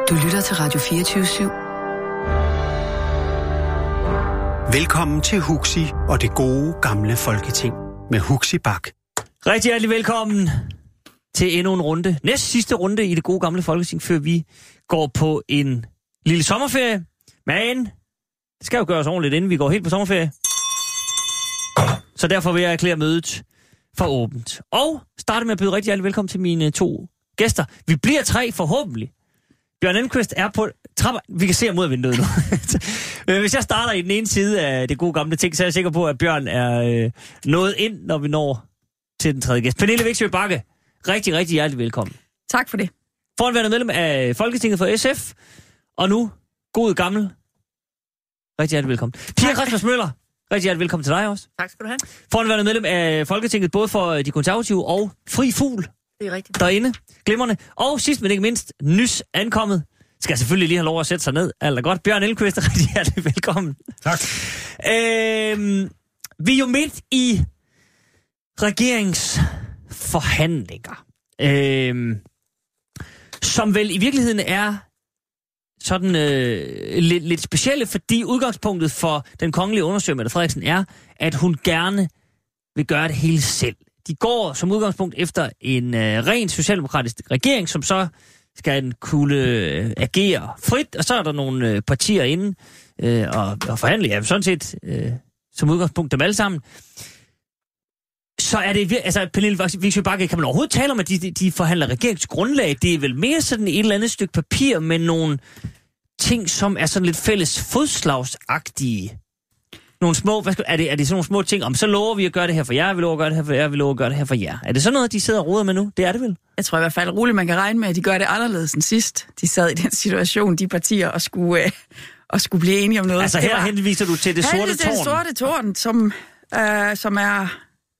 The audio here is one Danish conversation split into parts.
Du lytter til Radio 24/7. Velkommen til Huxi og det gode gamle folketing med Huxi Bak. Rigtig hjertelig velkommen til endnu en runde. Næst sidste runde i det gode gamle folketing, før vi går på en lille sommerferie. Men det skal jo gøres ordentligt, inden vi går helt på sommerferie. Så derfor vil jeg erklære mødet for åbent. Og starte med at byde rigtig hjertelig velkommen til mine 2 gæster. Vi bliver 3 forhåbentlig. Bjørn Elmquist er på trapper. Vi kan se ham ud af vinduet nu. Hvis jeg starter i den ene side af det gode gamle ting, så er jeg sikker på, at Bjørn er nået ind, når vi når til den 3. gæst. Pernille Vigsø Bagge, rigtig, rigtig hjertelig velkommen. Tak for det. Foranværende medlem af Folketinget for SF, og nu god gammel. Rigtig hjertelig velkommen. Pia Christmas Møller, rigtig hjertelig velkommen til dig også. Tak skal du have. Foranværende medlem af Folketinget, både for de konservative og Fri Fugl. Det er rigtigt. Derinde. Glimrende. Og sidst men ikke mindst, nys ankommet. Skal selvfølgelig lige have lov at sætte sig ned. Alt er godt. Bjørn Elmquist, rigtig hjertelig velkommen. Tak. Vi er jo midt i regeringsforhandlinger. Som vel i virkeligheden er sådan lidt specielle, fordi udgangspunktet for den kongelige undersøger, Mette Frederiksen, er, at hun gerne vil gøre det hele selv. De går som udgangspunkt efter en ren socialdemokratisk regering, som så skal kunne agere frit, og så er der nogle partier inde og forhandle, ja, sådan set som udgangspunkt dem alle sammen. Så er det, altså Pernille Vigsø Bagge, kan man overhovedet tale om, at de forhandler regeringsgrundlag? Det er vel mere sådan et eller andet stykke papir med nogle ting, som er sådan lidt fælles fodslagsagtige. Nogle små, er det sådan nogle små ting, om så lover vi at gøre det her for jer, vi lover at gøre det her for jer, vi lover at gøre det her for jer. Er det sådan noget, de sidder og roder med nu? Det er det vel? Jeg tror i hvert fald roligt, man kan regne med, at de gør det anderledes end sidst. De sad i den situation, de partier, og skulle blive enige om noget. Altså her henviser du til det sorte tårn? Det er det sorte tårn, som er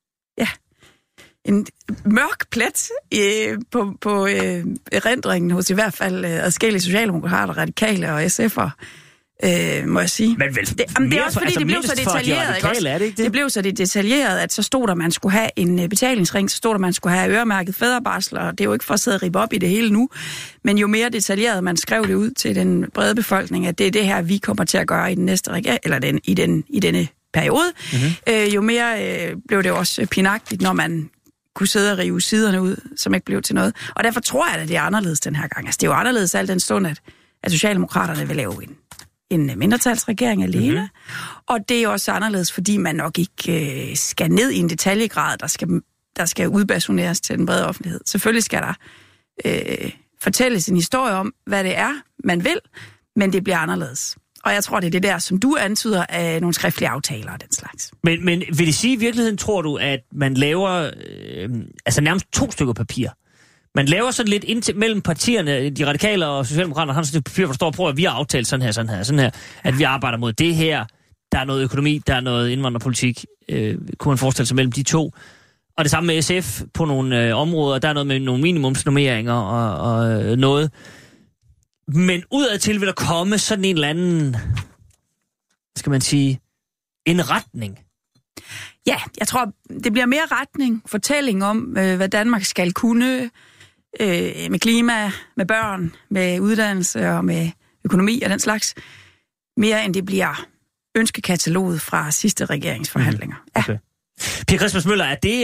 en mørk plet på erindringen hos i hvert fald adskillige socialdemokrater, radikale og SF'er. Må jeg sige. Men vel, det er også fordi, det blev så detaljeret. Det blev så detaljeret, at så stod der, man skulle have en betalingsring, så stod der, man skulle have øremærket fædrebarsel, og det er jo ikke for at sidde og ribe op i det hele nu, men jo mere detaljeret man skrev det ud til den brede befolkning, at det er det her, vi kommer til at gøre i den næste regering, eller i denne periode, jo mere blev det også pinagtigt, når man kunne sidde og rive siderne ud, som ikke blev til noget. Og derfor tror jeg, at det er anderledes den her gang. Altså, det er jo anderledes al den stund, at Socialdemokraterne vil lave en mindretalsregering alene. Og det er også anderledes, fordi man nok ikke skal ned i en detaljegrad, der skal udbasuneres til den brede offentlighed. Selvfølgelig skal der fortælles en historie om, hvad det er, man vil, men det bliver anderledes. Og jeg tror, det er det der, som du antyder, af nogle skriftlige aftaler og den slags. Men vil det sige i virkeligheden, tror du, at man laver altså nærmest 2 stykker papir? Man laver sådan lidt mellem partierne, de radikale og socialdemokraterne, har sådan et papir, hvor der står på, at vi har aftalt sådan her, at vi arbejder mod det her. Der er noget økonomi, der er noget indvandrerpolitik, kunne man forestille sig mellem de 2. Og det samme med SF på nogle områder, der er noget med nogle minimumsnormeringer og noget. Men udadtil vil der komme sådan en eller anden, skal man sige, en retning. Ja, jeg tror, det bliver mere retning, fortælling om, hvad Danmark skal kunne med klima, med børn, med uddannelse og med økonomi og den slags. Mere end det bliver ønskekataloget fra sidste regeringsforhandlinger. Ja. Okay. Pia Christmas Møller, er det,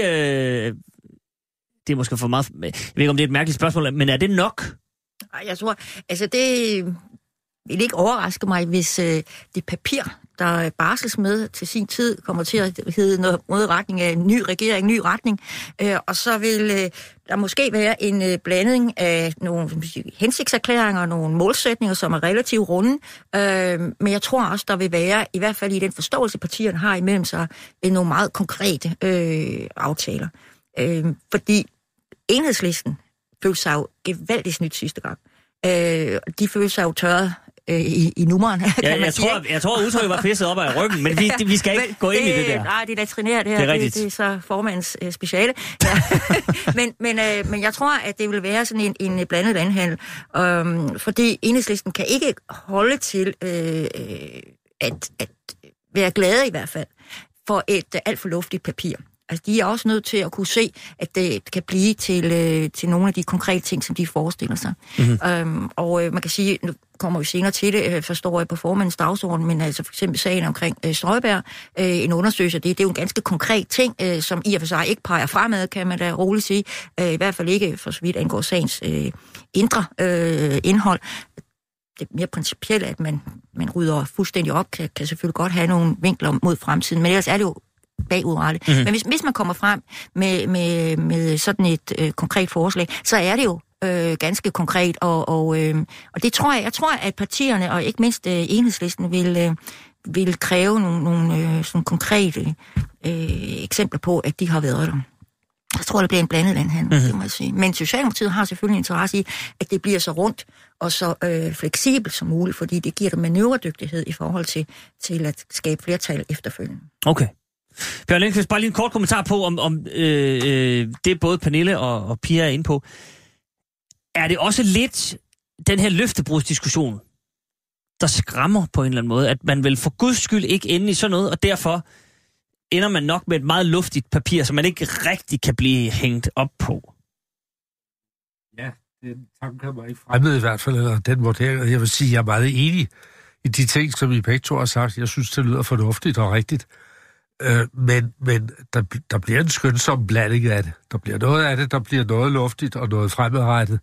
det er måske for meget, jeg ved ikke om det er et mærkeligt spørgsmål, men er det nok? Jeg tror, altså det vil ikke overraske mig, hvis det papir, der barsles med til sin tid, kommer til at hedde noget mod retning af en ny regering, ny retning. Og så vil der måske være en blanding af nogle hensigtserklæringer og nogle målsætninger, som er relativt runde. Men jeg tror også, der vil være, i hvert fald i den forståelse, partierne har imellem sig, nogle meget konkrete aftaler. Fordi Enhedslisten følte sig jo gevaldigt snydt sidste gang. De følte sig jo tørret i nummeren, kan man sige. Jeg tror udtrykket var pisset op af ryggen, men vi skal ikke gå ind i det der. Nej, det er latrinært det her. Det er så formandens speciale. Ja. men jeg tror, at det vil være sådan en blandet landhandel. Fordi Enhedslisten kan ikke holde til at være glade i hvert fald for et alt for luftigt papir. Altså, de er også nødt til at kunne se, at det kan blive til nogle af de konkrete ting, som de forestiller sig. Mm-hmm. Man kan sige, nu kommer vi senere til det, forstår jeg på formandens dagsorden, men altså for eksempel sagen omkring Støjberg, en undersøgelse, det er jo en ganske konkret ting, som i og for sig ikke peger fremad, kan man da roligt sige. I hvert fald ikke for så vidt angår sagens indre indhold. Det mere principielle, at man rydder fuldstændig op, kan selvfølgelig godt have nogle vinkler mod fremtiden, men ellers er det jo bagudrettet. Mm-hmm. Men hvis man kommer frem med sådan et konkret forslag, så er det jo ganske konkret, og det tror jeg tror, at partierne, og ikke mindst Enhedslisten, vil kræve nogle sådan konkrete eksempler på, at de har været der. Jeg tror, det bliver en blandet landhandel, det må jeg sige. Men Socialdemokratiet har selvfølgelig interesse i, at det bliver så rundt og så fleksibelt som muligt, fordi det giver dem manøvredygtighed i forhold til at skabe flertal efterfølgende. Okay. Bjørn Lindqvist, bare lige en kort kommentar på, om det både Pernille og Pia er inde på. Er det også lidt den her løftebrudsdiskussion, der skræmmer på en eller anden måde, at man vil for guds skyld ikke ende i sådan noget, og derfor ender man nok med et meget luftigt papir, som man ikke rigtig kan blive hængt op på? Ja, den tanke kan mig ikke fremmed i hvert fald, eller den vurdering. Jeg vil sige, jeg er meget enig i de ting, som I begge to har sagt. Jeg synes, det lyder fornuftigt og rigtigt. Men der bliver en skønsom blanding af det. Der bliver noget af det, der bliver noget luftigt og noget fremadrettet.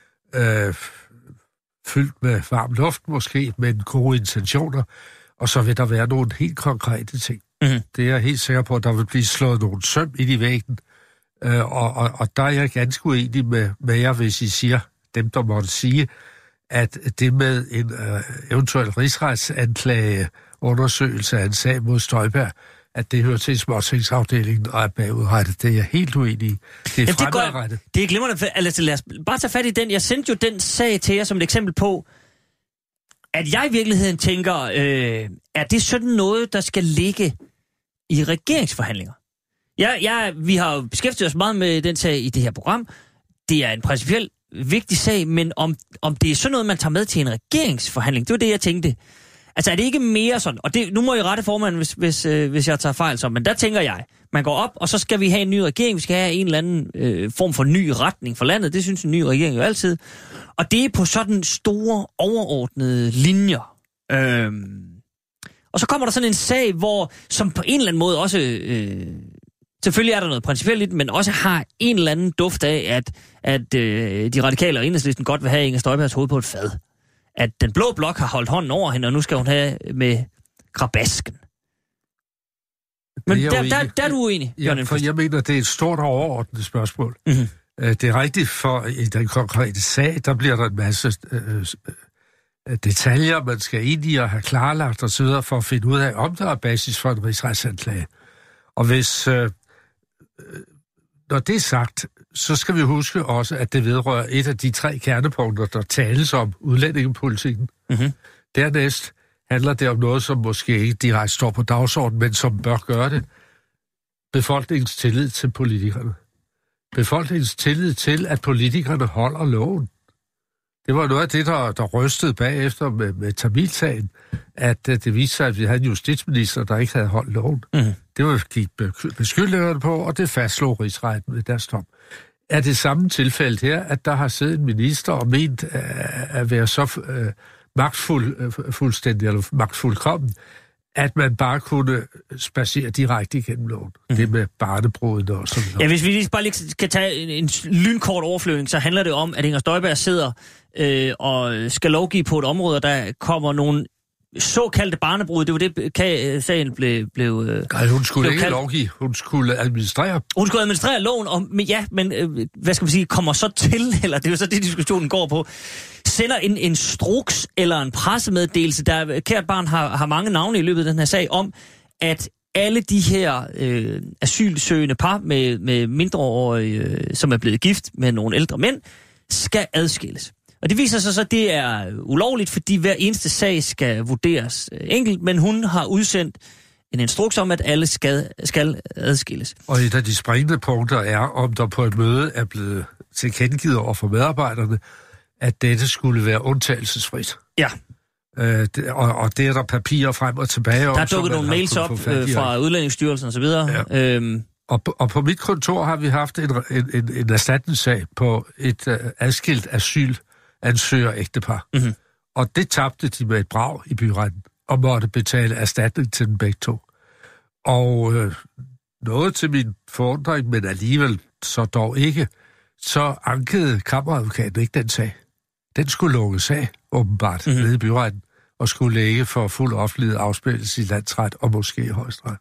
Fyldt med varm luft måske, men gode intentioner. Og så vil der være nogle helt konkrete ting. Mm-hmm. Det er jeg helt sikker på, at der vil blive slået nogle søm ind i væggen. Og der er jeg ganske uenig med jer, hvis I siger, dem der måtte sige, at det med en eventuel rigsretsanklage undersøgelse af en sag mod Støjberg, at det hører til småtingsafdelingen og er bagudrettet. Det er jeg helt uenig i. Det er fremadrettet. Det er glimrende. Altså, lad os bare tage fat i den. Jeg sendte jo den sag til jer som et eksempel på, at jeg i virkeligheden tænker, er det sådan noget, der skal ligge i regeringsforhandlinger? Vi har jo beskæftiget os meget med den sag i det her program. Det er en principielt vigtig sag, men om det er sådan noget, man tager med til en regeringsforhandling, det var det, jeg tænkte. Altså er det ikke mere sådan, og det, nu må jeg rette formanden, hvis jeg tager fejl så, men der tænker jeg, man går op, og så skal vi have en ny regering, vi skal have en eller anden form for ny retning for landet, det synes en ny regering jo altid, og det er på sådan store, overordnede linjer. Og så kommer der sådan en sag, som på en eller anden måde også, selvfølgelig er der noget principielt i den, men også har en eller anden duft af, at de radikale og Enhedslisten godt vil have Inger Støjbergs hoved på et fad. At den blå blok har holdt hånden over hende, og nu skal hun have med grabasken. Men der er du uenig, ja, for jeg mener, det er et stort og overordnet spørgsmål. Mm-hmm. Det er rigtigt, for i den konkrete sag, der bliver der en masse detaljer, man skal ind i og have klarlagt og så videre, for at finde ud af, om der er basis for en rigsretsanklage. Og hvis, når det er sagt, så skal vi huske også, at det vedrører et af de 3 kernepunkter, der tales om udlændingepolitikken. Mm-hmm. Dernæst handler det om noget, som måske ikke direkte står på dagsordenen, men som bør gøre det. Befolkningens tillid til politikerne. Befolkningens tillid til, at politikerne holder loven. Det var noget af det, der rystede bagefter med Tamilsagen, at det viste sig, at vi havde en justitsminister, der ikke havde holdt loven. Mm-hmm. Det var gik beskyldningerne på, og det fastslog rigsretten ved deres dom. Er det samme tilfælde her, at der har siddet en minister og ment at være så fuldstændig eller magtfuldkommen, at man bare kunne spacere direkte igennem loven. Mm. Det med barnebrudene og sådan noget. Ja, hvis vi bare lige skal tage en lynkort overflyvning, så handler det om, at Inger Støjberg sidder og skal lovgive på et område, og der kommer nogle såkaldte barnebrud. Det var det, sagen blev nej, hun skulle ikke lovgive. Hun skulle administrere. Hun skulle administrere loven, men hvad skal man sige, kommer så til, eller det er jo så det, diskussionen går på, sender en instruks eller en pressemeddelelse, der kært barn har mange navne i løbet af den her sag, om, at alle de her asylsøgende par med mindreårige, som er blevet gift med nogle ældre mænd, skal adskilles. Og det viser sig så, at det er ulovligt, fordi hver eneste sag skal vurderes enkelt, men hun har udsendt en instruks om, at alle skal adskilles. Og et af de springende punkter er, om der på et møde er blevet tilkendegivet over for medarbejderne, at dette skulle være undtagelsesfrit. Ja. Og det er der papirer frem og tilbage. Der er dukket nogle mails op fra Udlændingsstyrelsen og så videre. Ja. Og på mit kontor har vi haft en erstatningssag på et adskilt asylansøger-ægtepar. Mm-hmm. Og det tabte de med et brag i byretten, og måtte betale erstatning til dem begge to. Og noget til min forundring, men alligevel så dog ikke, så ankede kammeradvokaten ikke den sag. Den skulle lukkes af, åbenbart, nede i byretten, og skulle ligge for fuld offentlig afspillelse i landsret og måske i højesteret.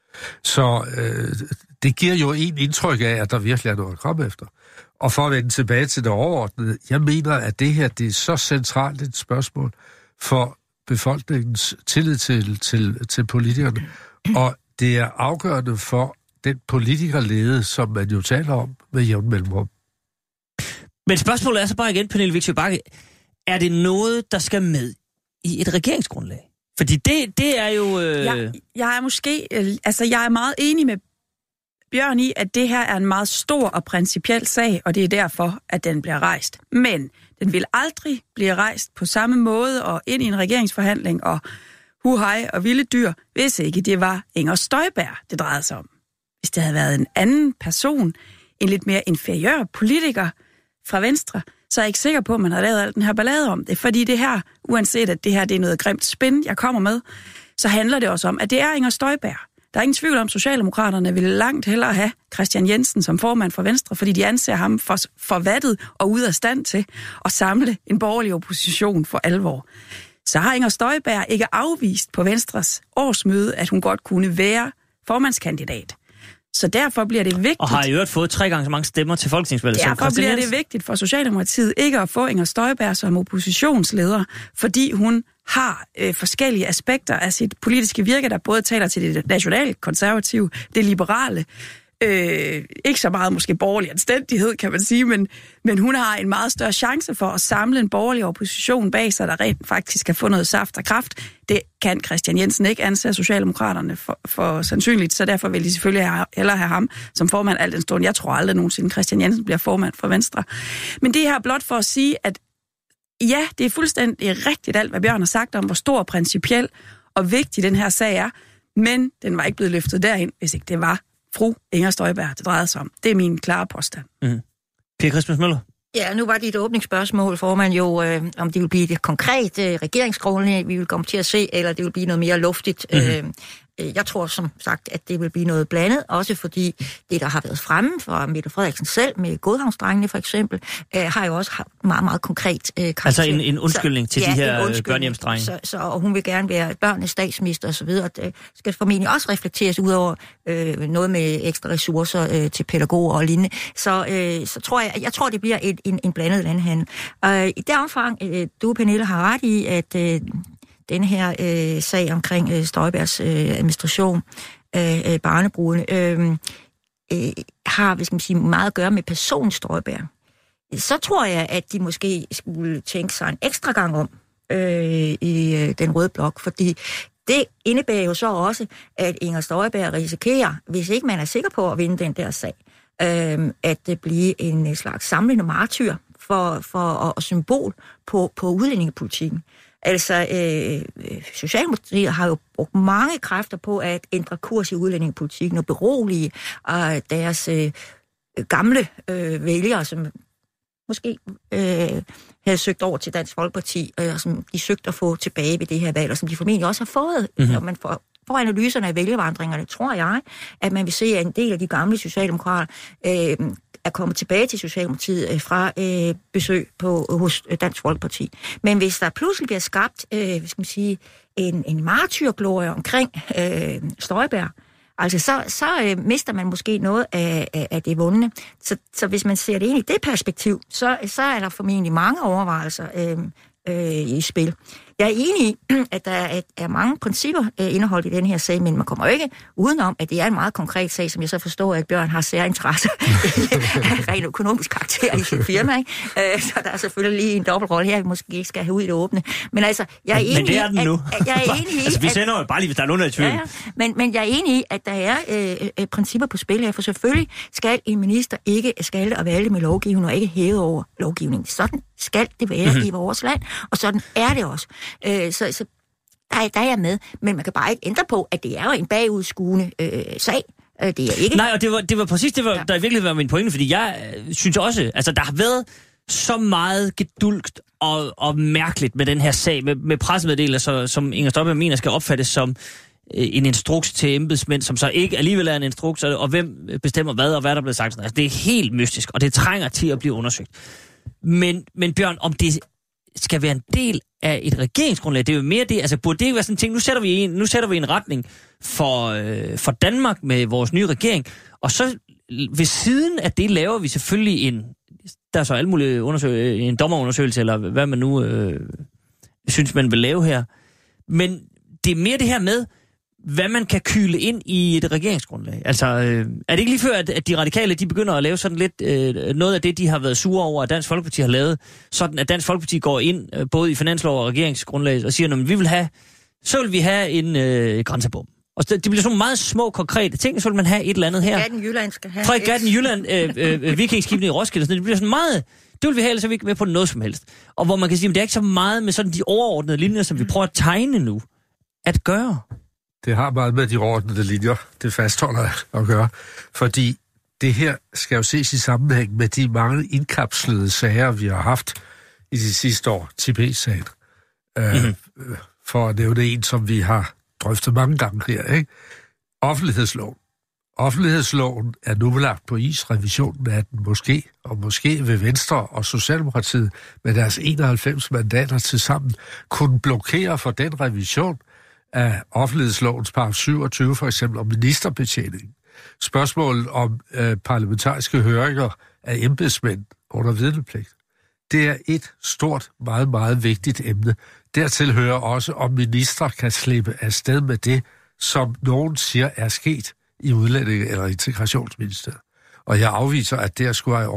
Så det giver jo en indtryk af, at der virkelig er noget at komme efter. Og for at vende tilbage til det overordnede, jeg mener, at det her det er så centralt et spørgsmål for befolkningens tillid til politikerne, og det er afgørende for den politikerlede, som man jo taler om med jævn mellemrum. Men spørgsmålet er så bare igen, Pernille Vigsø Bagge, er det noget, der skal med i et regeringsgrundlag? Fordi det er jo... Jeg er måske... jeg er meget enig med Bjørn i, at det her er en meget stor og principiel sag, og det er derfor, at den bliver rejst. Men den vil aldrig blive rejst på samme måde og ind i en regeringsforhandling og huhej og vilde dyr, hvis ikke det var Inger Støjberg, det drejede sig om. Hvis det havde været en anden person, en lidt mere inferiør politiker fra Venstre, så er jeg ikke sikker på, at man har lavet al den her ballade om det. Fordi det her, uanset at det her det er noget grimt spin, jeg kommer med, så handler det også om, at det er Inger Støjberg. Der er ingen tvivl om, at Socialdemokraterne ville langt hellere have Christian Jensen som formand for Venstre, fordi de anser ham for vattet og ude af stand til at samle en borgerlig opposition for alvor. Så har Inger Støjberg ikke afvist på Venstres årsmøde, at hun godt kunne være formandskandidat. Så derfor bliver det vigtigt... Og har i øvrigt fået 3 gange så mange stemmer til folketingsvalget. Derfor bliver det vigtigt for Socialdemokratiet ikke at få Inger Støjberg som oppositionsleder, fordi hun har forskellige aspekter af sit politiske virke, der både taler til det nationalkonservative, det liberale, ikke så meget måske borgerlig anstændighed, kan man sige, men hun har en meget større chance for at samle en borgerlig opposition bag sig, der rent faktisk kan få noget saft og kraft. Det kan Christian Jensen ikke anse Socialdemokraterne for sandsynligt, så derfor vil de selvfølgelig hellere have ham som formand al den stund. Jeg tror aldrig nogensinde, Christian Jensen bliver formand for Venstre. Men det her blot for at sige, at ja, det er fuldstændig rigtigt alt, hvad Bjørn har sagt om, hvor stor og principiel og vigtig den her sag er, men den var ikke blevet løftet derind, hvis ikke det var fru Inger Støjberg, det drejede sig om. Det er min klare påstand. Per Christmas Møller? Ja, nu var det et åbningsspørgsmål, formand jo, om det vil blive et konkret regeringsgrundlag, vi vil komme til at se, eller det vil blive noget mere luftigt. Jeg tror som sagt, at det vil blive noget blandet, også fordi det, der har været fremme fra Mette Frederiksen selv, med Godhavnsdrengene for eksempel, har jo også meget, meget konkret karakter. Altså en undskyldning til de her børnehjemsdrenge. Og hun vil gerne være børnenes statsminister og så videre. Det skal formentlig også reflekteres ud over noget med ekstra ressourcer til pædagoger og lignende. Så tror jeg tror, det bliver en blandet landhandel. I det omfang, du, Pernille, har ret i, at den her sag omkring Støjbergs administration af barnebrudene har, hvis man sige, meget at gøre med personen Støjberg. Så tror jeg, at de måske skulle tænke sig en ekstra gang om i den røde blok, fordi det indebærer jo så også, at Inger Støjberg risikerer, hvis ikke man er sikker på at vinde den der sag, at det bliver en slags samlende martyr for symbol på udlændingepolitikken. Altså, Socialdemokratiet har jo brugt mange kræfter på at ændre kurs i udlændingepolitikken og berolige deres gamle vælgere, som måske havde søgt over til Dansk Folkeparti, og som de søgte at få tilbage ved det her valg, og som de formentlig også har fået. Når man får analyserne af vælgervandringerne, tror jeg, at man vil se, at en del af de gamle socialdemokrater er kommet tilbage til Socialdemokratiet fra besøg hos Dansk Folkeparti. Men hvis der pludselig bliver skabt en martyrglorie omkring Støjberg, altså så mister man måske noget af det vundne. Så hvis man ser det ind i det perspektiv, så er der formentlig mange overvejelser i spil. Jeg er enig i, at der er mange principper indeholdt i den her sag, men man kommer jo ikke udenom, at det er en meget konkret sag, som jeg så forstår, at Bjørn har særinteresse af ren økonomisk karakter i sit firma. Ikke? Så der er selvfølgelig lige en dobbeltrolle her, vi måske ikke skal have ud i det åbne. Men altså, jeg er enig men det er den nu. Jeg er enig i, altså, vi sender jo bare lige, hvis der er nogen, der er i tvivl. Ja. Men jeg er enig i, at der er principper på spil her, for selvfølgelig skal en minister ikke skalte og valte med lovgivning og ikke hæve over lovgivningen. Sådan skal det være i vores land, og sådan er det også. Så der er jeg med, men man kan bare ikke ændre på, at det er jo en bagudskuende sag. Det er ikke. Nej, og det var præcis det, der i virkeligheden var min pointe, fordi jeg synes også, altså der har været så meget gedulgt og mærkeligt med den her sag, med pressemeddelelser, som Inger Støjberg mener skal opfattes som en instruks til embedsmænd, som så ikke alligevel er en instruks, og hvem bestemmer hvad, og hvad der bliver sagt. Altså, det er helt mystisk, og det trænger til at blive undersøgt. Men Bjørn, om det skal være en del af et regeringsgrundlag, det er jo mere det, altså burde det ikke være sådan en ting, nu sætter vi en retning for Danmark med vores nye regering, og så ved siden af det laver vi selvfølgelig der er så alle mulige en dommerundersøgelse, eller hvad man nu synes, man vil lave her. Men det er mere det her med, hvad man kan kyle ind i et regeringsgrundlag. Altså, er det ikke lige før, at de radikale, de begynder at lave sådan lidt noget af det, de har været sure over, at Dansk Folkeparti har lavet, sådan at Dansk Folkeparti går ind, både i finanslov og regeringsgrundlag, og siger, så vil vi have en grænsebom. Og det bliver sådan meget små, konkrete ting, så vil man have et eller andet her. Fregatten Jylland skal have. Fregatten Jylland, vikingskibene i Roskilde, så det bliver sådan meget. Det vil vi have, ellers er vi ikke med på noget som helst. Og hvor man kan sige, at det er ikke så meget med sådan de overordnede linjer, som vi prøver at tegne nu, at gøre. Det har meget med de overordnede linjer, det fastholder at gøre. Fordi det her skal jo ses i sammenhæng med de mange indkapslede sager, vi har haft i de sidste år, Tibet-sagen. For at nævne en, som vi har drøftet mange gange her, ikke? Offentlighedsloven. Offentlighedsloven er nu lagt på is, revisionen af den måske vil Venstre og Socialdemokratiet med deres 91 mandater til sammen kunne blokere for den revision af offentlighedslovens paragraf 27, for eksempel om ministerbetjening. Spørgsmålet om parlamentariske høringer af embedsmænd under vidnepligt. Det er et stort, meget, meget vigtigt emne. Dertil hører også, om ministre kan slippe afsted med det, som nogen siger er sket i Udlændinge- eller Integrationsministeriet. Og jeg afviser, at det skulle have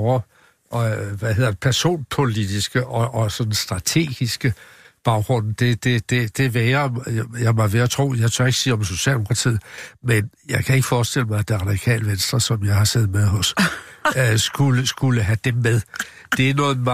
personpolitiske og sådan strategiske baggrund. Det værer, jeg må være at tro, jeg tør ikke sige om Socialdemokratiet, men jeg kan ikke forestille mig, at det Radikale Venstre, som jeg har siddet med hos, skulle have dem med. Det er noget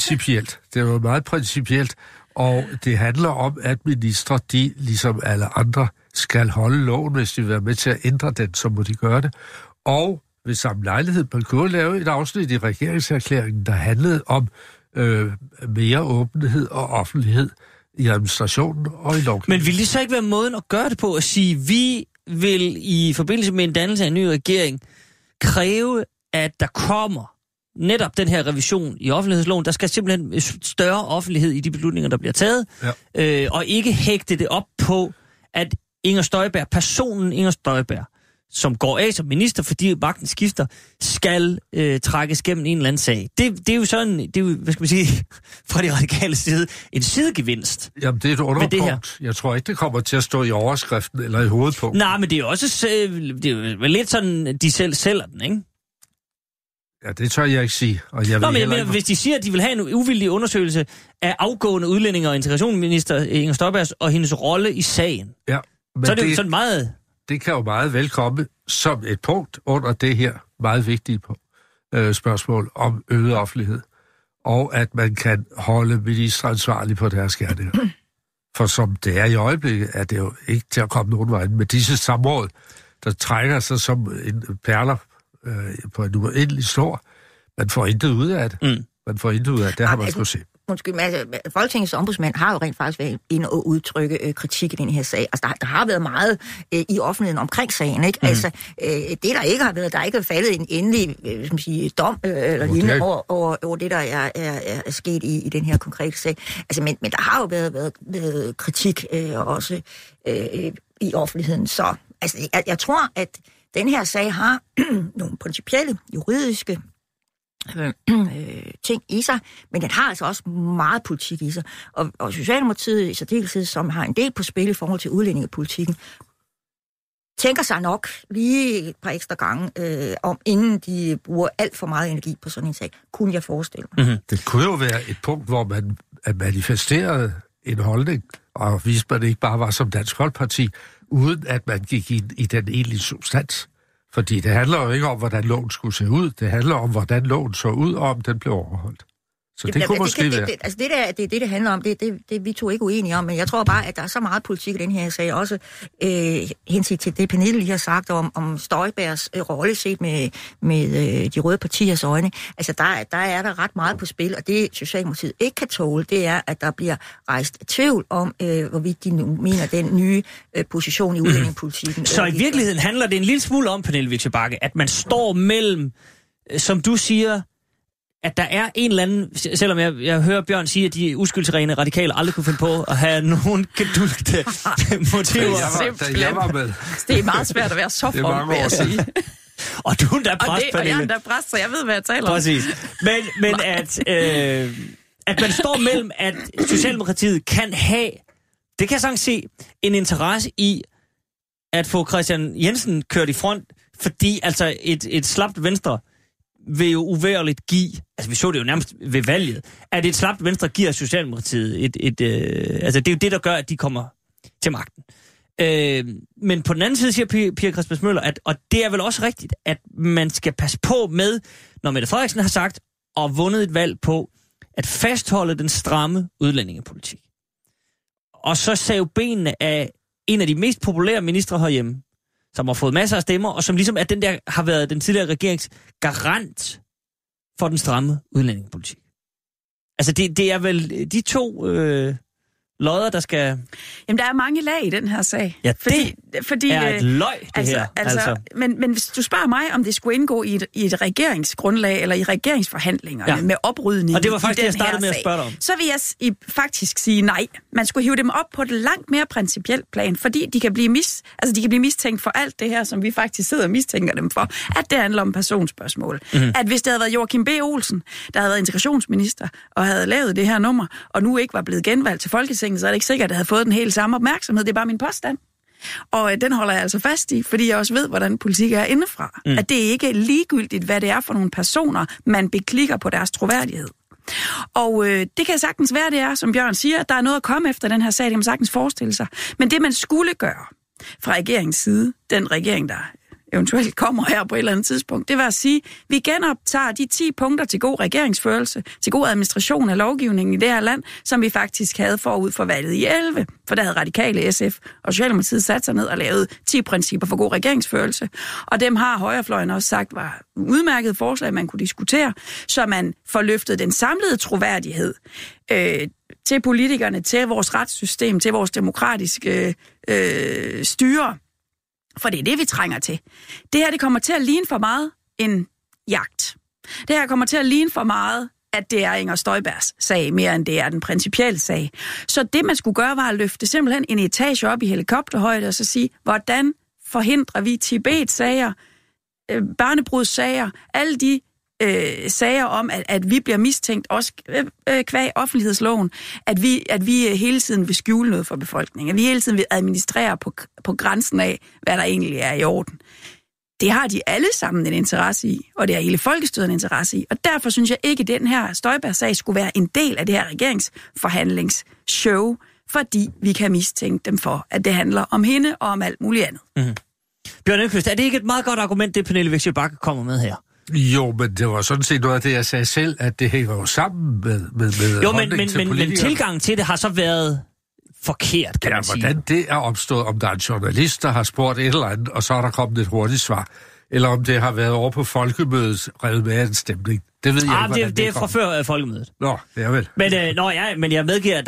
meget principielt. Og det handler om, at ministre, de ligesom alle andre, skal holde loven, hvis de vil være med til at ændre den, så må de gøre det. Og ved samme lejlighed, man kunne lave et afsnit i regeringserklæringen, der handlede om mere åbenhed og offentlighed i administrationen og i lovgivningen. Men vil det så ikke være måden at gøre det på, at sige, vi vil i forbindelse med en dannelse af en ny regering kræve, at der kommer netop den her revision i offentlighedsloven, der skal simpelthen større offentlighed i de beslutninger, der bliver taget, og ikke hægte det op på, at personen Inger Støjberg, som går af som minister, fordi magten skifter, skal trækkes gennem en eller anden sag. Det er jo sådan, hvad skal man sige, fra de radikale side, en sidegevinst. Jamen, det er et underpunkt. Jeg tror ikke, det kommer til at stå i overskriften eller i hovedpunkten. Nej, men det er jo også det er jo lidt sådan, de selv sælger den, ikke? Ja, det tør jeg ikke sige. Og jeg men hvis de siger, at de vil have en uvildig undersøgelse af afgående udlændinge- og integrationsminister Inger Støjberg og hendes rolle i sagen, så er det jo sådan meget... Det kan jo meget velkomme som et punkt under det her meget vigtige spørgsmål om øget offentlighed, og at man kan holde ministre ansvarlige på deres gerninger. For som det er i øjeblikket, er det jo ikke til at komme nogen vej med disse samråd, der trækker sig som en perler på en uendelig stor. Man får intet ud af det. Man får intet ud af det, det har man skulle se. Undskyld, men altså, Folketingets ombudsmand har jo rent faktisk været inde og udtrykke kritik i den her sag. Altså, der har været meget i offentligheden omkring sagen, ikke? Altså, det der ikke har været, der er ikke faldet en endelig dom eller lignende over det, der er sket i den her konkrete sag. Altså, men der har jo været kritik også i offentligheden. Så altså, jeg tror, at den her sag har nogle principielle, juridiske ting i sig, men den har altså også meget politik i sig. Og Socialdemokratiet i særdeleshed, som har en del på spil i forhold til udlændingepolitikken, tænker sig nok lige et par ekstra gange om, inden de bruger alt for meget energi på sådan en sag. Kunne jeg forestille mig. Mm-hmm. Det kunne jo være et punkt, hvor man manifesterede en holdning, og viste man ikke bare var som Dansk Folkeparti, uden at man gik ind i den egentlige substans. Fordi det handler jo ikke om, hvordan loven skulle se ud. Det handler om, hvordan loven så ud, og om den blev overholdt. Så det kunne måske være. Det er det handler om. Det vi to ikke uenige om, men jeg tror bare, at der er så meget politik i den her sag, også hensigt til det, Pernille lige har sagt om Støjbergs rolle set med de røde partiers øjne. Altså, der er der ret meget på spil, og det Socialdemokratiet ikke kan tåle, det er, at der bliver rejst tvivl om, hvorvidt de nu mener den nye position i udlændingepolitikken. Så i virkeligheden handler det en lille smule om, Pernille Vigsø Bagge, at man står mellem, som du siger, at der er en eller anden, selvom jeg hører Bjørn sige, at de uskyldsrene radikale aldrig kunne finde på at have nogen gedulte motiver. Det er meget svært at være så frem, vil jeg sige. Og du er endda præst, Pernille. Og jeg er endda præst, så jeg ved, hvad jeg taler om. Præcis. Men at man står mellem, at Socialdemokratiet kan have, det kan jeg sagtens se, en interesse i at få Christian Jensen kørt i front, fordi altså et slapt Venstre vil jo uværligt give, altså vi så det jo nærmest ved valget, at et slapt Venstre giver Socialdemokratiet altså det er jo det, der gør, at de kommer til magten. Men på den anden side siger Pia Christmas Møller, og det er vel også rigtigt, at man skal passe på med, når Mette Frederiksen har sagt og vundet et valg på, at fastholde den stramme udlændingepolitik. Og så save benene af en af de mest populære ministre herhjemme, som har fået masser af stemmer, og som ligesom at den der har været den tidligere regerings garant for den stramme udlændingepolitik. Altså det er vel de to lodder, der skal... Jamen, der er mange lag i den her sag. Ja, fordi er et løg, det her. Altså. Men hvis du spørger mig, om det skulle indgå i et regeringsgrundlag, eller i regeringsforhandlingerne med oprydning. Og det var faktisk det, jeg startede med at spørge dig om. Så vil jeg faktisk sige nej. Man skulle hive dem op på et langt mere principielt plan, fordi de kan blive mistænkt for alt det her, som vi faktisk sidder og mistænker dem for. At det handler om personspørgsmål. Mm-hmm. At hvis det havde været Joachim B. Olsen, der havde været integrationsminister, og havde lavet det her nummer, og nu ikke var blevet genvalgt til Folketinget, så er det ikke sikkert, at jeg havde fået den helt samme opmærksomhed. Det er bare min påstand. Og den holder jeg altså fast i, fordi jeg også ved, hvordan politik er indefra. At det ikke er ligegyldigt, hvad det er for nogle personer, man beklikker på deres troværdighed. Og det kan sagtens være, det er, som Bjørn siger, at der er noget at komme efter den her sag, det kan man sagtens forestille sig. Men det, man skulle gøre fra regeringens side, den regering, der eventuelt kommer her på et eller andet tidspunkt, det var at sige, at vi genoptager de 10 punkter til god regeringsførelse, til god administration af lovgivningen i det her land, som vi faktisk havde forud for valget i 11. For der havde Radikale, SF og Socialdemokratiet sat sig ned og lavet 10 principper for god regeringsførelse. Og dem har højrefløjen også sagt var udmærket forslag, man kunne diskutere, så man får løftet den samlede troværdighed til politikerne, til vores retssystem, til vores demokratiske styre. For det er det, vi trænger til. Det her, det kommer til at ligne for meget en jagt. Det her kommer til at ligne for meget, at det er Inger Støjbergs sag, mere end det er den principielle sag. Så det, man skulle gøre, var at løfte simpelthen en etage op i helikopterhøjde og så sige, hvordan forhindrer vi Tibet-sager, barnebrudssager, alle de sager om, at vi bliver mistænkt, også kvæg offentlighedsloven, at vi hele tiden vil skjule noget for befolkningen, at vi hele tiden vil administrere på grænsen af, hvad der egentlig er i orden. Det har de alle sammen en interesse i, og det har hele folkestyret en interesse i, og derfor synes jeg ikke, at den her Støjberg-sag skulle være en del af det her regeringsforhandlingsshow, fordi vi kan mistænke dem for, at det handler om hende og om alt muligt andet. Mm-hmm. Bjørn Elmqvist, er det ikke et meget godt argument, det Pernille Vigsø Bagge kommer med her? Jo, men det var sådan set noget af det, jeg sagde selv, at det hænger jo sammen med jo, men tilgangen til det har så været forkert, kan man sige. Hvordan det er opstået, om der er en journalist, der har spurgt et eller andet, og så er der kommet et hurtigt svar, eller om det har været over på folkemødet revet med en stemning. Det ved jeg ikke, det er fra før folkemødet. Nå, det er vel. Men jeg medgiver,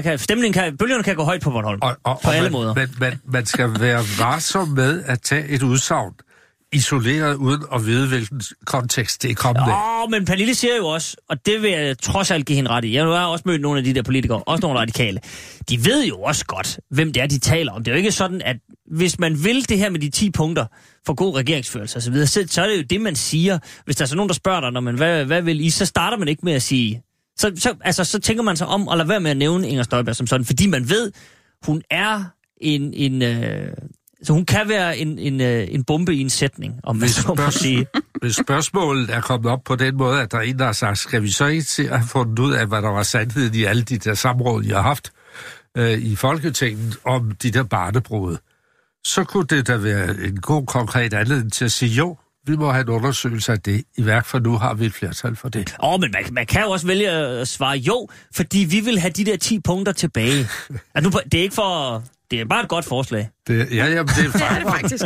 at bølgerne kan gå højt på Bornholm. På alle måder. Man skal være varsom med at tage et udsagn isoleret, uden at vide, hvilken kontekst det er kommet af. Men Pernille siger jo også, og det vil jeg trods alt give hende ret i. Jeg har også mødt nogle af de der politikere, også nogle radikale. De ved jo også godt, hvem det er, de taler om. Det er jo ikke sådan, at hvis man vil det her med de 10 punkter for god regeringsførelse osv., så er det jo det, man siger. Hvis der er så nogen, der spørger dig, når man, hvad vil I, så starter man ikke med at sige... Så tænker man sig om at lade være med at nævne Inger Støjberg som sådan, fordi man ved, hun er så hun kan være en bombe i en sætning, om man så må sige. Hvis spørgsmålet er kommet op på den måde, at der er en, der har sagt, skal vi så ikke til at have fundet ud af, hvad der var sandheden i alle de der samråd, jeg har haft i Folketinget om de der barnebrud, så kunne det da være en god konkret anledning til at sige, jo, Vi må have en undersøgelse af det i værk, for nu har vi et flertal for det. Men man kan jo også vælge at svare jo, fordi vi vil have de der 10 punkter tilbage. Altså, det er ikke for... Det er bare et godt forslag. Det er faktisk.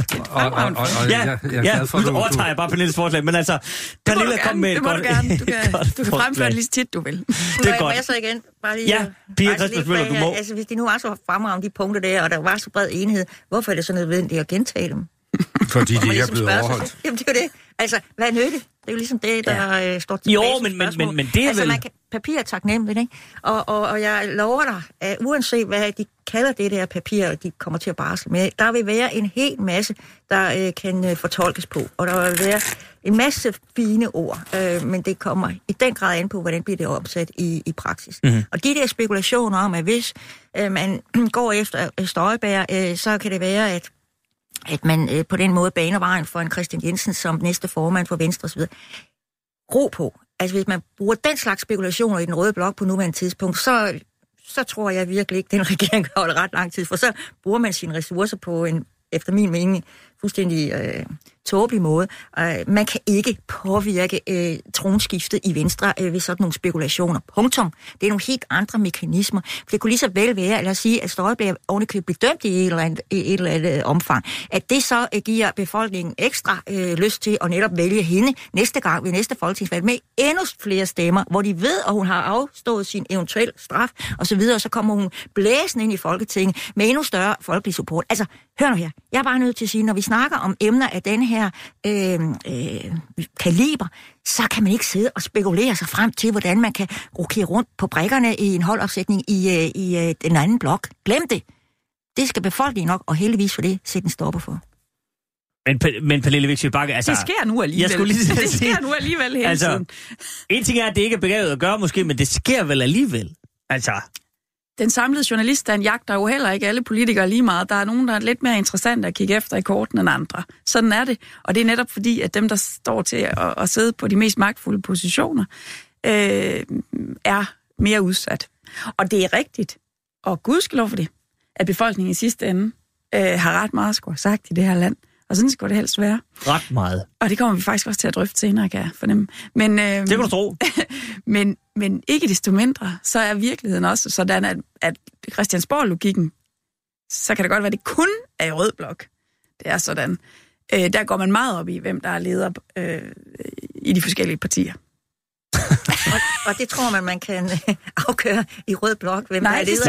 Nu overtager jeg bare Pernilles forslag, men altså... Pernille kom med et godt forslag. Du kan fremføre det lige så tit, du vil. Det er godt. Må jeg så igen? Bare lige, ja, Pia Christmas Møller, du må. Altså, hvis de nu var så fremragende de punkter der, og der var så bred enighed, hvorfor er det så nødvendigt at gentage dem? Fordi de ikke er blevet overholdt. Jamen, det er jo det. Altså, hvad er nyttigt? Det er jo ligesom det, der står tilbage. Jo, men det er altså, vel... papir er taknemmeligt, ikke? Og jeg lover dig, at uanset hvad de kalder det der papir, de kommer til at barsle med, der vil være en hel masse, der kan fortolkes på. Og der vil være en masse fine ord, men det kommer i den grad an på, hvordan bliver det opsat i praksis. Mm-hmm. Og de der spekulationer om, at hvis man går efter Støjberg, så kan det være, at man på den måde baner vejen for en Kristian Jensen som næste formand for Venstre osv. Ro på. Altså, hvis man bruger den slags spekulationer i den røde blok på nuværende tidspunkt, så tror jeg virkelig ikke, den regering kan holde ret lang tid, for så bruger man sine ressourcer på en, efter min mening, fuldstændig tåbelig måde. Man kan ikke påvirke tronskiftet i Venstre ved sådan nogle spekulationer. Punktum. Det er nogle helt andre mekanismer. For det kunne lige så vel være, lad os sige, at Støjberg ovenikøbet bliver dømt i et eller andet omfang. At det så giver befolkningen ekstra lyst til at netop vælge hende næste gang ved næste folketingsvalg med endnu flere stemmer, hvor de ved, at hun har afstået sin eventuelle straf osv., og så kommer hun blæsende ind i Folketinget med endnu større folkelig support. Altså, hør nu her. Jeg er bare nødt til at sige, når vi snakker om emner af den her kaliber, så kan man ikke sidde og spekulere sig frem til, hvordan man kan rokere rundt på brikkerne i en holdopsætning i den anden blok. Glem det. Det skal befolkningen nok, og heldigvis for det, sætte en stopper for. Men Pernille Vigsø Bagge, altså... Det sker nu alligevel. Det sker nu alligevel hele tiden. En ting er, at det ikke er begavet at gøre måske, men det sker vel alligevel. Altså... Den samlede journaliststand jagter jo heller ikke alle politikere lige meget. Der er nogen, der er lidt mere interessante at kigge efter i korten end andre. Sådan er det. Og det er netop fordi, at dem, der står til at sidde på de mest magtfulde positioner, er mere udsat. Og det er rigtigt, og gudskelov for det, at befolkningen i sidste ende har ret meget skulle have sagt i det her land. Og sådan skal det helst være. Ret meget. Og det kommer vi faktisk også til at drøfte senere, kan jeg fornemme. Men, det kan du tro. men ikke desto mindre, så er virkeligheden også sådan, at Christiansborg-logikken, så kan det godt være, at det kun er i rød blok. Det er sådan. Der går man meget op i, hvem der er leder i de forskellige partier. og det tror man kan afgøre i rød blok, hvem der er leder.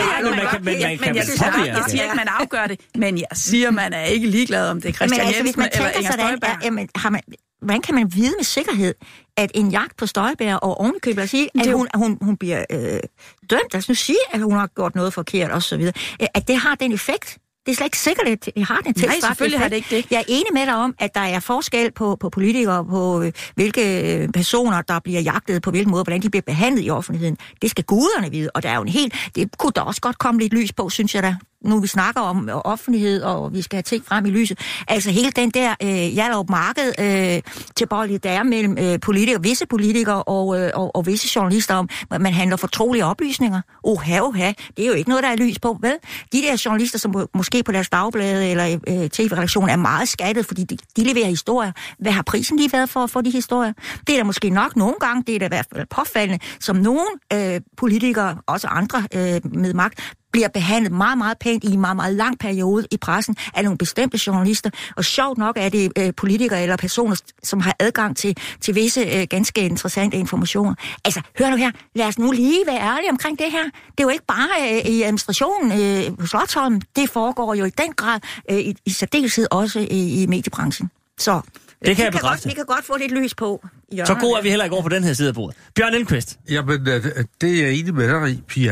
Jeg siger ikke, man afgør det, men jeg siger, man er ikke ligeglad, om det er Christian Jensen eller Inger Støjberg. Hvordan kan man vide med sikkerhed, at en jagt på Støjberg og ovenikøbet at sige, at hun bliver dømt, altså nu sige, at hun har gjort noget forkert osv., at det har den effekt? Det er slet ikke sikkert, at det har den tilstrækkeligt. Nej, selvfølgelig har det ikke det. Jeg er enig med dig om, at der er forskel på politikere, på hvilke personer, der bliver jagtet på hvilken måde, hvordan de bliver behandlet i offentligheden. Det skal guderne vide, og der er jo det kunne der også godt komme lidt lys på, synes jeg da. Nu vi snakker om offentlighed, og vi skal have ting frem i lyset. Altså hele den der Hjallerup Marked tilbøjelighed, der er mellem visse politikere og visse journalister om, at man handler fortrolige oplysninger. Det er jo ikke noget, der er lys på, vel? De der journalister, som måske på deres dagblade eller tv-redaktion er meget skattet, fordi de leverer historier. Hvad har prisen lige været for at få de historier? Det er der måske nok nogle gange, det er da i hvert fald påfaldende, som nogle politikere, også andre med magt, bliver behandlet meget, meget pænt i en meget, meget lang periode i pressen af nogle bestemte journalister. Og sjovt nok er det politikere eller personer, som har adgang til visse ganske interessante informationer. Altså, hør nu her, lad os nu lige være ærlige omkring det her. Det er jo ikke bare i administrationen på Slotsholmen. Det foregår jo i den grad i særdeleshed også i mediebranchen. Så det kan jeg bekræfte. Vi kan godt få lidt lys på. Så god er vi heller ikke over på den her side af bordet. Bjørn Elmqvist. Jamen, det er jeg enig med dig i, Pia.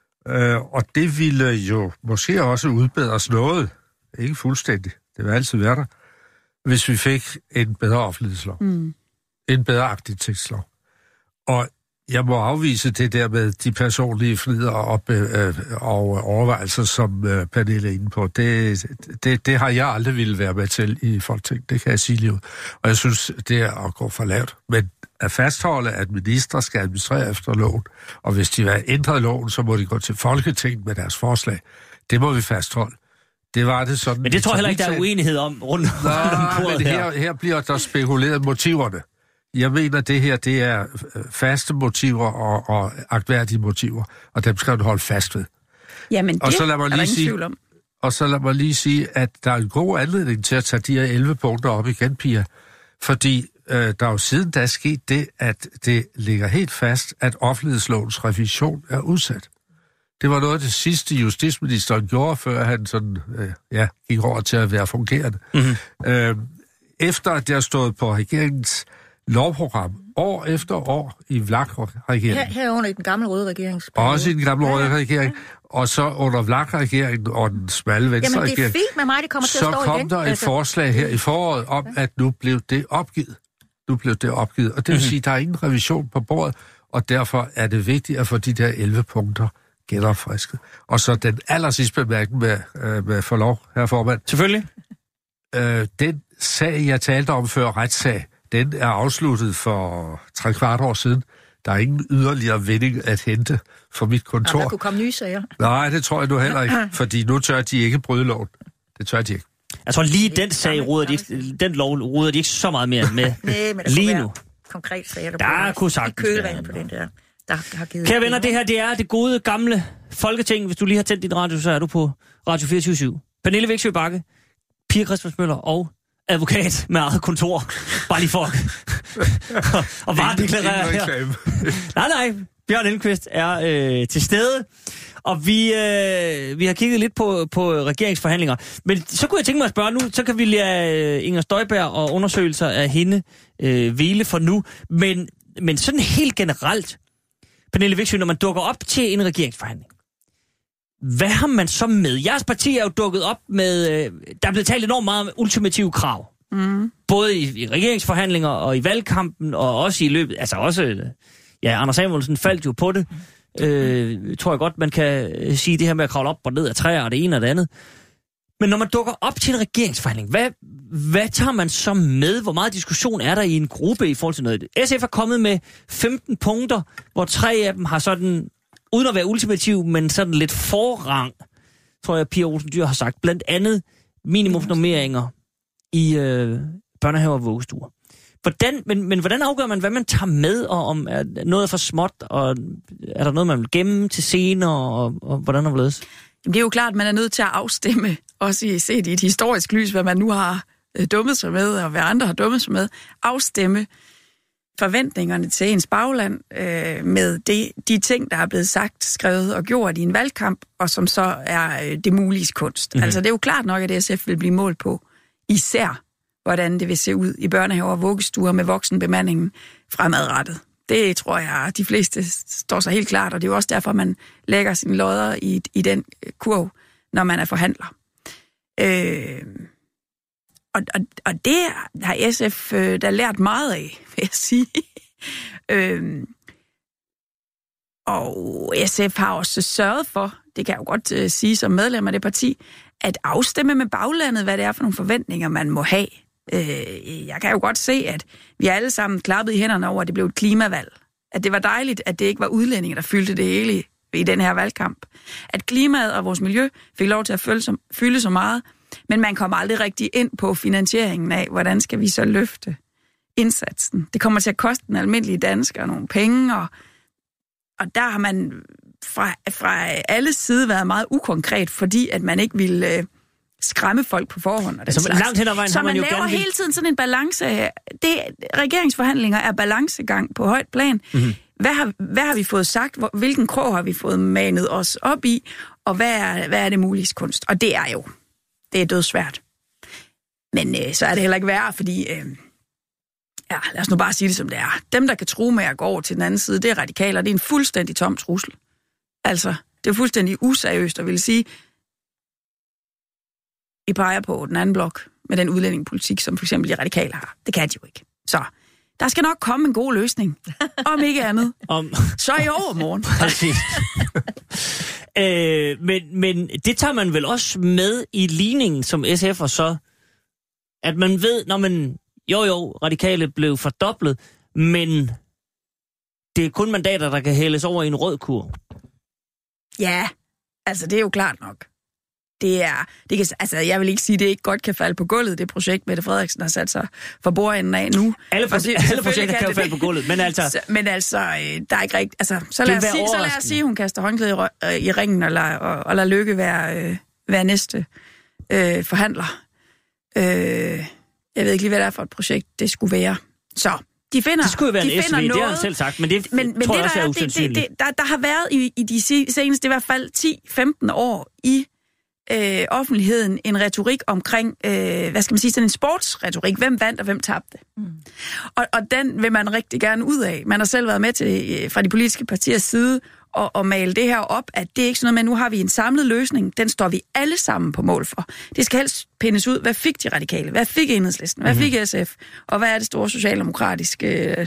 Og det ville jo måske også udbedres noget. Ikke fuldstændigt. Det vil altid være der. Hvis vi fik en bedre offentlighedslov. En bedre aktivitetslov. Og jeg må afvise det der med de personlige flider og overvejelser, som Pernille er inde på. Det har jeg aldrig ville være med til i Folketinget. Det kan jeg sige lige ud. Og jeg synes, det er at gå for lavt. Men at fastholde, at ministre skal administrere efter loven, og hvis de vil have ændret loven, så må de gå til Folketinget med deres forslag. Det må vi fastholde. Det var det sådan. Men det tror jeg heller ikke, der er uenighed om rundt om bordet her. Her bliver der spekuleret motiverne. Jeg mener, det her, det er faste motiver og agtværdige motiver, og dem skal du holde fast ved. Jamen, det er der ingen tvivl om. Og så lad mig lige sige, at der er en god anledning til at tage de her 11 punkter op igen, Pia. Fordi der er jo siden da sket det, at det ligger helt fast, at offentlighedslovens revision er udsat. Det var noget af det sidste, justitsministeren gjorde, før han sådan, gik over til at være fungerende. Mm-hmm. Efter at det har stået på regeringens lovprogram, år efter år i VLAK-regeringen. Herunder i den gamle røde regering. Også i den gamle røde regering. Og så under VLAK-regeringen og den smalle venstre-regering. Jamen, det er fint med mig, det kommer til at stå igen. Så kom der et forslag her i foråret om, at nu blev det opgivet. Og det vil sige, at der er ingen revision på bordet, og derfor er det vigtigt at få de der 11 punkter genopfrisket. Og så den allersidste bemærkning med forlov, herre formand. Selvfølgelig. Den sag, jeg talte om før, retssag, den er afsluttet for 3/4 år siden. Der er ingen yderligere vinding at hente fra mit kontor. Og der kunne komme nye sager. Nej, det tror jeg nu heller ikke, fordi nu tør de ikke bryde loven. Det tør de ikke. Jeg tror lige den sag den lov ruder de ikke så meget mere med lige nu. Konkret sager, der kunne sagtens være på den der har givet. Kære venner, det her det er det gode gamle Folketing. Hvis du lige har tændt din radio, så er du på Radio 24/7. Pernille Vigsø Bagge, Pia Christmas Møller og advokat med eget kontor. Bare lige for og varedeklarere her. Nej. Bjørn Elmquist er til stede, og vi har kigget lidt på regeringsforhandlinger. Men så kunne jeg tænke mig at spørge nu, så kan vi lade Inger Støjberg og undersøgelser af hende hvile for nu. Men sådan helt generelt, Pernille Vigsø, når man dukker op til en regeringsforhandling, hvad har man så med? Jeres parti er jo dukket op med, der er blevet talt enormt meget om ultimative krav. Mm. Både i regeringsforhandlinger og i valgkampen, og også i løbet, altså også, Anders Samuelsen faldt jo på det. Tror jeg godt, man kan sige det her med at kravle op og ned af træer, og det ene og det andet. Men når man dukker op til en regeringsforhandling, hvad tager man så med? Hvor meget diskussion er der i en gruppe i forhold til noget? SF er kommet med 15 punkter, hvor 3 af dem har sådan, uden at være ultimativ, men sådan lidt forrang, tror jeg, Pia Olsen Dyhr har sagt. Blandt andet minimumsnormeringer i børnehaver og vuggestuer. Hvordan afgør man, hvad man tager med, og om er noget for småt, og er der noget, man vil gemme til senere, og hvordan og hvorledes? Jamen, det er jo klart, at man er nødt til at afstemme, også set i et historisk lys, hvad man nu har dummet sig med, og hvad andre har dummet sig med. Afstemme forventningerne til ens bagland med de ting, der er blevet sagt, skrevet og gjort i en valgkamp, og som så er det muliges kunst. Mm-hmm. Altså, det er jo klart nok, at SF vil blive målt på især, hvordan det vil se ud i børnehaver og vuggestuer med voksenbemandingen fremadrettet. Det tror jeg, de fleste står sig helt klart, og det er jo også derfor, man lægger sine lodder i den kurv, når man er forhandler. Og det har SF der lært meget af, vil jeg sige. Og SF har også sørget for, det kan jeg jo godt sige som medlem af det parti, at afstemme med baglandet, hvad det er for nogle forventninger, man må have. Jeg kan jo godt se, at vi alle sammen klappede i hænderne over, at det blev et klimavalg. At det var dejligt, at det ikke var udlændinge, der fyldte det hele i den her valgkamp. At klimaet og vores miljø fik lov til at fylde så meget, men man kommer aldrig rigtig ind på finansieringen af, hvordan skal vi så løfte indsatsen. Det kommer til at koste den almindelige dansker nogle penge, og der har man fra alle sider været meget ukonkret, fordi at man ikke ville skræmme folk på forhånd. Og så langt hen ad vejen, så man laver hele tiden sådan en balance. Regeringsforhandlinger er balancegang på højt plan. Mm-hmm. Hvad har vi fået sagt? Hvilken krog har vi fået manet os op i? Og hvad er det muliges kunst? Og det er dødsvært. Men så er det heller ikke værre, fordi lad os nu bare sige det som det er. Dem, der kan true med at gå over til den anden side, det er radikaler. Det er en fuldstændig tom trussel. Altså, det er fuldstændig useriøst at ville sige, I peger på den anden blok med den udlændingepolitik, som for eksempel de radikale har. Det kan de jo ikke. Så der skal nok komme en god løsning. Om ikke andet. Så i overmorgen. Men det tager man vel også med i ligningen som SF, og så, at man ved, når man radikale blev fordoblet, men det er kun mandater, der kan hældes over i en rød kurv. Ja, altså det er jo klart nok. jeg vil ikke sige, at det ikke godt kan falde på gulvet, det projekt, Mette Frederiksen har sat sig for bordenden af nu. Alle projekter kan jo falde på gulvet, men altså... der er ikke rigtigt... Altså, så lad os sige, at hun kaster håndklædet i ringen, og lader Løkke være næste forhandler. Jeg ved ikke lige, hvad det er for et projekt, det skulle være. Så... Det skulle jo være en SV, det har han selv sagt, men det tror jeg også er usandsynligt. Der har været i de seneste i hvert fald 10-15 år i offentligheden en retorik omkring, sådan en sportsretorik. Hvem vandt og hvem tabte? Og den vil man rigtig gerne ud af. Man har selv været med til, fra de politiske partiers side, og male det her op, at det er ikke sådan noget med, nu har vi en samlet løsning, den står vi alle sammen på mål for. Det skal helst pindes ud, hvad fik de radikale, hvad fik Enhedslisten, hvad fik SF, og hvad er det store socialdemokratiske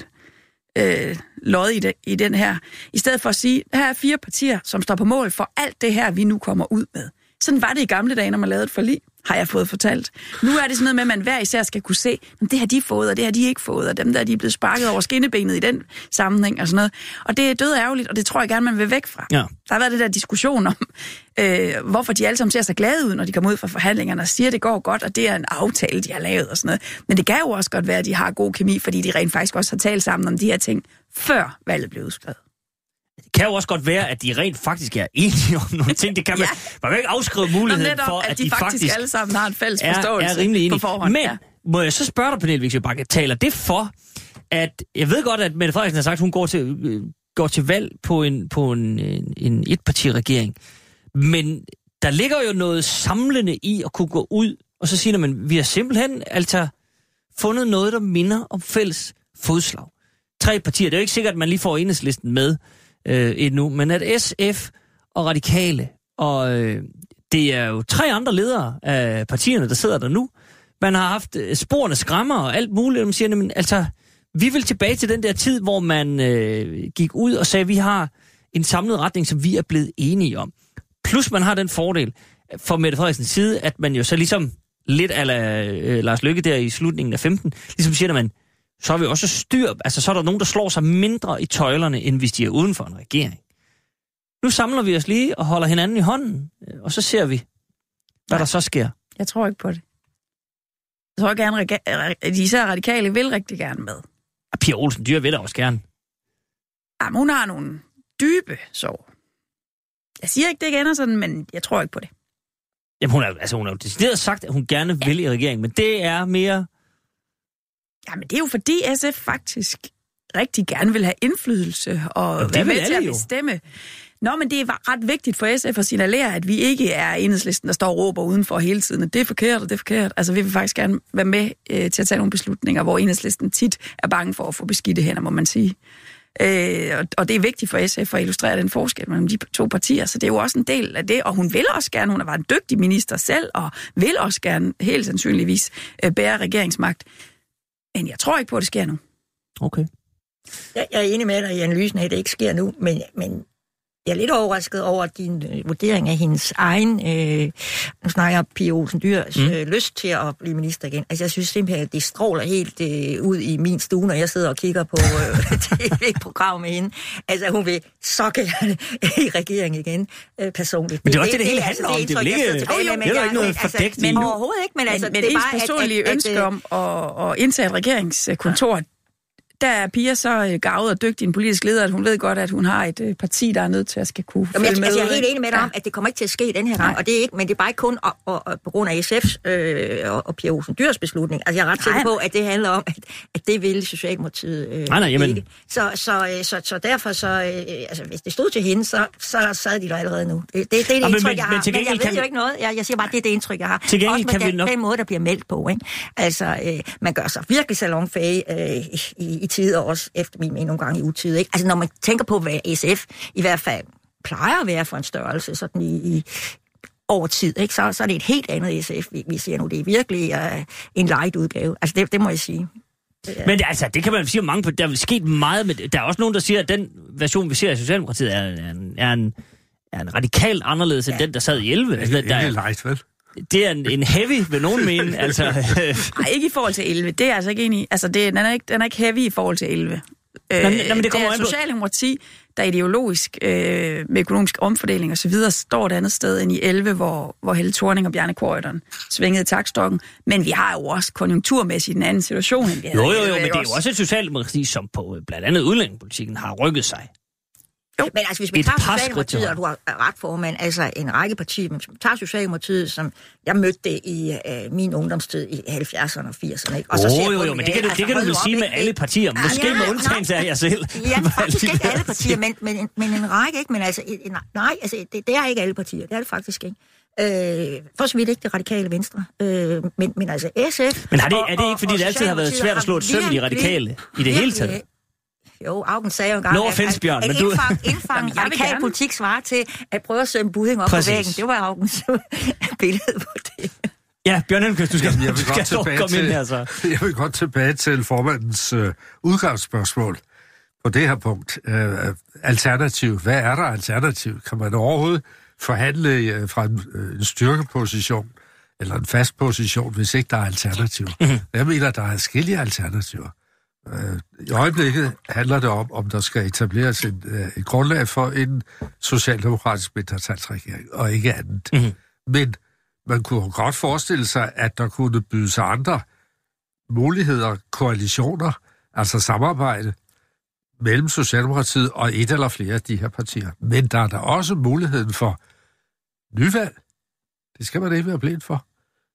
lod i den her. I stedet for at sige, her er 4 partier, som står på mål for alt det her, vi nu kommer ud med. Sådan var det i gamle dage, når man lavede et forlig, har jeg fået fortalt. Nu er det sådan noget med, at man hver især skal kunne se, det har de fået, og det har de ikke fået, og dem der, de er blevet sparket over skinnebenet i den sammenhæng og sådan noget. Og det er død ærgerligt, og det tror jeg gerne, man vil væk fra. Ja. Der har været det der diskussion om, hvorfor de alle sammen ser så glade ud, når de kommer ud fra forhandlingerne og siger, at det går godt, og det er en aftale, de har lavet og sådan noget. Men det kan jo også godt være, at de har god kemi, fordi de rent faktisk også har talt sammen om de her ting, før valget blev udskrevet. Det kan jo også godt være, at de rent faktisk er enige om nogle ting. Det kan man, man kan ikke afskrive muligheden for, at de faktisk alle sammen har en fælles forståelse er rimelig enige. På forhånd. Men må jeg så spørge dig, Pernille Vigsø Bagge, taler det for, at jeg ved godt, at Mette Frederiksen har sagt, at hun går til valg på en etpartiregering. Men der ligger jo noget samlende i at kunne gå ud, og så siger man, vi har simpelthen altså fundet noget, der minder om fælles fodslag. 3 partier, det er jo ikke sikkert, at man lige får Enhedslisten med endnu, men at SF og Radikale, og det er jo 3 andre ledere af partierne, der sidder der nu. Man har haft sporene skræmmer og alt muligt, og man siger, men altså, vi vil tilbage til den der tid, hvor man gik ud og sagde, at vi har en samlet retning, som vi er blevet enige om. Plus man har den fordel fra Mette Frederiksens side, at man jo så ligesom lidt a la Lars Løkke der i slutningen af 15, ligesom siger, at man så har vi også styr, altså så er der nogen, der slår sig mindre i tøjlerne, end hvis de er uden for en regering. Nu samler vi os lige og holder hinanden i hånden, og så ser vi, hvad der så sker. Jeg tror ikke på det. Jeg tror gerne, at især radikale vil rigtig gerne med. Og Pia Olsen Dyhr vil da også gerne. Jamen, hun har nogle dybe sår. Jeg siger ikke, det ikke ender sådan, men jeg tror ikke på det. Jamen, hun har jo decideret sagt, at hun gerne vil i regeringen, men det er mere... Jamen, det er jo fordi SF faktisk rigtig gerne vil have indflydelse og være med til at bestemme. Nå, men det er ret vigtigt for SF at signalere, at vi ikke er Enhedslisten, der står og råber udenfor hele tiden. Det er forkert, og det er forkert. Altså, vi vil faktisk gerne være med til at tage nogle beslutninger, hvor Enhedslisten tit er bange for at få beskidte hænder, må man sige. Og det er vigtigt for SF at illustrere den forskel mellem de 2 partier, så det er jo også en del af det, og hun vil også gerne, hun har været en dygtig minister selv, og vil også gerne helt sandsynligvis bære regeringsmagt. Men jeg tror ikke på, at det sker nu. Okay. Jeg er enig med dig i analysen af, at det ikke sker nu, men jeg er lidt overrasket over din vurdering af hendes egen, nu snakker jeg Pia Olsen Dyhrs lyst til at blive minister igen. Altså, jeg synes simpelthen, at det stråler helt ud i min stue, når jeg sidder og kigger på tv-program med hende. Altså, hun vil så gerne i regeringen igen, personligt. Men det er også det hele handler om. Det er jo ikke noget fordækt. Men overhovedet ikke. Men altså, det er bare personlige ønske om at indtage et regeringskontor. Der er Pia så gavet og dygtig en politisk leder, at hun ved godt, at hun har et parti, der er nødt til at skal kunne følge med. Jeg er helt enig med dig om, at det kommer ikke til at ske den her gang, og det er ikke, men det er bare ikke kun på grund af SF's og Pia Olsen Dyhrs beslutning. Altså, jeg er ret sikker på, at det handler om, at det vil Socialdemokratiet ikke. Så derfor, altså, hvis det stod til hende, så sad de der allerede nu. Det er det indtryk, jeg har. Men jeg ved jo ikke noget. Jeg siger bare, det er det indtryk, jeg har. Også med den måde, der bliver meldt på. Ikke? Altså, man gør sig virkelig salonfæge i tid, og også efter min mening nogle gange i utid. Ikke? Altså, når man tænker på, hvad SF i hvert fald plejer at være for en størrelse, sådan i over tid, ikke? Så er det et helt andet SF, vi ser nu. Det er virkelig en light udgave. Altså, det må jeg sige. Men altså, det kan man sige mange på. Der er sket meget med. Der er også nogen, der siger, at den version, vi ser i Socialdemokratiet, er en radikalt anderledes end den, der sad i 11. Altså, der er light, vel? Det er en heavy, vil nogen mene. Altså. Nej, ikke i forhold til 11. Det er altså ikke enig i. Altså, den er ikke heavy i forhold til 11. Men det kommer er Socialdemokrati, der ideologisk med økonomisk omfordeling og så videre står et andet sted end i 11, hvor Helle Thorning og Bjarne Corydon svingede taktstokken. Men vi har jo også konjunkturmæssigt en anden situation, end vi havde. Jo, men det er jo også et Socialdemokrati, som på blandt andet udlændingepolitikken har rykket sig. Jo, men altså, hvis man tager Socialdemokratiet, og du har ret formand, altså en række partier, men hvis man tager Socialdemokratiet, som jeg mødte det i min ungdomstid i 70'erne og 80'erne, ikke? Og så jo, men det kan du vel sige med alle partier, måske med undtagelse af jer selv. Ja, faktisk ikke alle partier, men en række, ikke? Men altså, nej, altså, det er ikke alle partier, det er det faktisk ikke. For så vidt ikke det radikale venstre, men altså SF... Men er det ikke, fordi det altid har været svært at slå et søm i radikale i det hele taget? Jo, Augen sagde jo engang, at indfange radikal politik svarer til at prøve at søge en budding op på væggen. Det var Augens billede på det. Ja, Bjørn Elmqvist, du skal komme ind her så. Jeg vil godt tilbage til formandens udgangsspørgsmål på det her punkt. Alternativ. Hvad er der alternativ? Kan man overhovedet forhandle fra en styrkeposition eller en fast position, hvis ikke der er alternativ? Jeg mener, der er forskellige alternativer. I øjeblikket handler det om der skal etableres et grundlag for en socialdemokratisk mindretalsregering, og ikke andet. Men man kunne godt forestille sig, at der kunne byde sig andre muligheder, koalitioner, altså samarbejde mellem Socialdemokratiet og et eller flere af de her partier. Men der er der også muligheden for nyvalg. Det skal man ikke være blind for.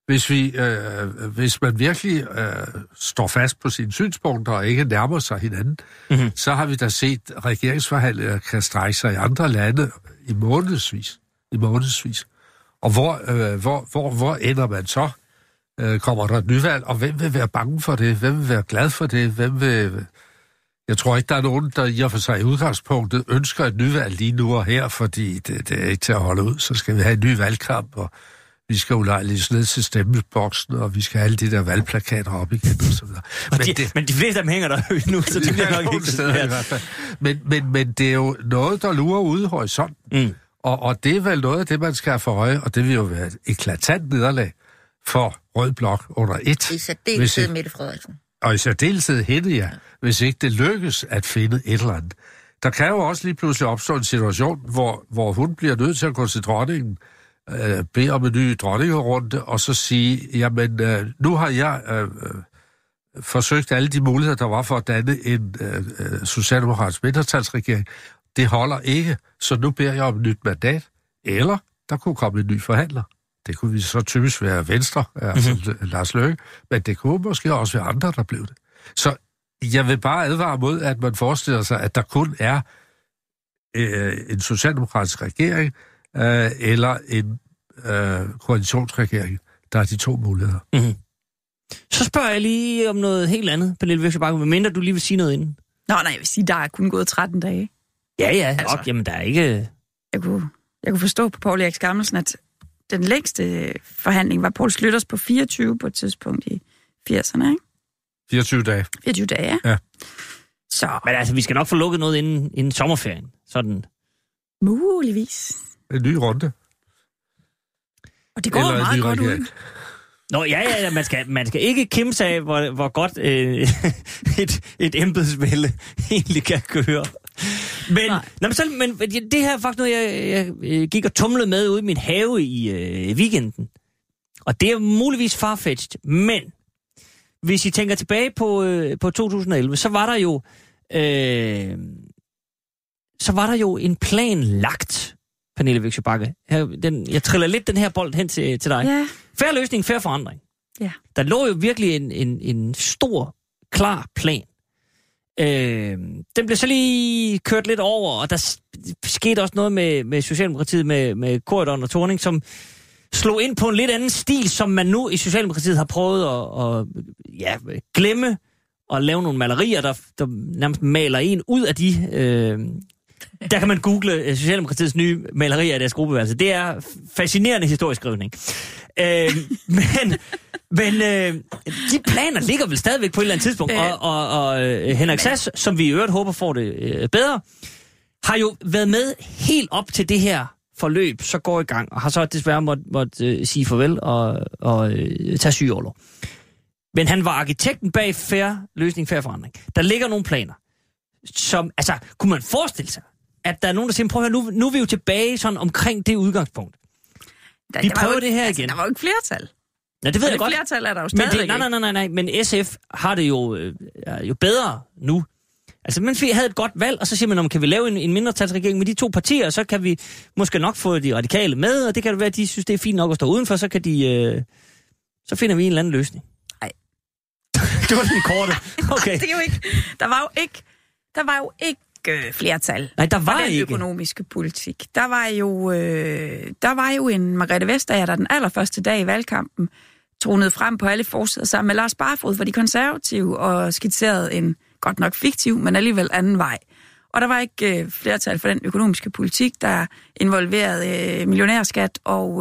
Hvis man virkelig står fast på sine synspunkter og ikke nærmer sig hinanden, så har vi da set, at regeringsforhandlinger kan strække sig i andre lande i månedsvis. Og hvor ender man så? Kommer der et nyvalg, og hvem vil være bange for det? Hvem vil være glad for det? Jeg tror ikke, der er nogen, der i og for sig i udgangspunktet ønsker et nyvalg lige nu og her, fordi det er ikke til at holde ud. Så skal vi have en ny valgkamp, og vi skal ulejliges ned til stemmeboksen, og vi skal have alle de der valgplakater op igen, og så videre. Men de fleste af dem hænger der jo nu, så det bliver nok ikke steder i hvert fald. Men det er jo noget, der lurer ude i horisonten. Og det er vel noget af det, man skal have for øje, og det vil jo være et eklatant nederlag for Rød Blok under et. I særdeleshed Mette Frederiksen. Og i særdeleshed hende, ja, hvis ikke det lykkes at finde et eller andet. Der kan jo også lige pludselig opstå en situation, hvor hun bliver nødt til at gå til dronningen, bede om en ny dronningerunde, og så sige, jamen, nu har jeg forsøgt alle de muligheder, der var for at danne en socialdemokratisk mindretalsregering. Det holder ikke, så nu beder jeg om et nyt mandat, eller der kunne komme en ny forhandler. Det kunne vi så typisk være Venstre, altså Lars Løkke, men det kunne måske også være andre, der blev det. Så jeg vil bare advare mod, at man forestiller sig, at der kun er en socialdemokratisk regering, eller en koalitionsregering. Der er de to muligheder. Så spørger jeg lige om noget helt andet, Pernille Vigsø Bagge, medmindre du lige vil sige noget inden. Nej, jeg vil sige, der er kun gået 13 dage. Ja, altså, jamen der er ikke... Jeg kunne forstå på Poul Erik Skammelsen, at den længste forhandling var Poul Schlüters på 24 på et tidspunkt i 80'erne, ikke? 24 dage. 24 dage, ja. Så. Men altså, vi skal nok få lukket noget inden sommerferien. Sådan. Muligvis. En ny runde. Og det går eller meget godt ud. Nå, ja, man skal ikke kimse af, hvor godt et embedsvælde egentlig kan køre. Men det her er faktisk noget, jeg gik og tumlede med ude i min have i weekenden. Og det er muligvis farfetched, men hvis I tænker tilbage på 2011, så var der jo en plan lagt, Pernille Vigsø Bagge. Jeg triller lidt den her bold hen til dig. Ja. Fair løsning, fair forandring. Ja. Der lå jo virkelig en stor, klar plan. Den blev så lige kørt lidt over, og der skete også noget med Socialdemokratiet, med Corydon og Thorning, som slog ind på en lidt anden stil, som man nu i Socialdemokratiet har prøvet at glemme og lave nogle malerier, der nærmest maler en ud af de... Der kan man google Socialdemokratiets nye malerier af deres gruppeværelse. Det er fascinerende historieskrivning. Men de planer ligger vel stadigvæk på et eller andet tidspunkt, og Henrik Sass, som vi i øvrigt håber får det bedre, har jo været med helt op til det her forløb, så går i gang, og har så desværre måtte sige farvel og tage sygeorlov. Men han var arkitekten bag fair løsning, fair forandring. Der ligger nogle planer. som... Altså, kunne man forestille sig, at der er nogen, der siger, prøv at høre, nu er vi jo tilbage sådan omkring det udgangspunkt. Vi prøver det her igen. Der var jo ikke flertal. Ja, det ved jeg godt. Flertal er der jo stadigvæk. Nej, men SF har det jo bedre nu. Altså, mens vi havde et godt valg, og så siger man, kan vi lave en mindretalsregering med de 2 partier, og så kan vi måske nok få de radikale med, og det kan være, at de synes, det er fint nok at stå udenfor, så kan de... så finder vi en eller anden løsning. Nej. Det var den korte. Okay. Det er jo ikke... Der var jo ikke flertal. Nej, der var den ikke. Økonomiske politik. Der var jo en Margrethe Vestager, der den allerførste dag i valgkampen tronede frem på alle forsider sammen med Lars Barfoed for de konservative og skitserede en godt nok fiktiv, men alligevel anden vej. Og der var ikke flertal for den økonomiske politik, der involverede millionærskat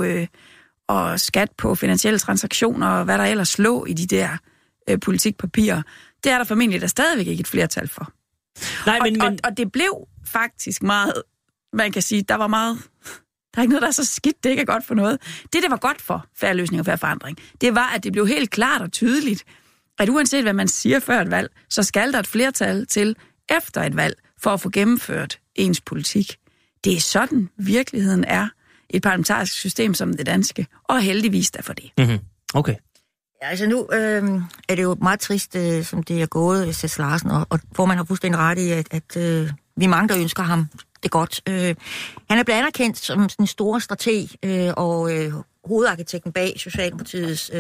og skat på finansielle transaktioner og hvad der ellers lå i de der politikpapirer. Det er der formentlig der stadigvæk ikke et flertal for. Nej, og det blev faktisk meget, man kan sige, der er ikke noget, der er så skidt, det ikke er godt for noget. Det var godt for Fair Løsning og Fair Forandring, det var, at det blev helt klart og tydeligt, at uanset hvad man siger før et valg, så skal der et flertal til efter et valg, for at få gennemført ens politik. Det er sådan, virkeligheden er et parlamentarisk system som det danske, og heldigvis derfor det. Mm-hmm. Okay. Ja, altså nu er det jo meget trist, som det er gået, Sass Larsen, og formanden har fuldstændig ret i, at vi er mange, der ønsker ham det godt. Han er blevet anerkendt som en stor strateg og hovedarkitekten bag Socialdemokratiets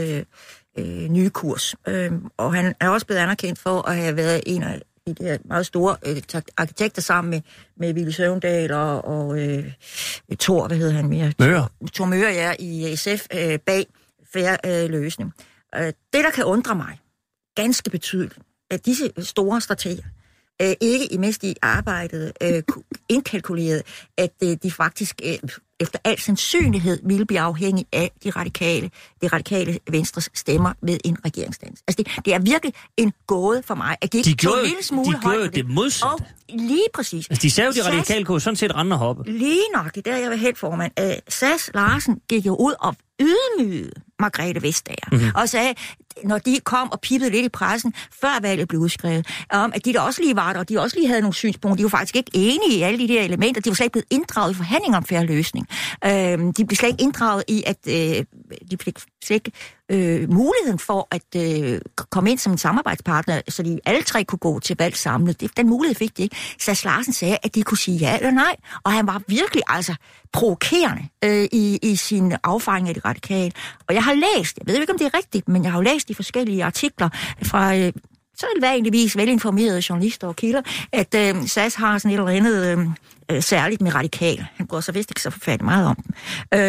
nye kurs. Og han er også blevet anerkendt for at have været en af de der meget store arkitekter sammen med Villy Søvndal og Thor, hvad hedder han mere? Thor Møger, ja, i SF bag Fair Løsning. Det, der kan undre mig ganske betydeligt, at disse store strateger ikke imens de arbejdede indkalkulerede, at de faktisk efter al sandsynlighed ville blive afhængige af de radikale Venstres stemmer ved en regeringsdannelse. Altså det er virkelig en gåde for mig, at de tog en lille smule højt. De gjorde det modsatte. Og lige præcis. Altså, de sagde jo, de radikale kunne sådan set rende og hoppe. Lige nok, det der jeg var helt formand. Sass Larsen gik jo ud og ydmygede Margrethe Vestager, og sagde, når de kom og pippede lidt i pressen, før valget blev udskrevet, om at de der også lige var der, og de også lige havde nogle synspunkter. De var faktisk ikke enige i alle de der elementer. De var slet ikke blevet inddraget i forhandlinger om Fair Løsning. De blev slet ikke inddraget i, at de fik slet ikke muligheden for at komme ind som en samarbejdspartner, så de alle 3 kunne gå til valg samlet. Den mulighed fik de ikke. Sass Larsen sagde, at de kunne sige ja eller nej, og han var virkelig provokerende i sin affaring af de radikale. Og jeg har læst, jeg ved ikke, om det er rigtigt, men jeg har læst de forskellige artikler fra så vanligvis velinformerede journalister og kilder, at Sass har sådan et eller andet særligt med radikale. Han går så vist ikke så forfærdeligt meget om dem.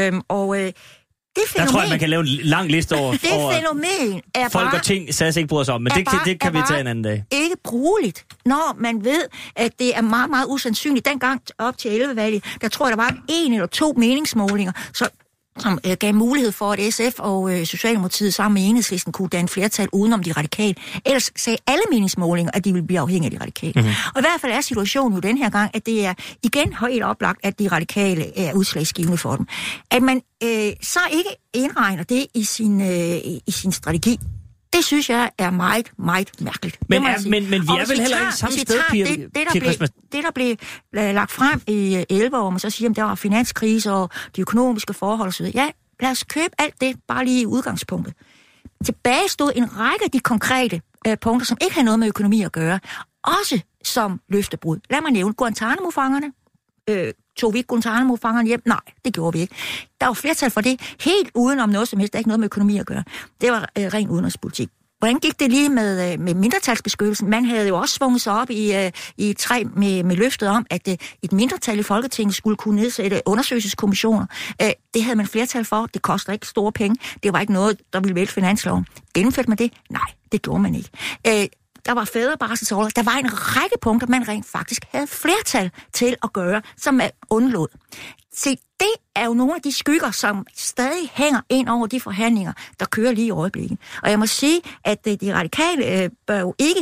Det fænomen, der tror jeg, man kan lave en lang liste over, det fænomen er folk bare, og ting, Sass ikke bryder sig om, men det kan vi tage en anden dag. Ikke brugeligt, når man ved, at det er meget, meget usandsynligt. Dengang op til 11-valget, der tror jeg, der var 1 eller 2 meningsmålinger, som gav mulighed for, at SF og Socialdemokratiet sammen med Enhedslisten kunne danne flertal udenom de radikale. Ellers sagde alle meningsmålinger, at de ville blive afhængige af de radikale. Mm-hmm. Og i hvert fald er situationen jo den her gang, at det er igen helt oplagt, at de radikale er udslagsgivende for dem. At man så ikke indregner det i sin strategi, det synes jeg er meget, meget mærkeligt. Men vi er vel heller ikke samme sted, det, der blev lagt frem i 11 år, man så siger, at der var finanskrise og de økonomiske forhold osv. Ja, lad os købe alt det, bare lige i udgangspunktet. Tilbage stod en række af de konkrete punkter, som ikke har noget med økonomi at gøre, også som løftebrud. Lad mig nævne Guantanamo-fangerne. Tog vi ikke Guantanamo-fangerne hjem? Nej, det gjorde vi ikke. Der var flertal for det, helt udenom noget som helst, der ikke noget med økonomi at gøre. Det var ren udenrigspolitik. Hvordan gik det lige med mindretalsbeskyttelsen? Man havde jo også svunget sig op i et træ med løftet om, at et mindretal i Folketinget skulle kunne nedsætte undersøgelseskommissioner. Det havde man flertal for. Det koster ikke store penge. Det var ikke noget, der ville vælte finansloven. Gennemførte man det? Nej, det gjorde man ikke. Der var fædrebarselsorlov. Der var en række punkter, man rent faktisk havde flertal til at gøre, som man undlod. Se, det er jo nogle af de skygger, som stadig hænger ind over de forhandlinger, der kører lige i øjeblikket. Og jeg må sige, at de radikale bør jo ikke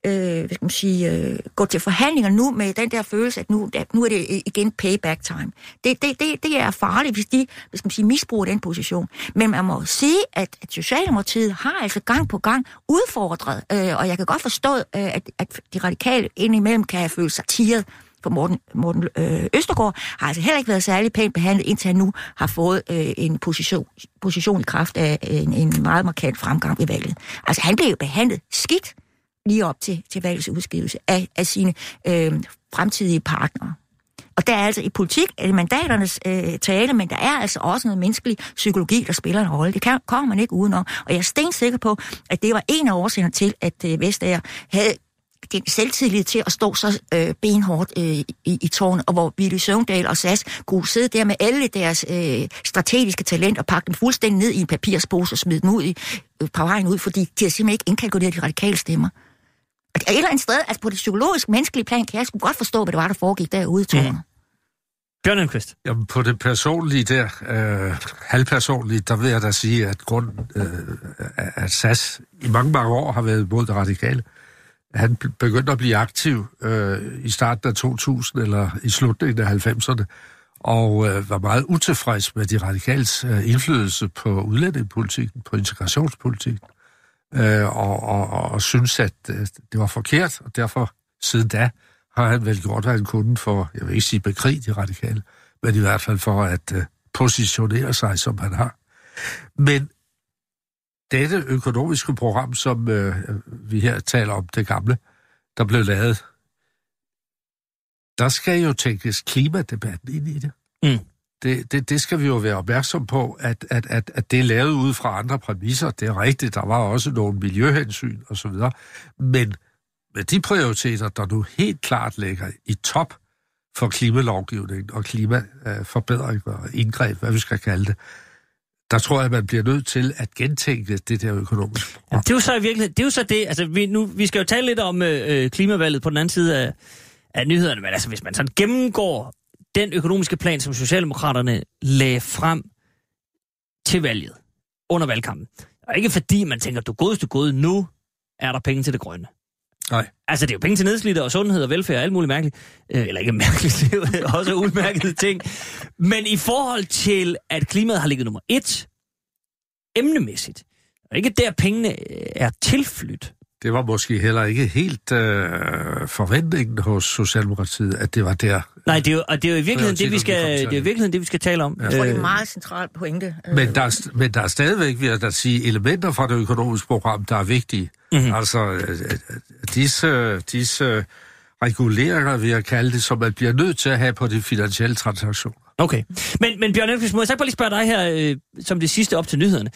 gå til forhandlinger nu med den der følelse, at nu er det igen payback time. Det er farligt, hvis de misbruger den position. Men man må sige, at Socialdemokratiet har altså gang på gang udfordret, og jeg kan godt forstå, at de radikale indimellem kan have følt sig tirret. For Morten Østergaard har altså heller ikke været særlig pænt behandlet, indtil han nu har fået en position i kraft af en meget markant fremgang ved valget. Altså han blev jo behandlet skidt lige op til valgets udskivelse af sine fremtidige partnere. Og der er altså i politik mandaternes tale, men der er altså også noget menneskelig psykologi, der spiller en rolle. Det kommer man ikke udenom. Og jeg er stensikker på, at det var en af årsagerne til, at Vestager havde den selvtillid til at stå så benhårdt i tårnet, og hvor Villy Søvndal og SAS kunne sidde der med alle deres strategiske talent og pakke dem fuldstændig ned i en papirspose og smide dem ud på vejen ud, fordi de har simpelthen ikke indkalkuleret de radikale stemmer. Og et eller andet sted, altså på det psykologiske, menneskelige plan, kan jeg sgu godt forstå, hvad det var, der foregik derude i tårnet. Bjørn Elmquist. Jamen, på det personlige der, halvpersonlige, der vil jeg da sige, at grunden, at SAS i mange år har været mod det radikale. Han begyndte at blive aktiv i starten af 2000 eller i slutningen af 90'erne, og var meget utilfreds med de radikales indflydelse på udlændingepolitikken, på integrationspolitikken, og synes, at det var forkert, og derfor siden da har han vel gjort, hvad han kunne for, jeg vil ikke sige bekrige de radikale, men i hvert fald for at positionere sig, som han har. Men dette økonomiske program, som vi her taler om, det gamle, der blev lavet, der skal jo tænkes klimadebatten ind i det. Mm. Det skal vi jo være opmærksom på, at det er lavet ud fra andre præmisser. Det er rigtigt, der var også nogle miljøhensyn og så videre. Men med de prioriteter, der nu helt klart ligger i top for klimalovgivningen og klimaforbedring og indgreb, hvad vi skal kalde det, der tror jeg, at man bliver nødt til at gentænke det der økonomiske program. Ja, det er jo så i virkeligheden, det er jo så det, altså vi skal jo tale lidt om klimavalget på den anden side af nyhederne, men altså hvis man sådan gennemgår den økonomiske plan, som Socialdemokraterne lagde frem til valget, under valgkampen, og ikke fordi man tænker, du godeste gode, nu er der penge til det grønne. Nej. Altså det er jo penge til nedslidte og sundhed og velfærd og alt muligt mærkeligt. Eller ikke mærkeligt, det er jo også udmærkede ting. Men i forhold til, at klimaet har ligget nummer 1, emnemæssigt, og ikke der pengene er tilflydt. Det var måske heller ikke helt forventningen hos Socialdemokratiet, at det var der. Nej, det er jo i virkeligheden det, vi skal tale om. Jeg tror, det er en meget central pointe. Men der er stadigvæk, vil jeg da sige, elementer fra det økonomiske program, der er vigtige. Mm-hmm. Altså, disse reguleringer, vil jeg kalde det, som man bliver nødt til at have på de finansielle transaktioner. Okay. Men Bjørn Elmquist, må jeg så bare lige spørge dig her, som det sidste op til nyhederne.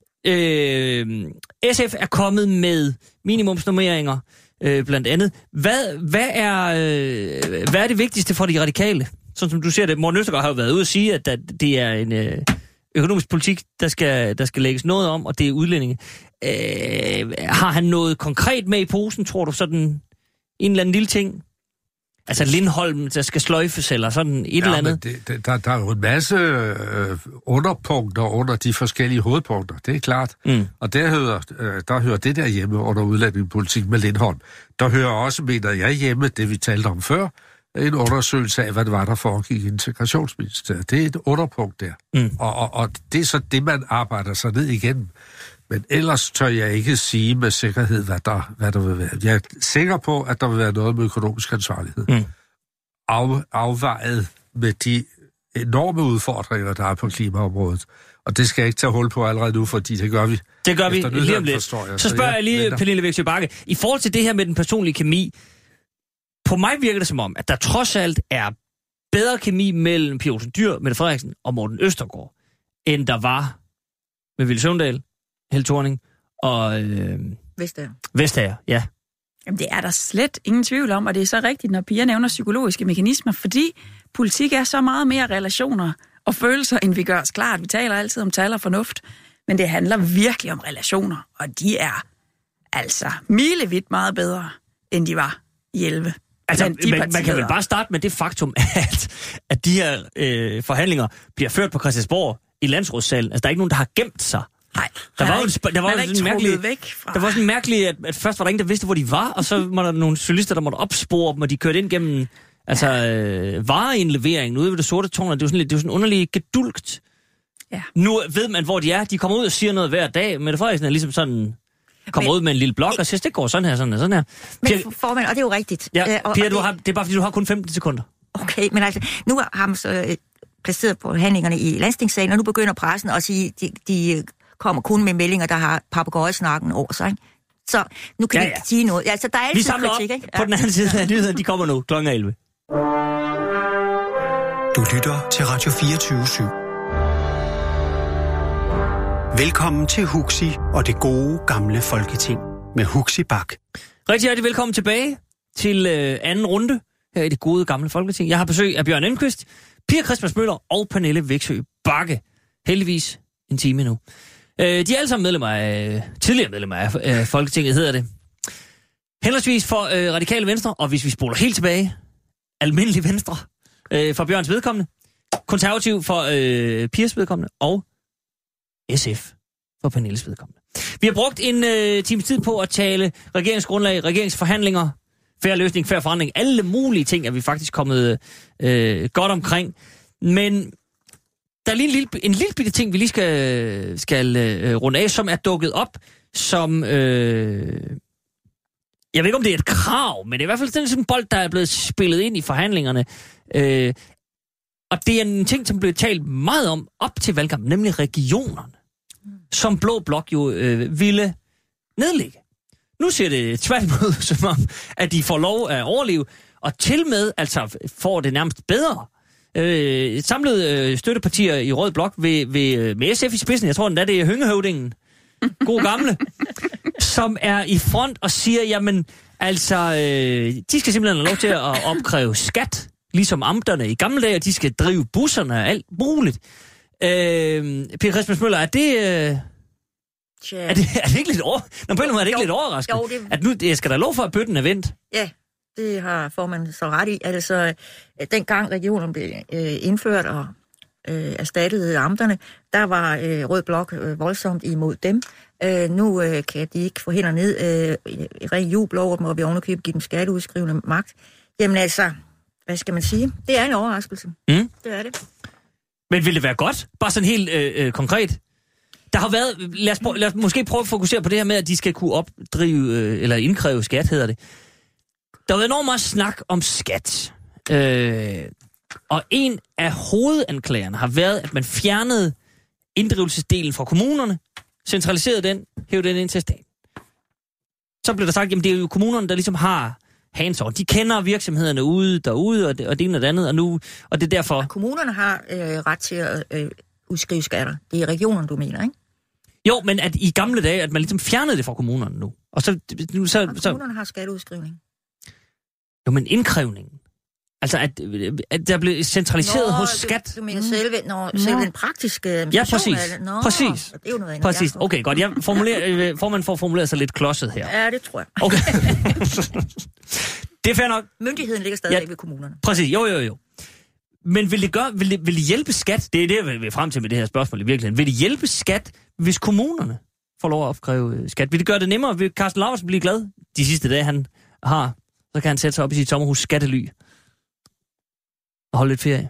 SF er kommet med minimumsnormeringer, blandt andet. Hvad er det vigtigste for de radikale? Sådan som du ser det, Morten Østergaard har jo været ude at sige, at det er en økonomisk politik, der skal lægges noget om, og det er udlændinge. Har han noget konkret med i posen, tror du, sådan en eller anden lille ting? Altså Lindholm, der skal sløjfes, eller sådan et eller andet? Der er jo en masse underpunkter under de forskellige hovedpunkter, det er klart. Mm. Og der hører det der hjemme under udlændingepolitik med Lindholm. Der hører også, mener jeg, hjemme det, vi talte om før, en undersøgelse af, hvad det var, der foregik i integrationsministeriet. Det er et underpunkt der. Mm. Og det er så det, man arbejder sig ned igennem. Men ellers tør jeg ikke sige med sikkerhed, hvad der vil være. Jeg er sikker på, at der vil være noget med økonomisk ansvarlighed. Mm. Afvejet med de enorme udfordringer, der er på klimaområdet. Og det skal jeg ikke tage hul på allerede nu, fordi det gør vi. Det gør vi lige om lidt. Så spørger jeg lige Pernille Vigsø Bagge. I forhold til det her med den personlige kemi, på mig virker det som om, at der trods alt er bedre kemi mellem Pia Olsen Dyhr, Mette Frederiksen og Morten Østergaard, end der var med Villy Søvndal, Helle Thorning og Vestager, ja. Jamen, det er der slet ingen tvivl om, og det er så rigtigt, når Pia nævner psykologiske mekanismer, fordi politik er så meget mere relationer og følelser, end vi gør os klart. Vi taler altid om tal og fornuft, men det handler virkelig om relationer, og de er altså milevidt meget bedre, end de var i 11. Altså, man kan vel bare starte med det faktum, at de her forhandlinger bliver ført på Christiansborg i landsrådssalen. Altså, der er ikke nogen, der har gemt sig Nej, der var sådan en mærkelig, at først var der ingen, der vidste, hvor de var, og så var der nogle journalister, der måtte opspore dem, og de kørte ind gennem vareindleveringen ude ved det sorte tårn, og det var sådan underligt gedulgt. Ja. Nu ved man, hvor de er. De kommer ud og siger noget hver dag. Mette Frederiksen er ligesom sådan... Kommer ud med en lille blok og siger, det går sådan her, sådan her, sådan her. Men formand, og det er jo rigtigt. Ja, Pia, det er bare, fordi du har kun 15 sekunder. Okay, men altså, nu har man så placeret på handlingerne i Landstingssalen, og nu begynder pressen at sige, de kommer kun med meldinger, der har papegøjesnakken over sig. Ikke? Så nu kan de ikke sige noget. Altså, der er altid kritik, ikke? På den anden side af nyheden, de kommer nu kl. 11. Du lytter til Radio 24/7. Velkommen til Huxi og det gode gamle Folketing med Huxi Bach. Rigtig hjertelig velkommen tilbage til anden runde her i det gode gamle Folketing. Jeg har besøg af Bjørn Elmquist, Pia Christmas Møller og Pernille Vigsø Bagge. Heldigvis en time nu. De er alle sammen tidligere medlemmer af Folketinget, hedder det. Henholdsvis for Radikale Venstre, og hvis vi spoler helt tilbage, Almindelig Venstre for Bjørns vedkommende, Konservativ for Pias vedkommende, og SF for Pernilles vedkommende. Vi har brugt en times tid på at tale regeringsgrundlag, regeringsforhandlinger, fair løsning, fair forandring. Alle mulige ting er vi faktisk kommet godt omkring. Men der er lige en lille bitte ting, vi lige skal runde af, som er dukket op, som... jeg ved ikke, om det er et krav, men det er i hvert fald sådan en bold, der er blevet spillet ind i forhandlingerne. Og det er en ting, som blev talt meget om op til valgkampen, nemlig regionerne, som Blå Blok jo ville nedlægge. Nu ser det tværtimod som om, at de får lov at overleve, og til med altså får det nærmest bedre. Samlede støttepartier i Rød Blok med SF i spidsen, jeg tror endda det er Høngehøvdingen, god gamle, som er i front og siger, jamen altså, de skal simpelthen have lov til at opkræve skat, ligesom amterne i gamle dage, og de skal drive busserne og alt muligt. Pia Christmas Møller, er det ikke lidt overraskende? Jo, at nu skal der lov for, at bøtten er vendt? Ja, det har formanden så ret i. Altså, dengang regionen blev indført og erstattede amterne, der var Rød Blok voldsomt imod dem. Nu kan de ikke få hænder ned i ren jubel over dem, og vi ovenikøbet give dem skatteudskrivende magt. Jamen altså, hvad skal man sige? Det er en overraskelse. Det er det. Men vil det være godt? Bare sådan helt konkret. Der har været, lad os måske prøve at fokusere på det her med, at de skal kunne opdrive, eller indkræve skat, hedder det. Der har været enormt meget snak om skat. Og en af hovedanklagerne har været, at man fjernede inddrivelsesdelen fra kommunerne, centraliserede den, hævde den ind til staten. Så blev der sagt, jamen det er jo kommunerne, der ligesom har hands-on. De kender virksomhederne derude, og det ene og det andet, og det er derfor... Ja, kommunerne har ret til at udskrive skatter. Det er regionerne, du mener, ikke? Jo, men at i gamle dage, at man ligesom fjernede det fra kommunerne nu. Og så kommunerne har skatteudskrivning. Jo, men indkrævningen. Altså, at der blev centraliseret hos skat. Du mener selve den praktiske administration? Ja, præcis. Det er jo noget andet. Præcis. Okay, godt. Formanden får formuleret sig lidt klodset her. Ja, det tror jeg. Okay. Det er fair nok. Myndigheden ligger stadig ved kommunerne. Præcis. Jo. Men vil det hjælpe skat? Det er det, vi er frem til med det her spørgsmål i virkeligheden. Vil det hjælpe skat, hvis kommunerne får lov at opkræve skat? Vil det gøre det nemmere? Vil Carsten Laursen blive glad de sidste dage, han har? Så kan han sætte sig op i sit sommerhus skattely og holde lidt ferie.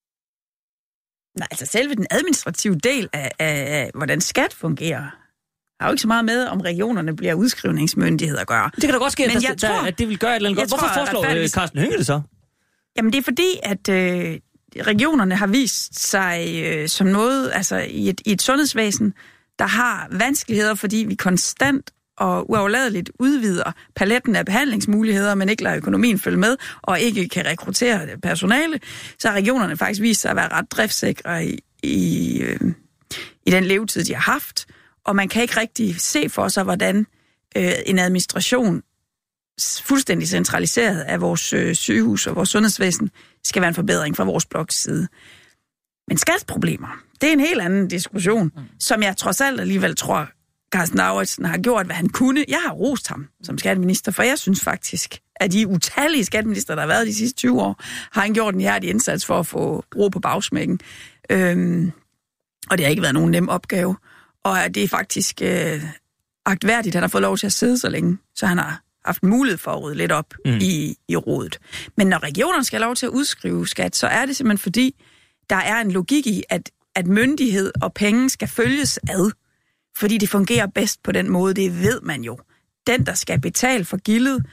Nej, altså selve den administrative del af hvordan skat fungerer, har jo ikke så meget med, om regionerne bliver udskrivningsmyndighed at gøre. Det kan da godt ske, at det vil gøre et eller andet godt. Hvorfor foreslår Carsten Hønge det så? Jamen det er fordi, at regionerne har vist sig som noget, altså i et sundhedsvæsen, der har vanskeligheder, fordi vi konstant og uafladeligt udvider paletten af behandlingsmuligheder, men ikke lader økonomien følge med, og ikke kan rekruttere personale, så har regionerne faktisk vist sig at være ret driftsikre i den levetid, de har haft, og man kan ikke rigtig se for sig, hvordan en administration fuldstændig centraliseret af vores sygehus og vores sundhedsvæsen skal være en forbedring fra vores bloks side. Men skatsproblemer, det er en helt anden diskussion, som jeg trods alt alligevel tror, Carsten Lauritzen har gjort, hvad han kunne. Jeg har rost ham som skatteminister, for jeg synes faktisk, at de utallige skatteminister, der har været de sidste 20 år, har han gjort en hjertig indsats for at få ro på bagsmækken. Og det har ikke været nogen nem opgave. Og det er faktisk agtværdigt, han har fået lov til at sidde så længe, så han har haft mulighed for at rydde lidt op i rodet. Men når regionerne skal have lov til at udskrive skat, så er det simpelthen fordi, der er en logik i, at myndighed og penge skal følges ad. Fordi det fungerer bedst på den måde, det ved man jo. Den, der skal betale for gildet,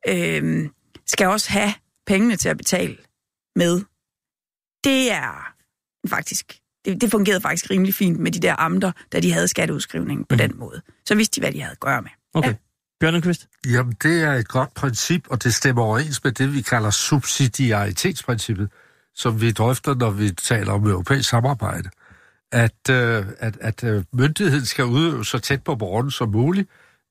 skal også have pengene til at betale med. Det er faktisk... Det fungerede faktisk rimelig fint med de der amter, da de havde skatteudskrivningen på den måde. Så vidste de, hvad de havde at gøre med. Okay. Ja. Bjørn Lundqvist? Jamen, det er et godt princip, og det stemmer overens med det, vi kalder subsidiaritetsprincippet, som vi drøfter, når vi taler om europæisk samarbejde. At myndigheden skal udøve så tæt på borgeren som muligt,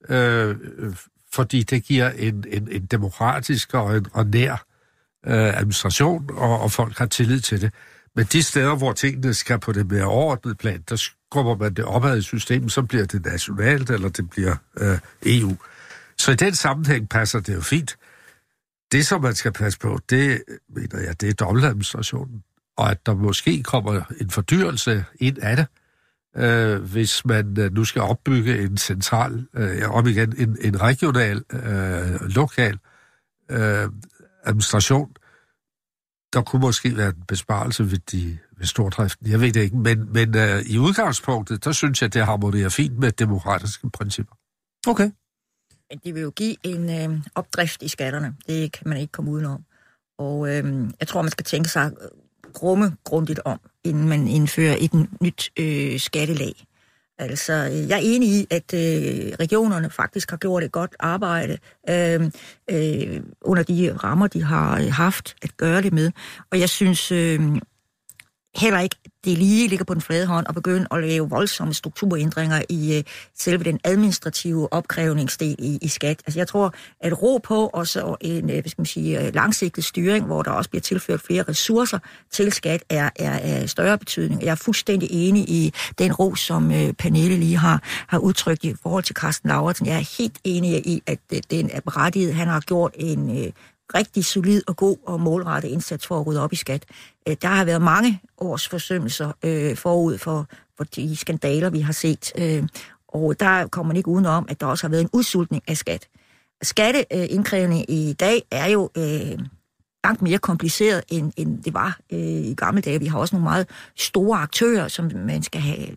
fordi det giver en demokratisk og nær administration, og folk har tillid til det. Men de steder, hvor tingene skal på det mere overordnede plan, der skubber man det opad i systemet, så bliver det nationalt, eller det bliver EU. Så i den sammenhæng passer det jo fint. Det, som man skal passe på, det mener jeg, det er dobbeltadministrationen. Og at der måske kommer en fordyrelse ind af det, hvis man nu skal opbygge en central, en regional, lokal administration. Der kunne måske være en besparelse ved stordriften. Jeg ved det ikke, men i udgangspunktet, der synes jeg, det harmonerer fint med demokratiske principper. Okay. Det vil jo give en opdrift i skatterne. Det kan man ikke komme udenom. Og jeg tror, man skal tænke sig grundigt om, inden man indfører et nyt skattelag. Altså, jeg er enig i, at regionerne faktisk har gjort et godt arbejde under de rammer, de har haft at gøre det med. Og jeg synes heller ikke, det lige ligger på den flade hånd og begynde at lave voldsomme strukturændringer i selve den administrative opkrævningsdel i skat. Altså jeg tror, at ro på og så en langsigtet styring, hvor der også bliver tilført flere ressourcer til skat, er af større betydning. Jeg er fuldstændig enig i den ro, som Pernille lige har udtrykt i forhold til Carsten Lauritsen. Jeg er helt enig i, at den er berettiget. Han har gjort en rigtig solid og god og målrettet indsats for at rydde op i skat. Der har været mange års forsømmelser forud for de skandaler, vi har set. Og der kommer man ikke udenom, at der også har været en udsultning af skat. Skatteindkrævning i dag er jo langt mere kompliceret, end det var i gamle dage. Vi har også nogle meget store aktører, som man skal have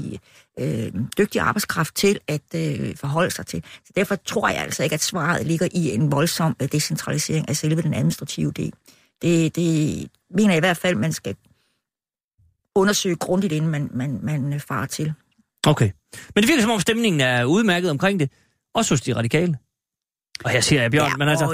dygtig arbejdskraft til at forholde sig til. Så derfor tror jeg altså ikke, at svaret ligger i en voldsom decentralisering af selve den administrative del. Det mener jeg i hvert fald, man skal undersøge grundigt, inden man farer til. Okay. Men det virker som om stemningen er udmærket omkring det. Også hos de radikale. Og her siger jeg, Bjørn, men altså...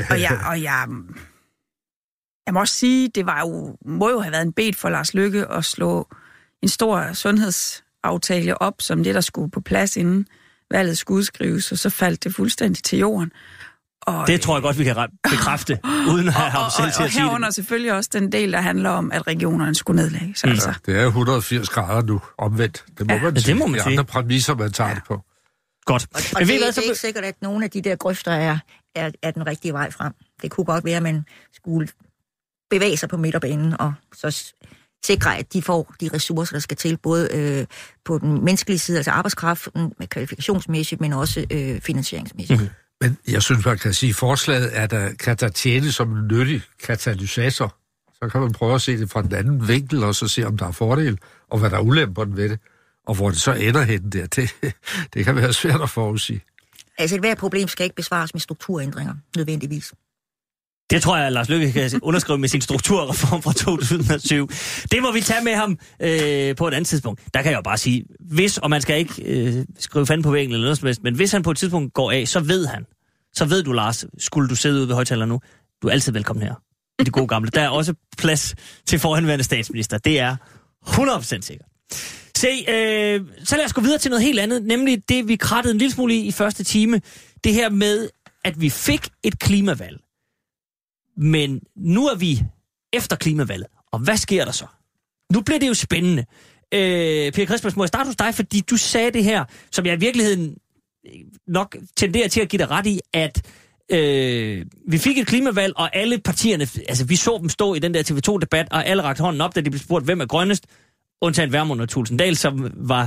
Jeg må også sige, det må jo have været en bed for Lars Løkke at slå en stor sundhedsaftale op, som det, der skulle på plads, inden valget skulle udskrives, og så faldt det fuldstændig til jorden. Og, det tror jeg godt, vi kan bekræfte, uden at have ham selv til at sige det. Og herunder selvfølgelig også den del, der handler om, at regionerne skulle nedlægges. Altså. Ja, det er 180 grader nu, omvendt. Det må man sige. Det er andre præmisser, man tager det på. Godt. Og det er ikke sikkert, at nogle af de der grøfter er den rigtige vej frem. Det kunne godt være, at man skulle bevæge sig på midterbanen, og så sikre, at de får de ressourcer, der skal til, både på den menneskelige side, altså arbejdskraften, med kvalifikationsmæssigt, men også finansieringsmæssigt. Mm-hmm. Men jeg synes, man kan sige, at forslaget kan der tjene som en nyttig katalysator. Så kan man prøve at se det fra den anden vinkel, og så se, om der er fordel, og hvad der er ulemperne ved det. Og hvor det så ender hen der, det kan være svært at forudsige. Altså, et hvert problem skal ikke besvares med strukturændringer, nødvendigvis. Det tror jeg, at Lars Løkke kan underskrive med sin strukturreform fra 2007. Det må vi tage med ham på et andet tidspunkt. Der kan jeg jo bare sige, og man skal ikke skrive fanden på væggen eller noget som helst, men hvis han på et tidspunkt går af, så ved du, Lars, skulle du sidde ude ved højtaleren nu, du er altid velkommen her. I det gode gamle. Der er også plads til forhenværende statsminister. Det er 100% sikkert. Se, så lad os gå videre til noget helt andet, nemlig det, vi krattede en lille smule i første time. Det her med, at vi fik et klimavalg. Men nu er vi efter klimavalget, og hvad sker der så? Nu bliver det jo spændende. Per Christmas, må jeg starte hos dig, fordi du sagde det her, som jeg i virkeligheden nok tenderer til at give dig ret i, at vi fik et klimavalg, og alle partierne, altså vi så dem stå i den der TV2-debat, og alle rakte hånden op, da de blev spurgt, hvem er grønnest, undtagen Vermund og Thulesen Dahl, som var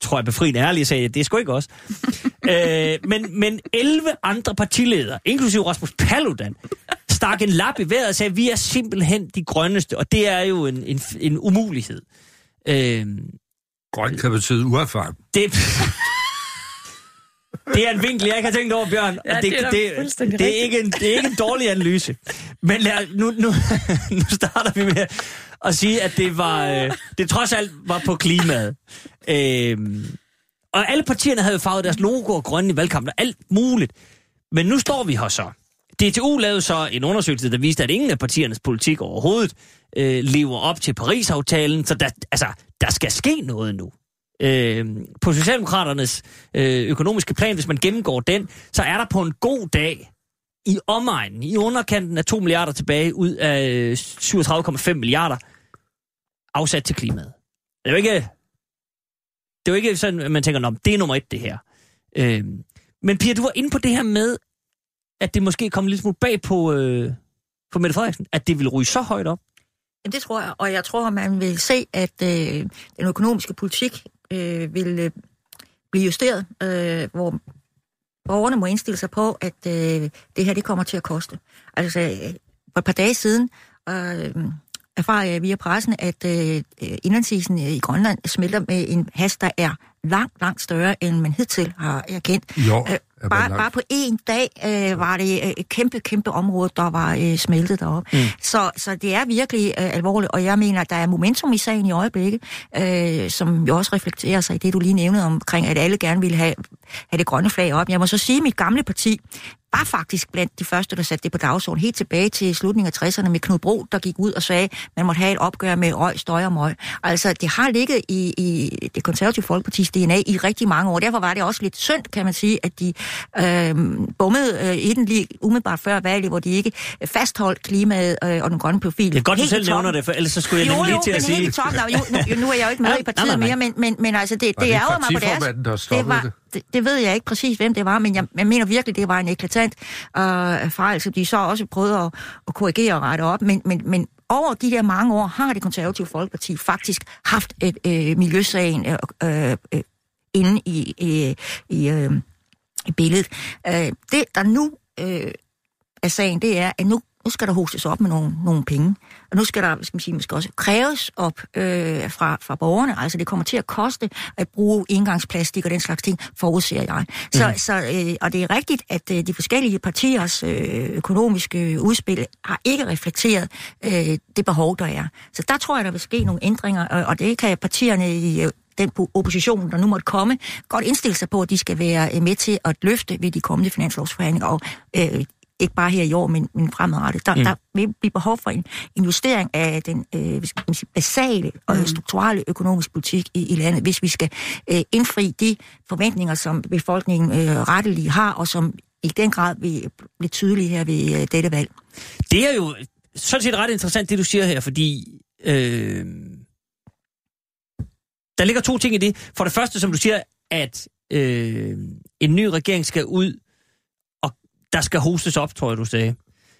tror jeg befriende ærligt sagde, det er sgu ikke os. Men 11 andre partiledere, inklusive Rasmus Paludan, stak en lap i vejret og sagde, vi er simpelthen de grønneste, og det er jo en umulighed. Grøn kan betyde uerfaren. Det er en vinkel, jeg ikke har tænkt over, Bjørn. Ja, og det er ikke en dårlig analyse. Men nu starter vi med at sige, at det trods alt var på klimaet. Og alle partierne havde jo farvet deres logoer grønne i valgkampen og alt muligt. Men nu står vi her så. DTU lavede så en undersøgelse, der viste, at ingen af partiernes politik overhovedet lever op til Paris-aftalen. Så der skal ske noget nu. På Socialdemokraternes økonomiske plan, hvis man gennemgår den, så er der på en god dag i omegnen, i underkanten af 2 milliarder tilbage ud af 37,5 milliarder afsat til klimaet. Det er jo ikke sådan, at man tænker, det er nummer 1, det her. Men Pia, du var inde på det her med, at det måske kom lidt smule bag på Mette Frederiksen, at det ville ryge så højt op. Jamen, det tror jeg, og jeg tror, man vil se, at den økonomiske politik vil blive justeret, hvor borgerne må indstille sig på, at det her det kommer til at koste. Altså, for et par dage siden erfarer jeg via pressen, at indlandsisen i Grønland smelter med en hast, der er langt større, end man hidtil har erkendt. Jo, bare på en dag var det et kæmpe område, der var smeltet deroppe. Så det er virkelig alvorligt, og jeg mener, at der er momentum i sagen i øjeblikket, som jo også reflekterer sig i det, du lige nævnede omkring, at alle gerne ville have det grønne flag op. Jeg må så sige, at mit gamle parti var faktisk blandt de første, der satte det på dagsordenen helt tilbage til slutningen af 60'erne med Knud Bro, der gik ud og sagde, at man måtte have et opgør med røg, støj og møg. Altså, det har ligget i det konservative Folkepartis DNA i rigtig mange år. Derfor var det også lidt synd, kan man sige, at de bommede i den lige umiddelbart før valget, hvor de ikke fastholdt klimaet og den grønne profil. Det er godt, du selv nævner det, for ellers så skulle jeg lige til at sige... Nu er jeg jo ikke med i partiet mere, men altså, det ærger mig på deres... Det ved jeg ikke præcis, hvem det var, men jeg mener virkelig, det var en eklatant fejl, så de så også prøvede at korrigere og rette op, men over de der mange år har det konservative Folkeparti faktisk haft et miljøsagen inde i billedet. Det, der nu er sagen, det er, at nu skal der hostes op med nogle penge. Og nu skal der, måske også kræves op fra borgerne. Altså, det kommer til at koste at bruge engangsplastik og den slags ting, forudser jeg. Og det er rigtigt, at de forskellige partiers økonomiske udspil har ikke reflekteret det behov, der er. Så der tror jeg, der vil ske nogle ændringer, og det kan partierne i den opposition, der nu måtte komme, godt indstille sig på, at de skal være med til at løfte ved de kommende finanslovsforhandlinger, og ikke bare her i år, men fremadrettet. Der vil blive behov for en justering af den basale og strukturelle økonomiske politik i landet, hvis vi skal indfri de forventninger, som befolkningen retteligt har, og som i den grad vil blive tydelige her ved dette valg. Det er jo sådan set ret interessant, det du siger her, fordi der ligger 2 ting i det. For det første, som du siger, at en ny regering skal ud, der skal hostes op, tror jeg, du sagde.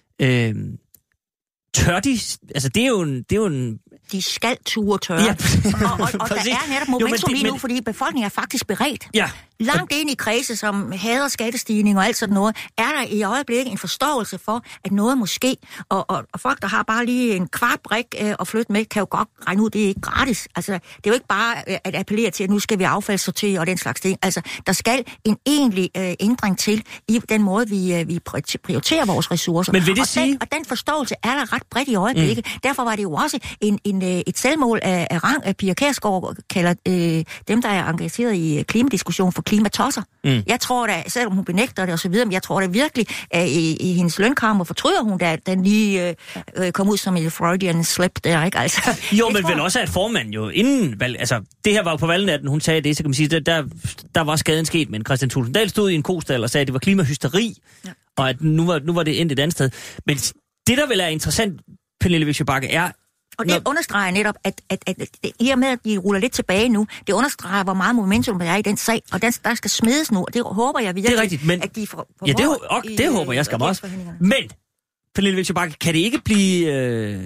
Tør de? Altså, det er jo en... De skal ture tørre. Ja. og der er netop momentum lige nu, fordi befolkningen er faktisk beredt. Ja. Langt ind i kredse, som hader skattestigning og alt sådan noget, er der i øjeblikket en forståelse for, at noget måske, og folk, der har bare lige en kvart brik at flytte med, kan jo godt regne ud, det er ikke gratis. Altså, det er jo ikke bare at appellere til, at nu skal vi affaldssortere og den slags ting. Altså, der skal en egentlig ændring til i den måde, vi prioriterer vores ressourcer. Men vil det sige... Og den forståelse er der ret bredt i øjeblikket. Derfor var det jo også et selvmål af rang, at Pia Kjærsgaard kalder dem, der er engageret i klimadiskussion for klimatosser. Jeg tror da, selvom hun benægter det og så videre, men jeg tror da virkelig, at i hendes lønkammer fortryder hun da, at den lige kom ud som et Freudian slip der, ikke? Altså, jo, men vel også, at formanden jo inden valg, altså det her var jo på valgnatten, hun sagde det, så kan man sige, der var skaden sket, men Christian Thulesen Dahl stod i en kostal og sagde, at det var klimahysteri, og at nu var det endt et andet sted. Men det, der vel er interessant, Pernille Vigsø Bagge, er... Og det understreger netop, at i og med, at de ruller lidt tilbage nu, det understreger, hvor meget momentum der er i den sag, og der skal smides nu, og det håber jeg virkelig, det er rigtigt, men, at de får det håber jeg skam også. Men, Pernille Vigsø Bagge, kan det ikke blive...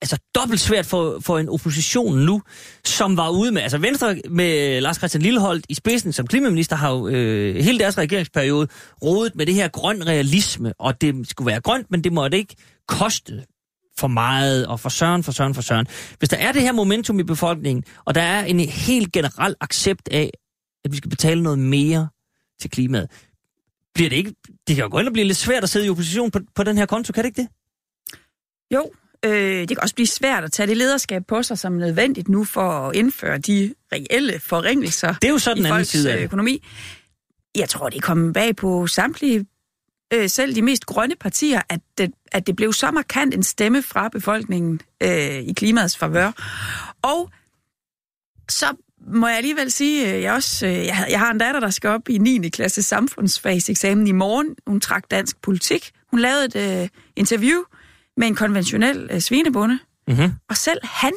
altså dobbelt svært for en opposition nu, som var ude med, altså Venstre med Lars Christian Lilleholt i spidsen som klimaminister, har jo hele deres regeringsperiode rodet med det her grøn realisme, og det skulle være grønt, men det måtte ikke koste for meget, og for søren. Hvis der er det her momentum i befolkningen, og der er en helt generel accept af, at vi skal betale noget mere til klimaet, bliver det ikke, det kan jo gå ind og blive lidt svært at sidde i opposition på den her konto, kan det ikke det? Jo, det kan også blive svært at tage det lederskab på sig, som er nødvendigt nu for at indføre de reelle forringelser det er jo sådan i folks økonomi. Jeg tror, det er kommet bag på samtlige, selv de mest grønne partier, at det blev så markant en stemme fra befolkningen i klimaets favør. Og så må jeg alligevel sige, jeg har en datter, der skal op i 9. klasse samfundsfagseksamen i morgen. Hun trak dansk politik. Hun lavede et interview med en konventionel svinebonde. Mm-hmm. Og selv han,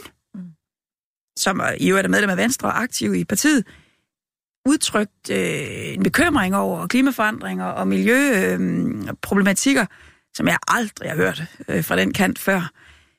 som i øvrigt er medlem af Venstre og aktiv i partiet, udtrykt en bekymring over klimaforandringer og miljøproblematikker, som jeg aldrig har hørt fra den kant før.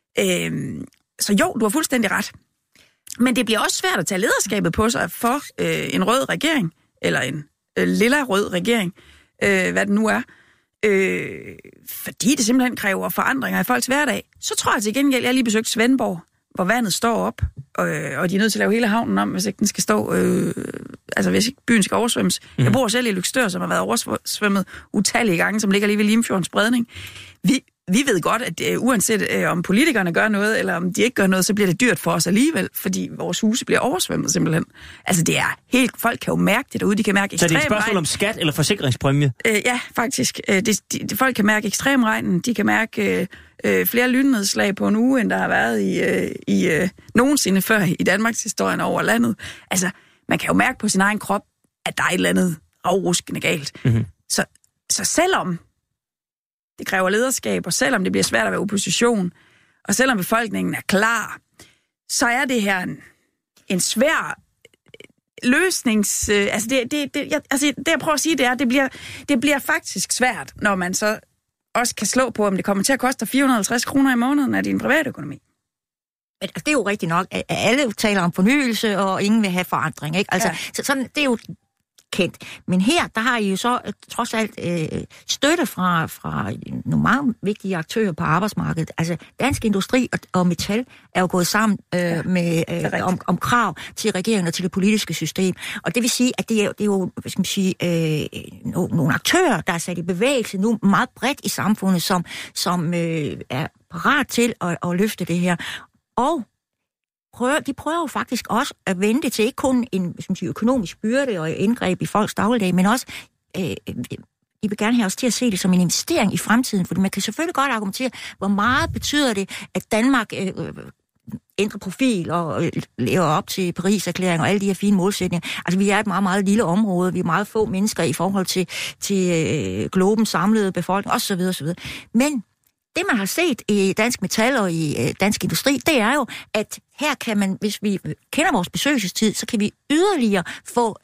Så jo, du har fuldstændig ret. Men det bliver også svært at tage lederskabet på sig for en rød regering, eller en lilla-rød regering, hvad det nu er, fordi det simpelthen kræver forandringer i folks hverdag. Så tror jeg til gengæld, jeg har lige besøgt Svendborg, hvor vandet står op, og de er nødt til at lave hele havnen om, hvis ikke den skal stå, hvis ikke byen skal oversvømmes. Mm. Jeg bor selv i Løgstør, som har været oversvømmet utallige gange, som ligger lige ved Limfjordens bredning. Vi ved godt, at uanset om politikerne gør noget, eller om de ikke gør noget, så bliver det dyrt for os alligevel, fordi vores huse bliver oversvømmet simpelthen. Altså det er helt, folk kan jo mærke det derude, de kan mærke ekstremregn. Så det er et spørgsmål om skat eller forsikringspræmie? Ja, faktisk. Folk kan mærke ekstremregnen, de kan mærke flere lynnedslag på en uge, end der har været i nogensinde før i Danmarks historien over landet. Altså, man kan jo mærke på sin egen krop, at der er et eller andet afruskende galt. Mm-hmm. Så selvom det kræver lederskab, og selvom det bliver svært at være opposition, og selvom befolkningen er klar, så er det her en svær løsnings... det jeg prøver at sige, det er, det bliver faktisk svært, når man så også kan slå på, om det kommer til at koste 450 kroner i måneden af din private økonomi. Altså, det er jo rigtigt nok, at alle taler om fornyelse, og ingen vil have forandring, ikke? Altså, ja. Sådan, det er jo kendt. Men her, der har I jo så trods alt støtte fra nogle meget vigtige aktører på arbejdsmarkedet. Altså, Dansk Industri og Metal er jo gået sammen om krav til regeringen og til det politiske system. Og det vil sige, at det er jo hvad skal man sige, nogle aktører, der er sat i bevægelse nu meget bredt i samfundet, som er parat til at løfte det her. Og de prøver jo faktisk også at vende det til ikke kun en økonomisk byrde og indgreb i folks dagligdag, men også, de vil gerne have os til at se det som en investering i fremtiden, fordi man kan selvfølgelig godt argumentere, hvor meget betyder det, at Danmark ændrer profil og lever op til Paris-erklæringen og alle de her fine målsætninger. Altså, vi er et meget, meget lille område, vi er meget få mennesker i forhold til globens samlede befolkning, osv. osv. Men det, man har set i Dansk Metal og i Dansk Industri, det er jo, at her kan man, hvis vi kender vores besøgelsestid, så kan vi yderligere få,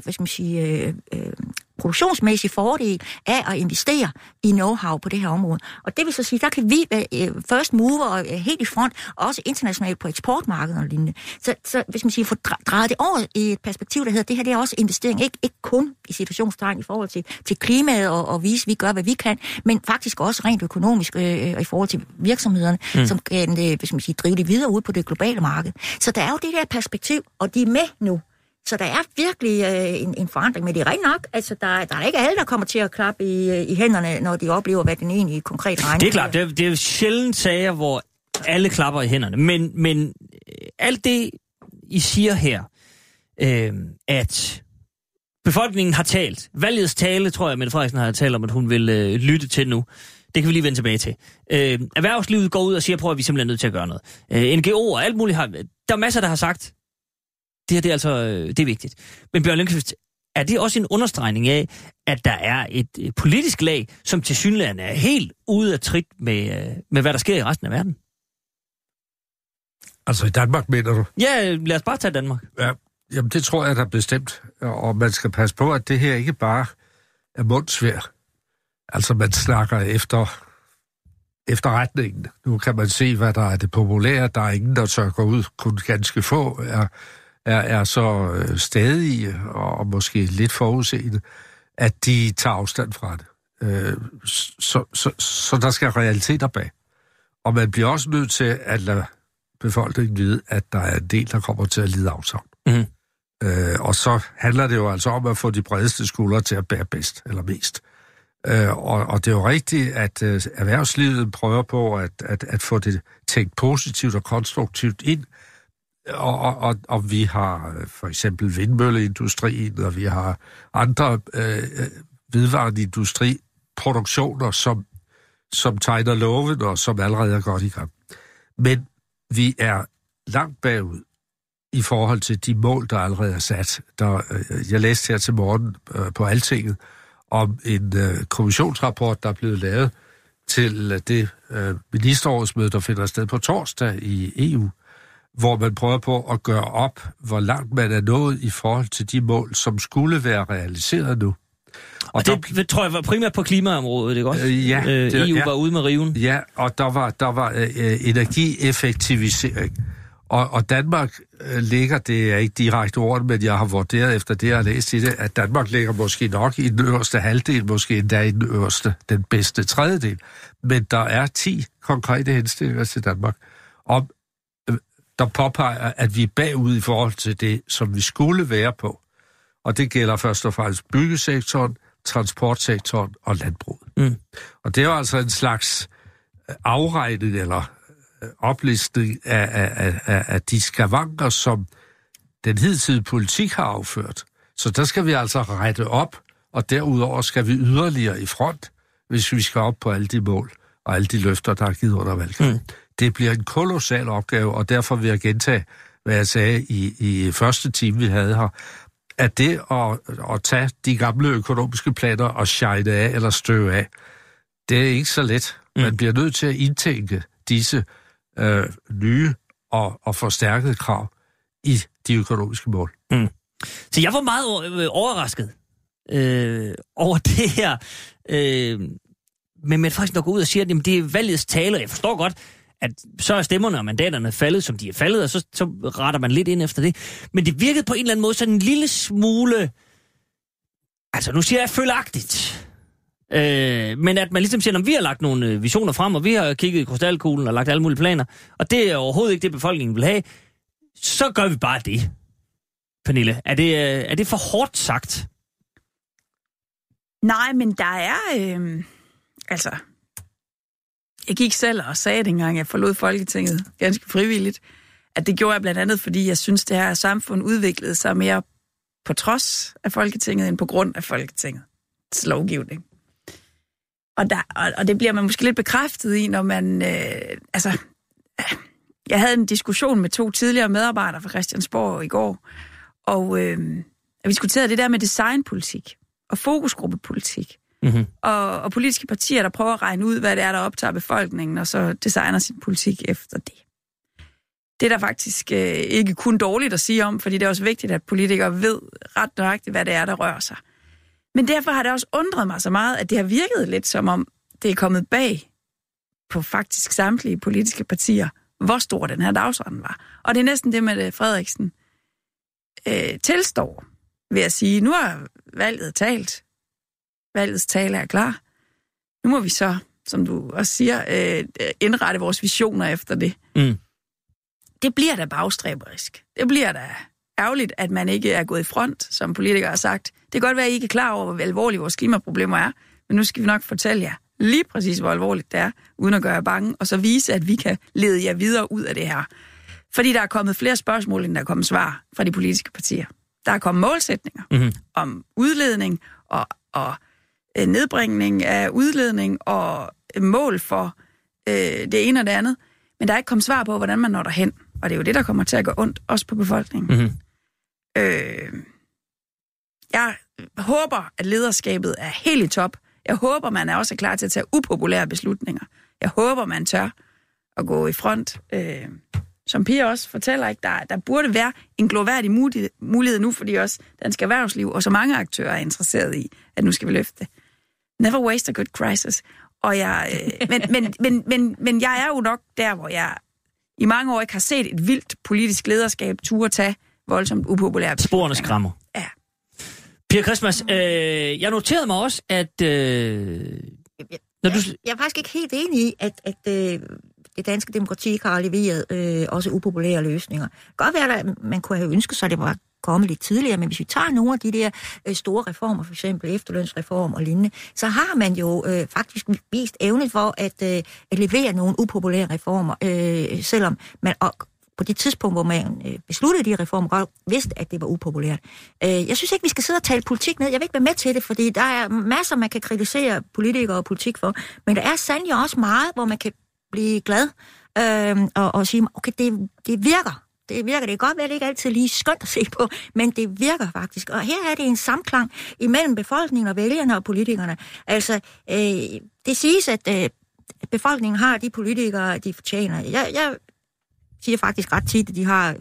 produktionsmæssig fordel af at investere i know-how på det her område. Og det vil så sige, der kan vi first mover helt i front, også internationalt på eksportmarkedet og lignende. Så hvis man siger, få drejet det over i et perspektiv, der hedder, det her det er også investering, ikke kun i situationstegn i forhold til klimaet og vise, vi gør, hvad vi kan, men faktisk også rent økonomisk i forhold til virksomhederne, som kan drive det videre ud på det globale marked. Så der er jo det der perspektiv, og de er med nu. Så der er virkelig en forandring, men det er rent nok. Altså, der er ikke alle, der kommer til at klappe i hænderne, når de oplever, hvad den egentlig konkret regner. Det er klart, det er jo sjældent sager, hvor alle klapper i hænderne. Men alt det, I siger her, at befolkningen har talt. Valgets tale, tror jeg, Mette Frederiksen har talt om, at hun vil lytte til nu. Det kan vi lige vende tilbage til. Erhvervslivet går ud og siger, prøv at vi er simpelthen nødt til at gøre noget. NGO'er og alt muligt har... Der er masser, der har sagt, det her, det er vigtigt. Men Bjørn Lyngqvist, er det også en understregning af, at der er et politisk lag, som tilsyneladende er helt ude af trit med, hvad der sker i resten af verden? Altså i Danmark, mener du? Ja, lad os bare tage Danmark. Ja, jamen det tror jeg, der er bestemt. Og man skal passe på, at det her ikke bare er mundsvær. Altså man snakker efter efterretningen. Nu kan man se, hvad der er det populære. Der er ingen, der tør gå ud. Kun ganske få er så stadige og måske lidt forudseende, at de tager afstand fra det. Så der skal realiteter bag. Og man bliver også nødt til at lade befolkningen vide, at der er en del, der kommer til at lide afsavn. Mm. Og så handler det jo altså om at få de bredeste skuldre til at bære bedst eller mest. Og det er jo rigtigt, at erhvervslivet prøver på at få det tænkt positivt og konstruktivt ind. Og vi har for eksempel vindmølleindustrien, og vi har andre vedvarende industriproduktioner, som tegner loven, og som allerede er godt i gang. Men vi er langt bagud i forhold til de mål, der allerede er sat. Jeg læste her til morgen på Altinget om en kommissionsrapport, der er blevet lavet til det ministerrådsmøde, der finder sted på torsdag i EU, hvor man prøver på at gøre op, hvor langt man er nået i forhold til de mål, som skulle være realiseret nu. Og det tror jeg var primært på klimaområdet, ikke også? EU var ude med riven. Ja, og der var energieffektivisering. Og Danmark ligger, det er ikke direkte ord, men jeg har vurderet efter det, jeg har læst i det, at Danmark ligger måske nok i den øverste halvdel, måske endda i den bedste tredjedel. Men der er 10 konkrete henstillinger til Danmark, der påpeger, at vi er bagud i forhold til det, som vi skulle være på. Og det gælder først og fremmest byggesektoren, transportsektoren og landbruget. Mm. Og det er jo altså en slags afregning eller oplistning af de skavanker, som den hidtidige politik har afført. Så der skal vi altså rette op, og derudover skal vi yderligere i front, hvis vi skal op på alle de mål og alle de løfter, der er givet under valget. Mm. Det bliver en kolossal opgave, og derfor vil jeg gentage, hvad jeg sagde i første time, vi havde her, at det at tage de gamle økonomiske planer og shine af eller støve af, det er ikke så let. Man bliver nødt til at indtænke disse nye og forstærkede krav i de økonomiske mål. Mm. Så jeg var meget overrasket over det her, men faktisk nok går ud og siger, at jamen, det er valgets tale. Jeg forstår godt, at så er stemmerne og mandaterne faldet, som de er faldet, og så retter man lidt ind efter det. Men det virkede på en eller anden måde sådan en lille smule, altså nu siger jeg følagtigt, men at man ligesom siger, at vi har lagt nogle visioner frem, og vi har kigget i krystalkuglen og lagt alle mulige planer, og det er overhovedet ikke det, befolkningen vil have, så gør vi bare det. Pernille, er det for hårdt sagt? Nej, men der er, jeg gik selv og sagde dengang, jeg forlod Folketinget ganske frivilligt, at det gjorde jeg blandt andet, fordi jeg synes, det her samfund udviklede sig mere på trods af Folketinget, end på grund af Folketingets lovgivning. Og det bliver man måske lidt bekræftet i, når man... jeg havde en diskussion med 2 tidligere medarbejdere fra Christiansborg i går, og vi diskuterede det der med designpolitik og fokusgruppepolitik. Mm-hmm. Og politiske partier, der prøver at regne ud, hvad det er, der optager befolkningen, og så designer sin politik efter det. Det er der faktisk ikke kun dårligt at sige om, fordi det er også vigtigt, at politikere ved ret nøjagtigt, hvad det er, der rører sig. Men derfor har det også undret mig så meget, at det har virket lidt som om, det er kommet bag på faktisk samtlige politiske partier, hvor stor den her dagsorden var. Og det er næsten det med Frederiksen tilstår, ved at sige, nu har valget talt. Valgets tale er klar. Nu må vi så, som du også siger, indrette vores visioner efter det. Mm. Det bliver da bagstræberisk. Det bliver da ærgerligt, at man ikke er gået i front, som politikere har sagt. Det kan godt være, at I ikke er klar over, hvor alvorlige vores klimaproblemer er, men nu skal vi nok fortælle jer lige præcis, hvor alvorligt det er, uden at gøre jer bange, og så vise, at vi kan lede jer videre ud af det her. Fordi der er kommet flere spørgsmål, end der er kommet svar fra de politiske partier. Der er kommet målsætninger om udledning og nedbringning af udledning og mål for det ene og det andet. Men der er ikke kommet svar på, hvordan man når derhen. Og det er jo det, der kommer til at gå ondt, også på befolkningen. Mm-hmm. Jeg håber, at lederskabet er helt i top. Jeg håber, man er også klar til at tage upopulære beslutninger. Jeg håber, man tør at gå i front. Som Pia også fortæller, ikke, der burde være en glorværdig mulighed nu, fordi også dansk erhvervsliv og så mange aktører er interesseret i, at nu skal vi løfte det. Never waste a good crisis. Og men jeg er jo nok der, hvor jeg i mange år ikke har set et vildt politisk lederskab turde tage voldsomt upopulært. Sporene skræmmer. Ja. Pia Christmas, jeg noterede mig også, at... Jeg er faktisk ikke helt enig i, at det danske demokrati ikke har leveret også upopulære løsninger. Godt være, at man kunne have ønsket sig, at det var kommet lidt tidligere, men hvis vi tager nogle af de der store reformer, for eksempel efterlønsreform og lignende, så har man jo faktisk vist evne for at levere nogle upopulære reformer, selvom man... på det tidspunkt, hvor man besluttede de reformer, godt vidste, at det var upopulært. Jeg synes ikke, vi skal sidde og tale politik ned. Jeg vil ikke være med til det, fordi der er masser, man kan kritisere politikere og politik for, men der er sandelig også meget, hvor man kan blive glad og sige, okay, det virker. Det virker. Det kan godt være, det ikke altid lige skønt at se på, men det virker faktisk. Og her er det en samklang imellem befolkningen og vælgerne og politikerne. Altså, det siges, at befolkningen har de politikere, de fortjener. Jeg siger faktisk ret tit, at de har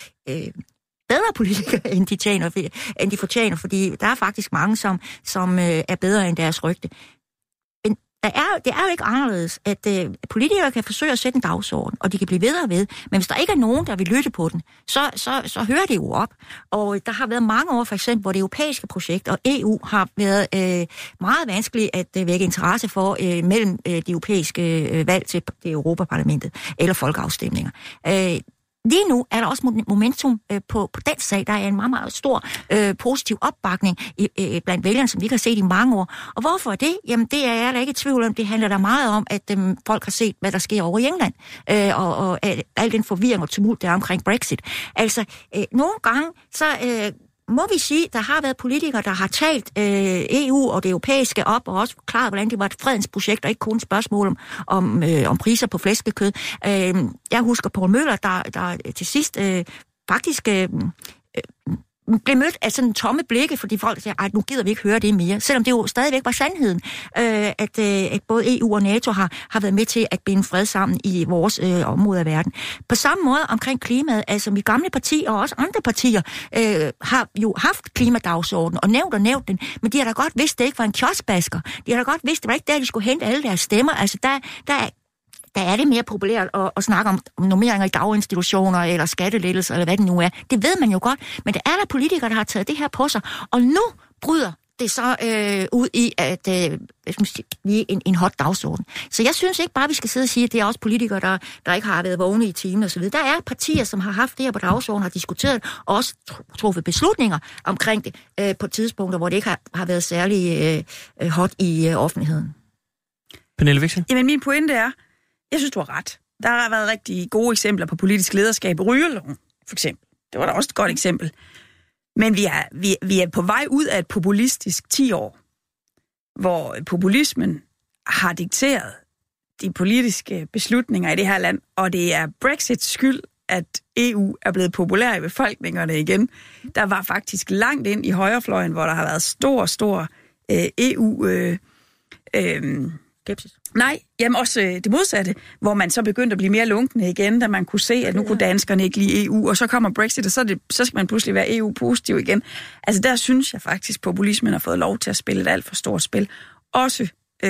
bedre politikere, end de fortjener, fordi der er faktisk mange, som er bedre end deres rygte. Men det er jo ikke anderledes, at politikere kan forsøge at sætte en dagsorden, og de kan blive ved og ved, men hvis der ikke er nogen, der vil lytte på den, så hører det jo op. Og der har været mange år, for eksempel, hvor det europæiske projekt og EU har været meget vanskeligt at vække interesse for mellem de europæiske valg til det Europaparlamentet eller folkeafstemninger. Lige nu er der også momentum på den sag. Der er en meget, meget stor positiv opbakning blandt vælgerne, som vi ikke har set i mange år. Og hvorfor er det? Jamen, det er jeg da ikke i tvivl om. Det handler der meget om, at folk har set, hvad der sker over i England. Og al den forvirring og tumult, der er omkring Brexit. Altså, nogle gange, så... må vi sige, der har været politikere, der har talt EU og det europæiske op, og også forklaret, hvordan det var et fredens projekt, og ikke kun et spørgsmål om priser på flæskekød. Jeg husker Poul Møller, der til sidst faktisk blev mødt af sådan tomme blikke, fordi folk siger, nu gider vi ikke høre det mere. Selvom det jo stadigvæk var sandheden, at både EU og NATO har været med til at binde fred sammen i vores område af verden. På samme måde omkring klimaet, altså mit gamle parti og også andre partier har jo haft klimadagsordenen og nævnt den, men de har da godt vidst, det ikke var en kioskbasker. De har da godt vidst, det var ikke der, de skulle hente alle deres stemmer. Altså der er det mere populært at snakke om normeringer i daginstitutioner eller skattelettelser, eller hvad det nu er. Det ved man jo godt, men det er der politikere, der har taget det her på sig, og nu bryder det så ud i at en hot dagsorden. Så jeg synes ikke bare, vi skal sidde og sige, at det er også politikere, der ikke har været vågne i timen og så videre. Der er partier, som har haft det her på dagsordenen, har diskuteret og også truffet beslutninger omkring det på tidspunkter, hvor det ikke har været særlig hot i offentligheden. Pernille Wixel? Jamen, min pointe er, jeg synes, du har ret. Der har været rigtig gode eksempler på politisk lederskab. Rygeloven, for eksempel. Det var da også et godt eksempel. Men vi er på vej ud af et populistisk 10 år, hvor populismen har dikteret de politiske beslutninger i det her land, og det er Brexits skyld, at EU er blevet populær i befolkningerne igen. Der var faktisk langt ind i højrefløjen, hvor der har været stor EU... skepsis. Nej, jamen også det modsatte, hvor man så begyndte at blive mere lunkne igen, da man kunne se, at nu kunne danskerne ikke lide EU, og så kommer Brexit, og så skal man pludselig være EU-positiv igen. Altså der synes jeg faktisk, populismen har fået lov til at spille et alt for stort spil. Også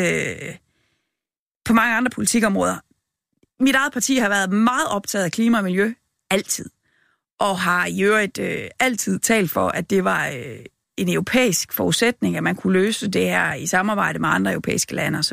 på mange andre politikområder. Mit eget parti har været meget optaget af klima og miljø, altid. Og har i øvrigt altid talt for, at det var en europæisk forudsætning, at man kunne løse det her i samarbejde med andre europæiske lande osv.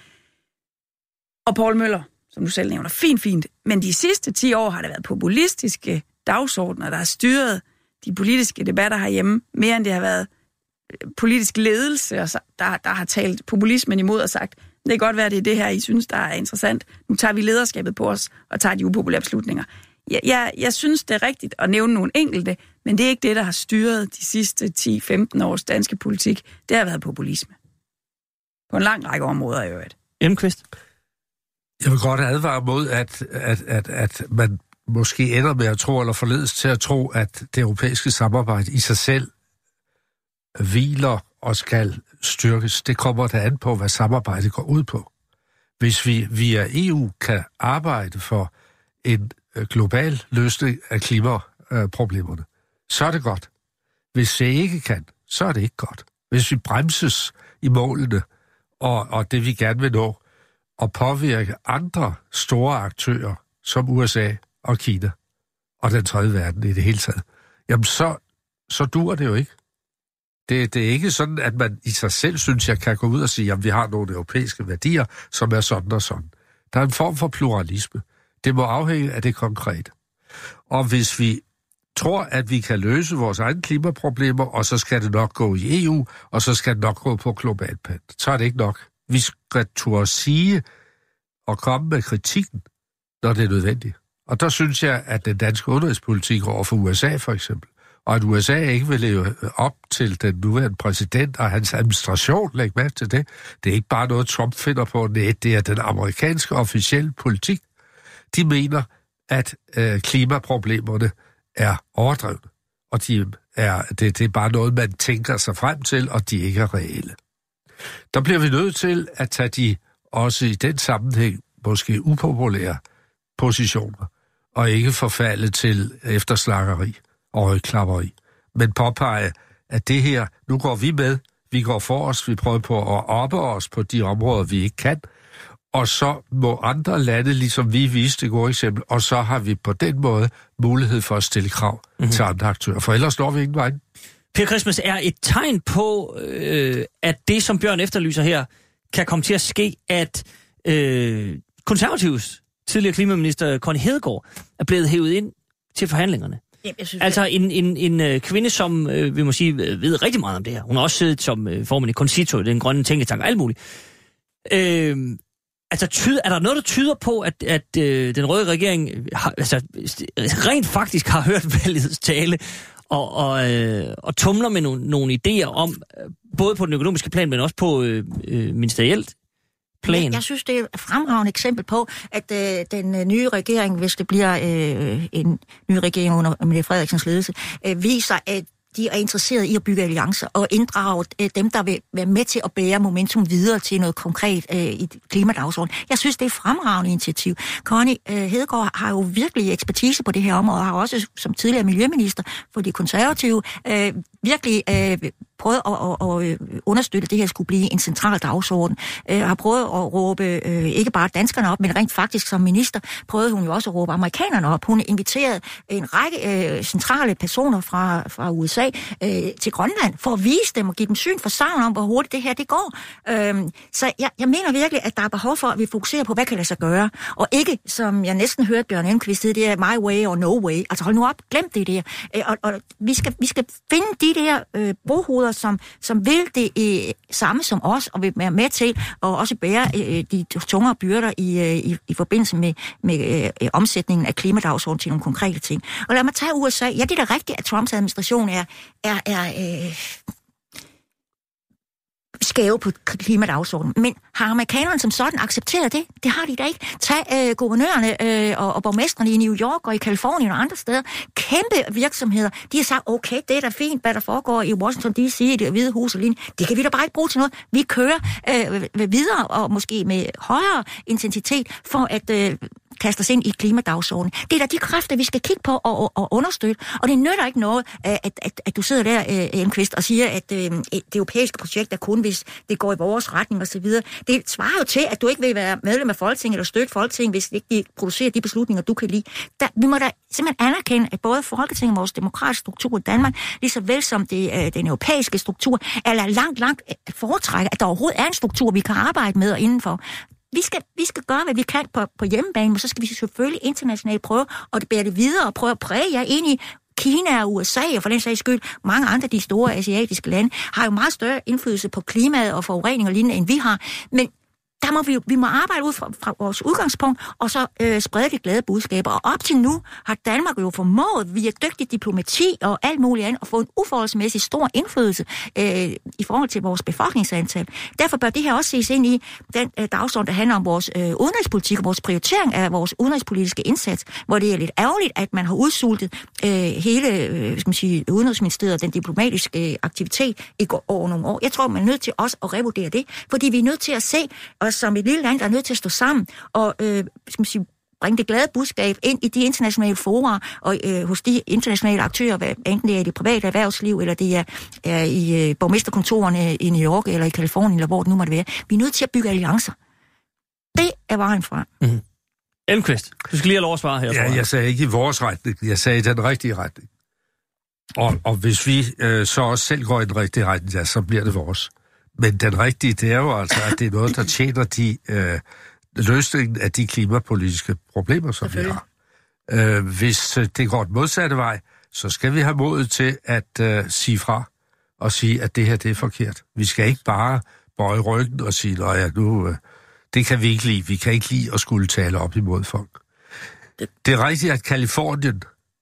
Og Poul Møller, som du selv nævner, fint. Men de sidste 10 år har det været populistiske dagsordner, der har styret de politiske debatter herhjemme, mere end det har været politisk ledelse, der har talt populismen imod og sagt, det kan godt være, det er det her, I synes, der er interessant. Nu tager vi lederskabet på os og tager de upopulære beslutninger. Jeg synes, det er rigtigt at nævne nogle enkelte, men det er ikke det, der har styret de sidste 10-15 års danske politik. Det har været populisme. På en lang række områder i øvrigt. Emqvist? Jeg vil godt advare mod, at man måske ender med at tro, eller forledes til at tro, at det europæiske samarbejde i sig selv hviler og skal styrkes. Det kommer der an på, hvad samarbejdet går ud på. Hvis vi via EU kan arbejde for en global løsning af klimaproblemerne, så er det godt. Hvis vi ikke kan, så er det ikke godt. Hvis vi bremses i målene og det vi gerne vil nå, at påvirke andre store aktører, som USA og Kina, og den tredje verden i det hele taget, jamen så dur det jo ikke. Det er ikke sådan, at man i sig selv synes, jeg kan gå ud og sige, at vi har nogle europæiske værdier, som er sådan og sådan. Der er en form for pluralisme. Det må afhænge af det konkrete. Og hvis vi tror, at vi kan løse vores egne klimaproblemer, og så skal det nok gå i EU, og så skal det nok gå på globalt plan, så er det ikke nok. Vi skal turde sige og komme med kritikken, når det er nødvendigt. Og der synes jeg, at den danske udenrigspolitik over for USA for eksempel, og at USA ikke vil leve op til den nuværende præsident og hans administration, læg mærke til det. Det er ikke bare noget, Trump finder på, nej, det er den amerikanske officielle politik. De mener, at klimaproblemerne er overdrevne, og det er bare noget, man tænker sig frem til, og de ikke er reelle. Der bliver vi nødt til at tage de også i den sammenhæng måske upopulære positioner, og ikke forfalde til efterslakkeri og rygklapperi, men påpege, at det her, nu går vi med, vi går for os, vi prøver på at oppe os på de områder, vi ikke kan, og så må andre lande, ligesom vi viste det gode eksempel, og så har vi på den måde mulighed for at stille krav til andre aktører, for ellers når vi ingen vej. Per Christmas, er et tegn på, at det, som Bjørn efterlyser her, kan komme til at ske, at Konservativs tidligere klimaminister Connie Hedegaard er blevet hævet ind til forhandlingerne? Altså en kvinde, som vi må sige, ved rigtig meget om det her. Hun har også siddet som formand i Concito, den grønne tænketank og alt muligt. Er der noget, der tyder på, at den røde regering rent faktisk har hørt valgets tale og tumler med nogle idéer om, både på den økonomiske plan, men også på ministerielt plan? Jeg synes, det er et fremragende eksempel på, at den nye regering, hvis det bliver en ny regering under Mette Frederiksens ledelse, viser, at de er interesseret i at bygge alliancer og inddrage dem, der vil være med til at bære momentum videre til noget konkret i klimadagsordenen. Jeg synes, det er et fremragende initiativ. Connie Hedegaard har jo virkelig ekspertise på det her område, og har også som tidligere miljøminister for de konservative virkelig prøvet at understøtte, at det her skulle blive en central dagsorden. Har prøvet at råbe ikke bare danskerne op, men rent faktisk som minister prøvede hun jo også at råbe amerikanerne op. Hun inviterede en række centrale personer fra USA til Grønland for at vise dem og give dem syn for savn om, hvor hurtigt det her det går. Så jeg mener virkelig, at der er behov for, at vi fokuserer på, hvad kan lade sig gøre, og ikke, som jeg næsten hørte Bjørn Enquist, det er my way or no way. Altså hold nu op, glem det der. Og vi skal finde de der brohoveder, som vil det samme som os, og vil være med til at også bære de tungere byrder i forbindelse med omsætningen af klimadagsordenen til nogle konkrete ting. Og lad mig tage USA. Ja, det er da rigtigt, at Trumps administration er skæve på klimadagsordenen. Men har amerikanerne som sådan accepteret det? Det har de da ikke. Tag guvernørerne og borgmestrene i New York og i Kalifornien og andre steder. Kæmpe virksomheder. De har sagt, okay, det er da fint, hvad der foregår i Washington D.C. i Det Hvide Hus og lignende. Det kan vi da bare ikke bruge til noget. Vi kører videre og måske med højere intensitet for at kaster sig ind i klimadagsordenen. Det er da de kræfter, vi skal kigge på og understøtte. Og det nytter ikke noget, at du sidder der, Enquist, og siger, at det europæiske projekt er kun, hvis det går i vores retning osv. Det svarer jo til, at du ikke vil være medlem af Folketinget eller støtte Folketinget, hvis ikke de producerer de beslutninger, du kan lide. Vi må da simpelthen anerkende, at både Folketinget og vores demokratiske struktur i Danmark, lige så vel som den europæiske struktur, er langt foretrækker, at der overhovedet er en struktur, vi kan arbejde med og indenfor. Vi skal gøre, hvad vi kan på hjemmebane, men så skal vi selvfølgelig internationalt prøve at bære det videre og prøve at præge jer ind i Kina og USA, og for den sags skyld, mange andre af de store asiatiske lande, har jo meget større indflydelse på klimaet og forurening og lignende, end vi har. Men der må vi må arbejde ud fra vores udgangspunkt, og så sprede de glade budskaber. Og op til nu har Danmark jo formået via dygtig diplomati og alt muligt andet at få en uforholdsmæssig stor indflydelse i forhold til vores befolkningsantal. Derfor bør det her også ses ind i den dagsorden, der handler om vores udenrigspolitik og vores prioritering af vores udenrigspolitiske indsats, hvor det er lidt ærgerligt, at man har udsultet hele Udenrigsministeriet og den diplomatiske aktivitet over nogle år. Jeg tror, man er nødt til også at revurdere det, fordi vi er nødt til at se os som et lille land, der er nødt til at stå sammen og bringe det glade budskab ind i de internationale fora og hos de internationale aktører, enten det er i det private erhvervsliv, eller det er i borgmesterkontorerne i New York, eller i Kalifornien, eller hvor det nu måtte være. Vi er nødt til at bygge alliancer. Det er vejen frem. Mm-hmm. Elmqvist, du skal lige have lov at svare her. Ja, jeg sagde ikke i vores retning, jeg sagde i den rigtige retning. Og hvis vi så også selv går i den rigtige retning, ja, så bliver det vores. Men den rigtige, det er jo altså, at det er noget, der tjener de løsningen af de klimapolitiske problemer, som vi har. Hvis det går den modsatte vej, så skal vi have modet til at sige fra og sige, at det her, det er forkert. Vi skal ikke bare bøje ryggen og sige, at nu, det kan vi ikke lide. Vi kan ikke lide at skulle tale op imod folk. Det er rigtigt, at Kalifornien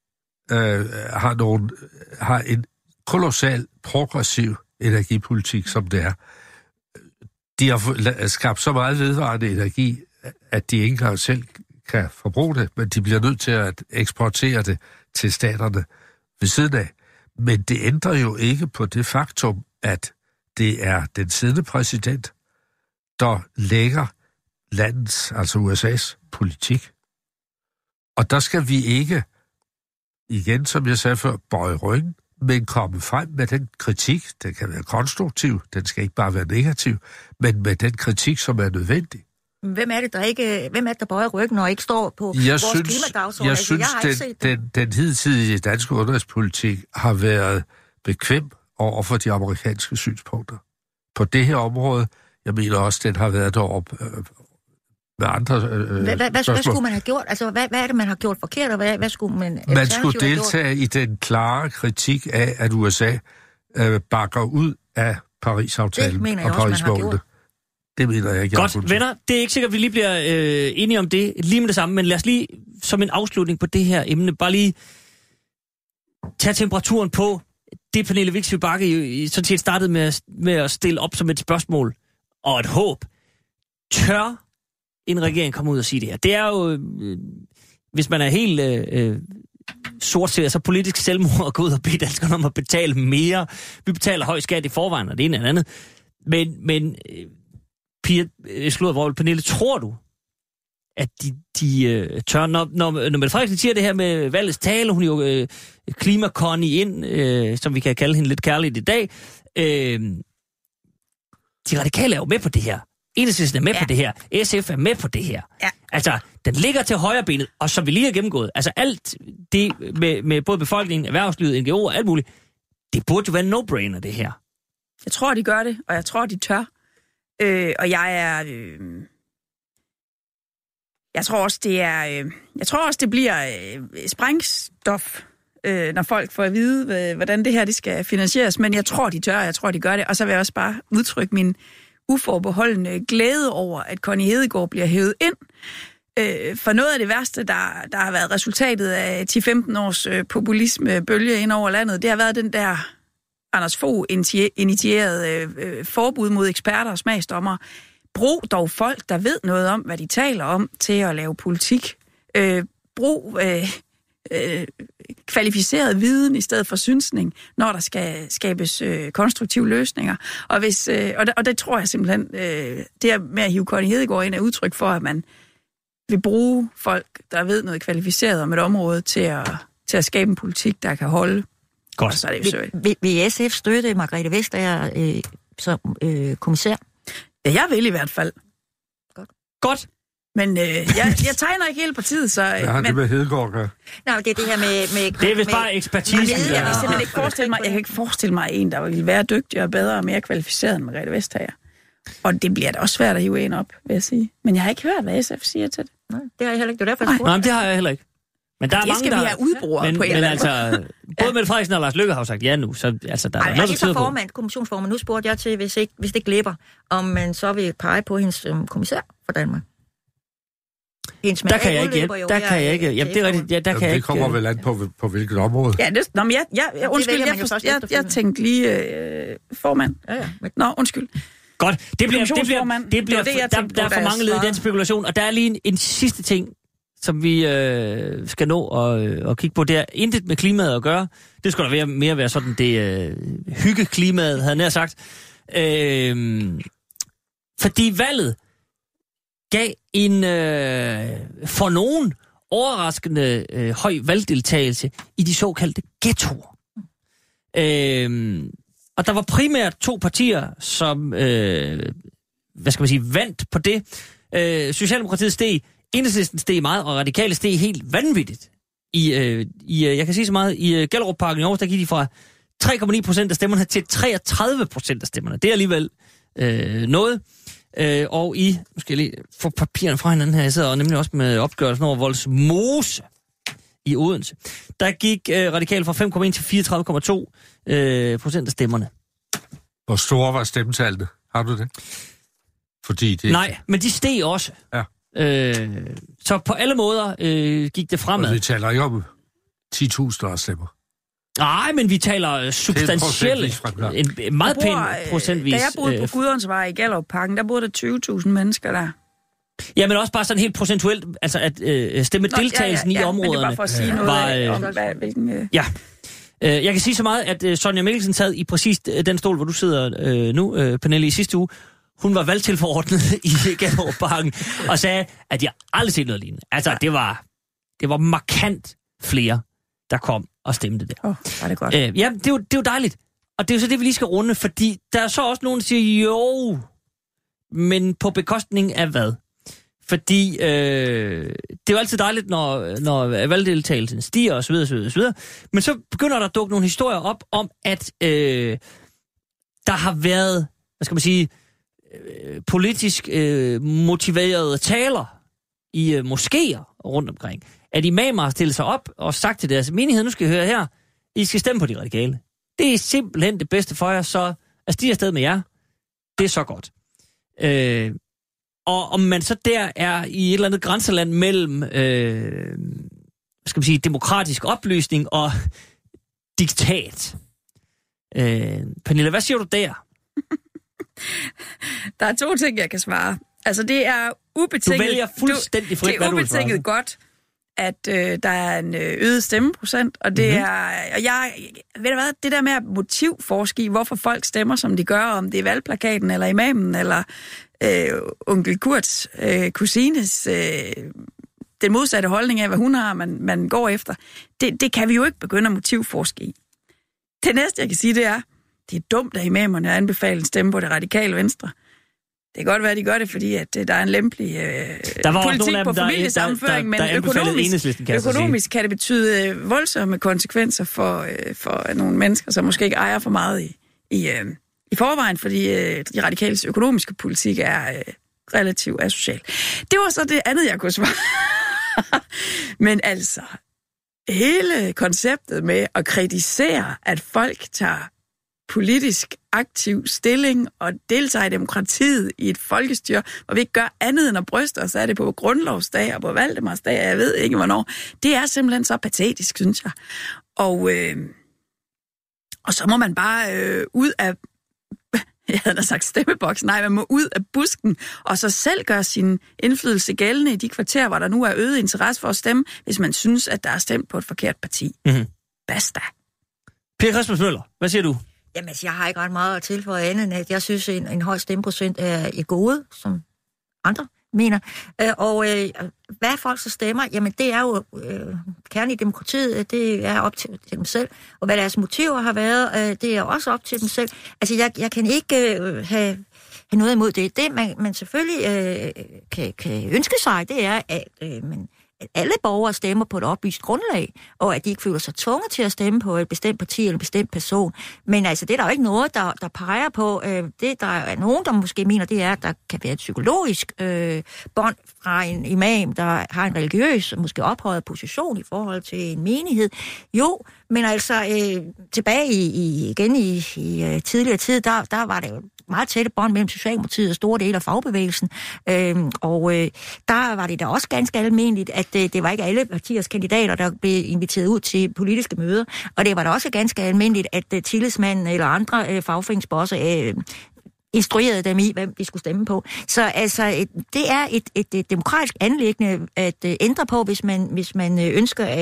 har en kolossal progressiv energipolitik, som det er. De har skabt så meget vedvarende energi, at de ikke engang selv kan forbruge det, men de bliver nødt til at eksportere det til staterne ved siden af. Men det ændrer jo ikke på det faktum, at det er den siddende præsident, der lægger landets, altså USA's, politik. Og der skal vi ikke, igen som jeg sagde før, bøje ryggen, men komme frem med den kritik. Den kan være konstruktiv, den skal ikke bare være negativ, men med den kritik, som er nødvendig. Hvem er det, der bøjer ryggen og ikke står på vores klimadagsorden? Jeg synes, den hidtidige danske udenrigspolitik har været bekvem over for de amerikanske synspunkter. På det her område, jeg mener også, den har været deroppe med andre hvad skulle man have gjort? Altså, hvad er det, man har gjort forkert, og hvad skulle man... Man skulle deltage i den klare kritik af, at USA bakker ud af Paris-aftalen og Paris-målene. Det mener jeg ikke. Godt, venner, det er ikke sikkert, at vi lige bliver enige om det lige med det samme, men lad os lige, som en afslutning på det her emne, bare lige tage temperaturen på det, Pernille Vigsø Bagge sådan set startede med at stille op som et spørgsmål og et håb. Tør en regering komme ud og sige det her? Det er jo, hvis man er helt sortseer, så politisk selvmord at gå ud og bede danskerne om at betale mere. Vi betaler høj skat i forvejen, og det ene eller andet. Men Pernille, tror du, at de tør, når Mette Frederiksen siger det her med valgets tale, hun er jo klimakonnie ind, som vi kan kalde hende lidt kærligt i dag, de radikale er jo med på det her. Enhedslisten er med på det her. SF er med på det her. Ja. Altså, den ligger til højre benet, og som vi lige har gennemgået, altså alt det med både befolkningen, erhvervslivet, NGO og alt muligt, det burde jo være en no-brainer, det her. Jeg tror, de gør det, og jeg tror, de tør. Og jeg tror også, det bliver sprængstof, når folk får at vide, hvordan det her det skal finansieres. Men jeg tror, de tør, og jeg tror, de gør det. Og så vil jeg også bare udtrykke min uforbeholdende glæde over, at Connie Hedegaard bliver hævet ind. For noget af det værste, der har været resultatet af 10-15 års populismebølge ind over landet, det har været den der Anders Fogh initierede forbud mod eksperter og smagsdommere. Brug dog folk, der ved noget om, hvad de taler om, til at lave politik. Brug kvalificeret viden i stedet for synsning, når der skal skabes konstruktive løsninger. Og det tror jeg simpelthen, det med at hive Connie Hedegaard ind er udtryk for, at man vil bruge folk, der ved noget kvalificeret om et område, til at skabe en politik, der kan holde. Godt. Så er det vil SF støtte Margrethe Vestager som kommissær? Ja, jeg vil i hvert fald. Godt. Men jeg tegner ikke hele partiet, så... Hvad har det med Hedegaard gør? Nej, det er det her med det er vist bare ekspertisen. Jeg kan simpelthen ikke forestille mig, en, der ville være dygtigere og bedre og mere kvalificeret end Margrethe Vestager. Og det bliver da også svært at hive en op, vil jeg sige. Men jeg har ikke hørt, hvad SF siger til det. Nej, det har jeg heller ikke. Det er derfor, jeg Nej, det har jeg heller ikke. Men der er mange, skal vi have udbrugere på en eller anden altså, både Mette Frederiksen og Lars Løkke har sagt ja nu, så altså, der er noget, der tyder på. Kommissionsformand, nu spurgte jeg til, hvis det glipper, om man så vil pege på hendes kommissær for Danmark. Der kan jeg ikke hjælpe. Der kan jeg ikke. Jamen, det er rigtigt. Ja, der kan jeg ikke. Det kommer vel an på hvilket område. Ja, jeg tænkte lige formand. Ja. Nå, undskyld. Godt. Der er for mange led i den spekulation, og der er lige en sidste ting, som vi skal nå at kigge på. Det er intet med klimaet at gøre. Det skulle da mere være sådan det hyggeklimaet, havde jeg nær sagt. Fordi valget gav en for nogen overraskende høj valgdeltagelse i de såkaldte ghettoer. Og der var primært 2 partier, som vandt på det. Socialdemokratiet steg, Enhedslisten steg meget, og Radikale steg helt vanvittigt. Jeg kan sige så meget, i Gellerupparken i Aarhus, der gik de fra 3,9% af stemmerne til 33% af stemmerne. Det er alligevel noget. Og nu skal jeg lige få papirerne fra hinanden her. Jeg sidder nemlig også med opgørelsen over Vollsmose i Odense. Der gik Radikale fra 5,1 til 34,2% af stemmerne. Hvor store var stemmetallene? Har du det? Fordi det... Nej, men de steg også. Ja. Så på alle måder gik det fremad. Og vi taler ikke om 10.000 af stemmer. Nej, men vi taler substantielle, en meget pæn procentvis. Da jeg boede på Gudrundsvej i Gellerupparken, der boede der 20.000 mennesker der. Ja, men også bare sådan helt procentuelt, altså at stemmedeltagelsen i områderne men det var for at sige noget om, hvilken... Ja. Jeg kan sige så meget, at Sonja Mikkelsen sad i præcis den stol, hvor du sidder nu, Pernille, i sidste uge. Hun var valgtilforordnet i Gellerupparken og sagde, at jeg aldrig set noget lignende. Altså, det var markant flere, der kom og stemte der. Var det godt. Ja, det er jo dejligt. Og det er jo så det, vi lige skal runde, fordi der er så også nogen, der siger, jo, men på bekostning af hvad? Fordi det er jo altid dejligt, når valgdeltagelsen stiger osv. Men så begynder der at dukke nogle historier op om, at der har været, hvad skal man sige, politisk motiverede taler i moskéer rundt omkring. At imamer har stillet sig op og sagt til deres menighed, nu skal I høre her, I skal stemme på de radikale. Det er simpelthen det bedste for jer, så stiger afsted med jer. Det er så godt. Og om man så der er i et eller andet grænseland mellem demokratisk oplysning og diktat. Pernille, hvad siger du der? Der er 2 ting, jeg kan svare. Altså, det er ubetinget... Du vælger fuldstændig frit, hvad du vil svare. Det er ubetinget godt, at der er en øget stemmeprocent, og det er... Og ved du hvad, det der med at motivforske i, hvorfor folk stemmer, som de gør, om det er valgplakaten, eller imamen, eller onkel Kurts kusines... den modsatte holdning af, hvad hun har, man går efter, det kan vi jo ikke begynde at motivforske i. Det næste, jeg kan sige, det er dumt, at imamerne anbefaler en stemme på det radikale venstre. Det kan godt være, at de gør det, fordi at der er en lempelig politik på familiesammenføring, men økonomisk kan det betyde voldsomme konsekvenser for nogle mennesker, som måske ikke ejer for meget i forvejen, fordi de radikales økonomiske politik er relativt asocial. Det var så det andet, jeg kunne svare. Men altså, hele konceptet med at kritisere, at folk tager politisk aktiv stilling og deltager i demokratiet i et folkestyre, hvor vi ikke gør andet end at bryste os af det på grundlovsdag og på Valdemarsdag, jeg ved ikke hvornår. Det er simpelthen så patetisk, synes jeg. Og så må man bare ud af jeg havde sagt stemmeboksen, nej, man må ud af busken, og så selv gøre sin indflydelse gældende i de kvarterer, hvor der nu er øget interesse for at stemme, hvis man synes, at der er stemt på et forkert parti. Mm-hmm. Basta. Per Christmas Møller, hvad siger du? Jamen, jeg har ikke ret meget at tilføje andet, end at jeg synes, at en høj stemmeprocent er et gode, som andre mener. Hvad folk så stemmer, jamen det er jo kernen i demokratiet, det er op til dem selv. Og hvad deres motiver har været, det er også op til dem selv. Altså, jeg kan ikke have noget imod det. Det, man selvfølgelig kan ønske sig, det er, at alle borgere stemmer på et oplyst grundlag, og at de ikke føler sig tvunget til at stemme på et bestemt parti eller en bestemt person. Men altså, det er der jo ikke noget, der peger på. Det, der er nogen, der måske mener, det er, at der kan være et psykologisk bånd fra en imam, der har en religiøs, måske ophøjet position i forhold til en menighed. Jo, men altså, tilbage i tidligere tid, der var det jo meget tætte bånd mellem Socialdemokratiet og store dele af fagbevægelsen. Der var det da også ganske almindeligt, at det var ikke alle partiers kandidater, der blev inviteret ud til politiske møder. Og det var da også ganske almindeligt, at tillidsmanden eller andre fagforeningsbosser instruerede dem i, hvem de skulle stemme på. Så altså, det er et demokratisk anliggende at ændre på, hvis man ønsker, at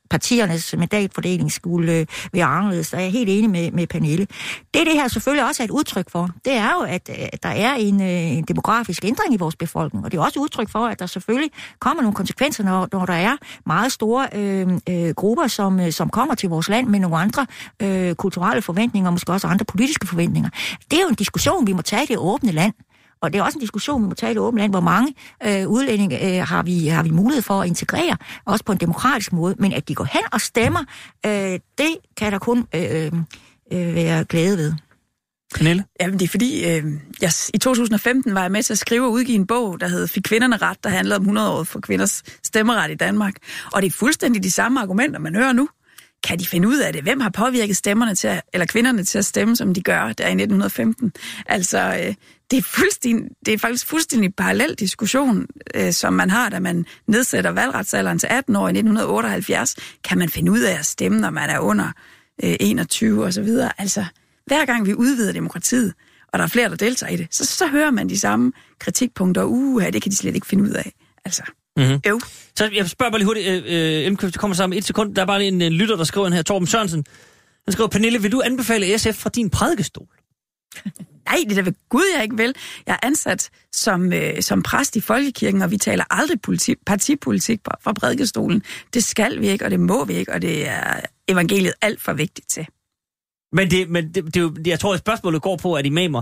partiernes mandatfordeling skulle være anderledes. Så er jeg helt enig med Pernille. Det her selvfølgelig også er et udtryk for, det er jo, at der er en demografisk ændring i vores befolkning, og det er også et udtryk for, at der selvfølgelig kommer nogle konsekvenser, når der er meget store grupper, som kommer til vores land med nogle andre kulturelle forventninger, og måske også andre politiske forventninger. Det er jo en diskussion, vi må tage i det åbne land. Og det er også en diskussion, vi må tage i det åbne land, hvor mange udlændinge har vi mulighed for at integrere, også på en demokratisk måde. Men at de går hen og stemmer, det kan der kun være glæde ved. Pernille? Jamen, det er fordi, i 2015 var jeg med til at skrive og udgive en bog, der hed Fik kvinderne ret, der handlede om 100 år for kvinders stemmeret i Danmark. Og det er fuldstændig de samme argumenter, man hører nu. Kan de finde ud af det? Hvem har påvirket kvinderne til at stemme, som de gør der i 1915? Altså, det er faktisk fuldstændig parallel diskussion, som man har, da man nedsætter valgretsalderen til 18 år i 1978. Kan man finde ud af at stemme, når man er under 21 og så videre? Altså, hver gang vi udvider demokratiet, og der er flere, der deltager i det, så hører man de samme kritikpunkter. Det kan de slet ikke finde ud af. Altså. Mm-hmm. Så jeg spørger bare lige hurtigt, det kommer sammen 1 sekund, der er bare lige en lytter, der skriver her, Torben Sørensen. Han skriver, Pernille, vil du anbefale SF fra din prædikestol? Nej, det der ved Gud, jeg ikke vil. Jeg er ansat som præst i Folkekirken, og vi taler aldrig partipolitik fra prædikestolen. Det skal vi ikke, og det må vi ikke, og det er evangeliet alt for vigtigt til. Men det er jo, jeg tror, at spørgsmålet går på, at imamer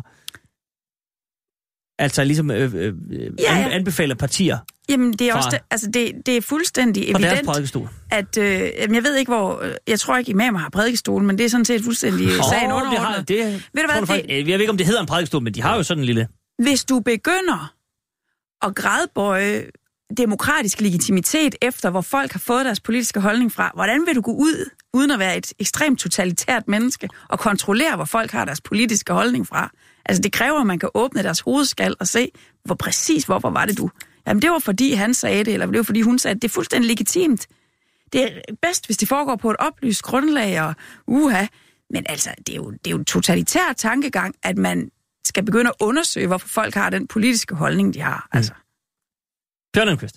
altså ligesom anbefaler partier. Jamen, det er også det er fuldstændig evident, at jeg ved ikke, hvor... Jeg tror ikke, imamer har prædikestolen, men det er sådan set fuldstændig sagen underordnet. Jeg ved ikke, om det hedder en prædikestol, men de har jo sådan en lille... Hvis du begynder at gradbøje demokratisk legitimitet efter, hvor folk har fået deres politiske holdning fra, hvordan vil du gå ud, uden at være et ekstremt totalitært menneske, og kontrollere, hvor folk har deres politiske holdning fra? Altså, det kræver, at man kan åbne deres hovedskal og se, hvorfor var det du... Jamen, det var fordi han sagde det, eller det var fordi hun sagde det. Det er fuldstændig legitimt. Det er bedst, hvis det foregår på et oplyst grundlag, og men altså, det er jo en totalitær tankegang, at man skal begynde at undersøge, hvorfor folk har den politiske holdning, de har. Altså. Bjørn Lundqvist.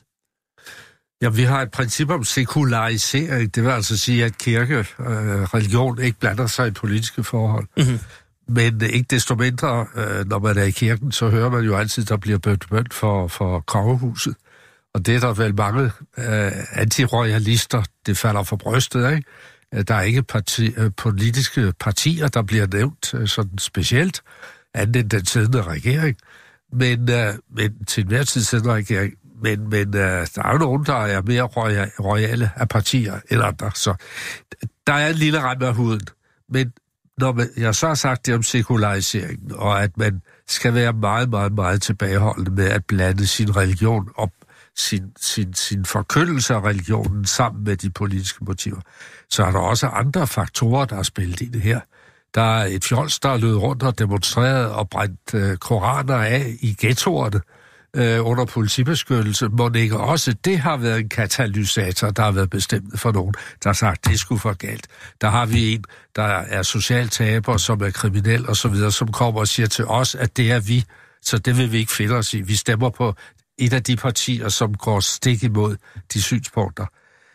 Ja, vi har et princip om sekularisering. Det vil altså sige, at religion ikke blander sig i politiske forhold. Mm-hmm. Men ikke desto mindre, når man er i kirken, så hører man jo altid, der bliver bønt for kongehuset. Og det er der vel mange antiroyalister, det falder for brystet, ikke? Der er ikke politiske partier, der bliver nævnt sådan specielt, andet end den siddende regering. Men til enhver tid siddende regering. Men der er jo nogen, der er mere royale af partier end andre. Så der er en lille rand af huden. Men når jeg så har sagt det om sekulariseringen, og at man skal være meget, meget, meget tilbageholdende med at blande sin religion op, sin forkyndelse af religionen sammen med de politiske motiver, så er der også andre faktorer, der er spillet i det her. Der er et fjols, der er løbet rundt og demonstreret og brændt koraner af i ghettoerne under politibeskyttelse. Må ikke også det har været en katalysator, der har været bestemt for nogen, der har sagt, det skulle for galt. Der har vi en, der er socialtaber, som er kriminel og så videre, som kommer og siger til os, at det er vi, så det vil vi ikke finde os i. Vi stemmer på et af de partier, som går stik imod de synspunkter.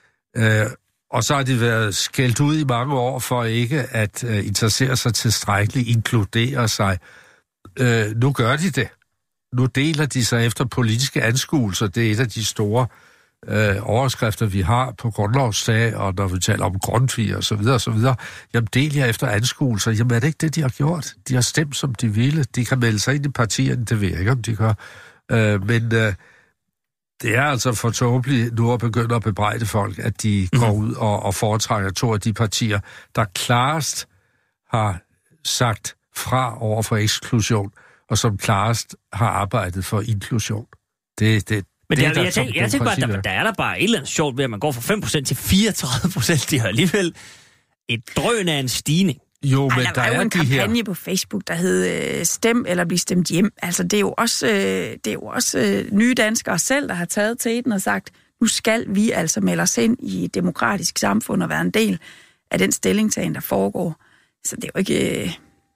Og så har de været skældt ud i mange år for ikke at interessere sig tilstrækkeligt, inkludere sig. Nu gør de det. Nu deler de sig efter politiske anskuelser. Det er et af de store overskrifter, vi har på grundlovsdag, og når vi taler om Grundtvig og så videre, og så videre. Jamen, del jer efter anskuelser. Jamen, er det ikke det, de har gjort? De har stemt, som de ville. De kan melde sig ind i partierne, det ved jeg ikke, om de gør. Men det er altså for tåbeligt nu at begynde at bebrejde folk, at de går ud og foretrækker to af de partier, der klarest har sagt fra over for eksklusion, og som klarest har arbejdet for inklusion. Men jeg tænker bare, at der er der bare et eller andet sjovt ved, at man går fra 5% til 34%. Det er alligevel et drøn af en stigning. Jo, men der er jo en kampagne på Facebook, der hed Stem eller bliv stemt hjem. Altså, det er jo også nye danskere selv, der har taget teten og sagt, nu skal vi altså melde os ind i et demokratisk samfund og være en del af den stillingtagen, der foregår. Så det er jo ikke...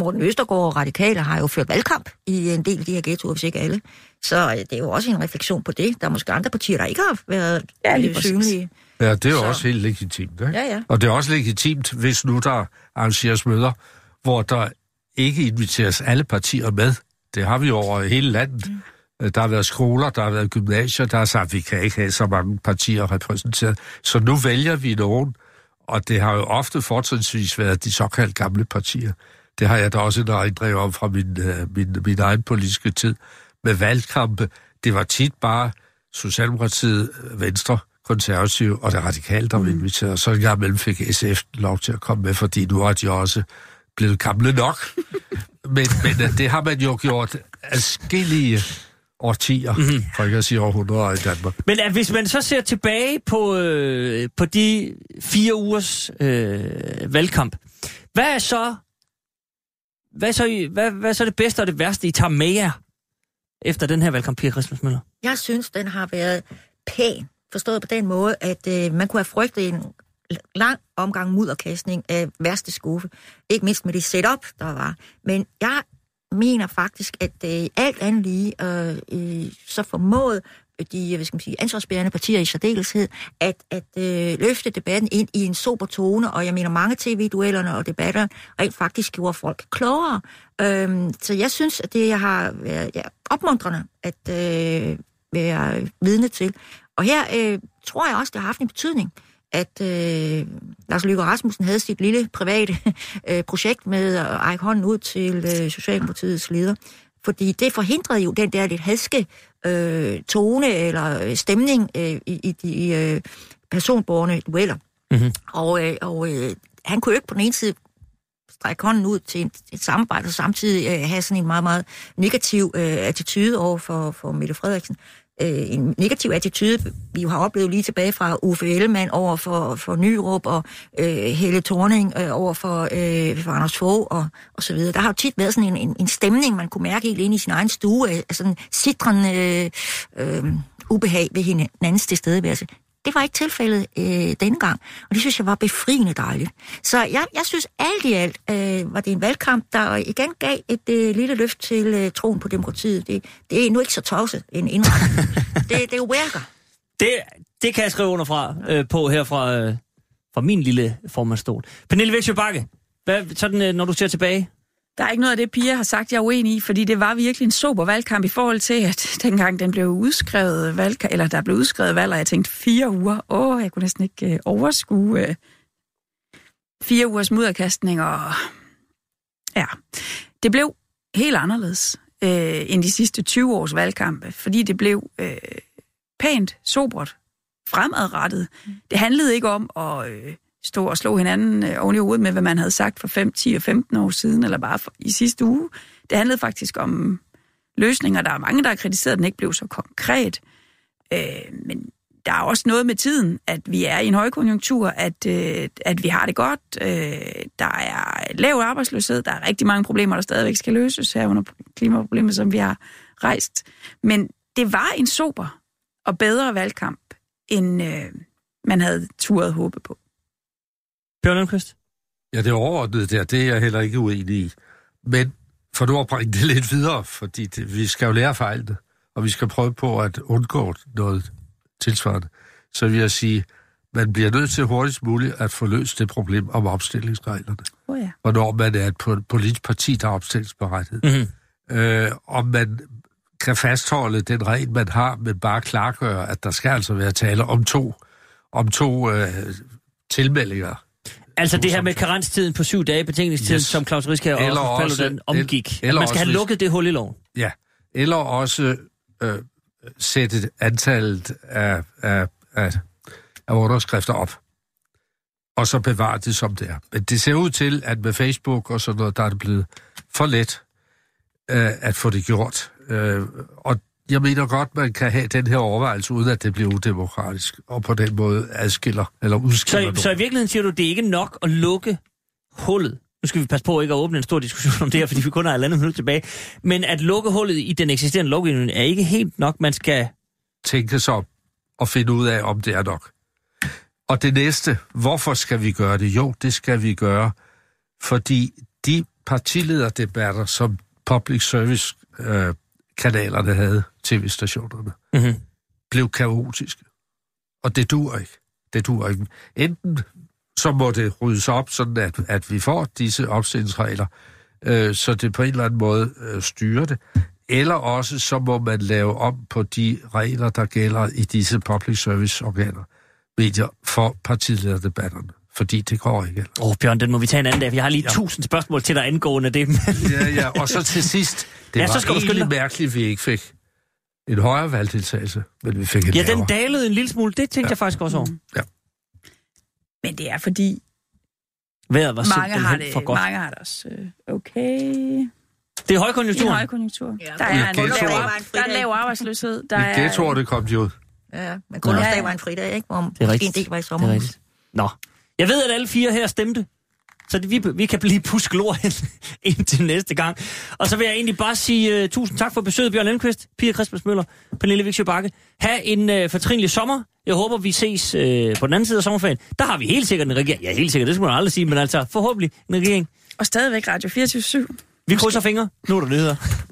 Morten Østergaard og Radikale har jo ført valgkamp i en del af de her ghettoer, hvis ikke alle. Så det er jo også en refleksion på det. Der er måske andre partier, der ikke har været synlige. Ja, det er jo også helt legitimt. Ikke? Ja. Og det er også legitimt, hvis nu der arrangeres møder, hvor der ikke inviteres alle partier med. Det har vi jo over hele landet. Der har været skoler, der har været gymnasier, der har sagt, at vi kan ikke have så mange partier repræsenteret. Så nu vælger vi nogen, og det har jo ofte fortrinsvis været de såkaldt gamle partier. Det har jeg da også en erindring om fra min egen politiske tid. Med valgkampe, det var tit bare Socialdemokratiet, Venstre, Konservative og det Radikale, der var inviteret. Så en gang imellem fik SF lov til at komme med, fordi nu er de også blevet gamle nok. men det har man jo gjort adskillige årtier, for ikke at sige århundreder i Danmark. Men hvis man så ser tilbage på de 4 ugers valgkamp, hvad er så det bedste og det værste, I tager med jer efter den her valgkamp, Pia Christmas Møller? Jeg synes, den har været pæn, forstået på den måde, at man kunne have frygtet en lang omgang mudderkastning af værste skuffe. Ikke mindst med det setup, der var. Men jeg mener faktisk, at alt andet lige så formåede de ansvarsbærende partier i særdeleshed at løfte debatten ind i en sober tone, og jeg mener mange tv-duellerne og debatter rent faktisk gjorde folk klogere. Så jeg synes, at det har været opmuntrende at være vidne til. Og her tror jeg også, det har haft en betydning, at Lars Løkke Rasmussen havde sit lille private projekt med at række hånden ud til Socialdemokratiets leder. Fordi det forhindrede jo den der lidt hadske tone eller stemning i de personborgerne dueller. Mm-hmm. Og han kunne jo ikke på den ene side strække hånden ud til et samarbejde, og samtidig have sådan en meget, meget negativ attitude over for Mette Frederiksen. En negativ attitude, vi jo har oplevet lige tilbage fra Uffe Ellemann over for Nyrup og Helle Thorning over for Anders Fogh og så videre. Der har jo tit været sådan en stemning, man kunne mærke helt inde i sin egen stue, af sådan sitrende ubehag ved hinandens tilstedeværelse. Det var ikke tilfældet denne gang, og det synes jeg var befriende dejligt. Så jeg synes alt i alt var det en valgkamp, der igen gav et lille løft til troen på demokratiet. Det er nu ikke så tosset en indretning. det jo virker. Det kan jeg skrive under på her fra min lille formandsstol. Pernille Vigsø Bagge, sådan når du ser tilbage? Der er ikke noget af det, Pia har sagt, jeg er uenig i, fordi det var virkelig en sober valgkamp i forhold til, at dengang den blev udskrevet der blev udskrevet valg, og jeg tænkte 4 uger. Jeg kunne næsten ikke overskue 4 ugers mudderkastning, og ja, det blev helt anderledes end de sidste 20 års valgkampe, fordi det blev pænt, sobert, fremadrettet. Det handlede ikke om at stå og slå hinanden oven i hovedet med, hvad man havde sagt for 5, 10 og 15 år siden, eller bare i sidste uge. Det handlede faktisk om løsninger. Der er mange, der har kritiseret, at den ikke blev så konkret. Men der er også noget med tiden, at vi er i en højkonjunktur, at vi har det godt. Der er lav arbejdsløshed. Der er rigtig mange problemer, der stadigvæk skal løses herunder klimaproblemer, som vi har rejst. Men det var en sober og bedre valgkamp, end man havde turet håbe på. Bjørn Lundqvist? Ja, det overordnede der, det er jeg heller ikke uenig i. Men for nu at bringe det lidt videre, fordi vi skal jo lære fejlene, og vi skal prøve på at undgå noget tilsvarende. Så vil jeg sige, man bliver nødt til hurtigst muligt at få løst det problem om opstillingsreglerne. Ja. Hvornår man er et politisk parti, der er opstillingsberettiget. Mm-hmm. Om man kan fastholde den regel, man har, men bare klargøre, at der skal altså være tale om to tilmeldinger. Altså det her med karenstiden på 7 dage, betænkningstiden, yes. Som Claus Riskær og Paludan omgik. Eller man skal have lukket det hul i loven. Ja, eller også sætte antallet af underskrifter op. Og så bevare det, som det er. Men det ser ud til, at med Facebook og sådan noget, der er det blevet for let at få det gjort. Og jeg mener godt, man kan have den her overvejelse, uden at det bliver udemokratisk, og på den måde udskiller Så i virkeligheden siger du, det er ikke nok at lukke hullet? Nu skal vi passe på ikke at åbne en stor diskussion om det her, fordi vi kun har 1,5 minut tilbage. Men at lukke hullet i den eksisterende lovgivning er ikke helt nok, man skal tænke sig om og finde ud af, om det er nok. Og det næste, hvorfor skal vi gøre det? Jo, det skal vi gøre, fordi de partilederdebatter, som public service kanalerne havde, tv-stationerne, blev kaotiske. Og det duer ikke. Det duer ikke. Enten så må det ryddes op, sådan at vi får disse opstillingsregler, så det på en eller anden måde styrer det. Eller også så må man lave om på de regler, der gælder i disse public service organer, medier, for partilederdebatterne. Fordi det går ikke. Bjørn, den må vi tage en anden dag, for jeg har lige 1000 spørgsmål til dig angående det. Ja, og så til sidst, det var egentlig mærkeligt, at vi ikke fik en højere valgdeltagelse, men vi fik en lavere. Den dalede en lille smule, det tænkte jeg faktisk også over. Ja. Men det er fordi, vejret var simpelthen for godt. Mange har det også okay. Det er højkonjunktur. Det er højkonjunktur. Ja, der er en lav arbejdsløshed. I ghettoer, det kom de ud. Ja, men grundlovsdag var en fridag, ikke? Hvor en del var i sommer. Nå. Jeg ved, at alle 4 her stemte, så vi kan blive puskelor ind til næste gang. Og så vil jeg egentlig bare sige tusind tak for besøget, Bjørn Lindqvist, Pia Christmas Møller, Pernille Vigsø Bagge. Ha' en fortrinlig sommer. Jeg håber, vi ses på den anden side af sommerferien. Der har vi helt sikkert en regering. Ja, helt sikkert, det skal man aldrig sige, men altså forhåbentlig en regering. Og stadigvæk Radio 24/7. Vi krydser fingre. Nu er der nyheder.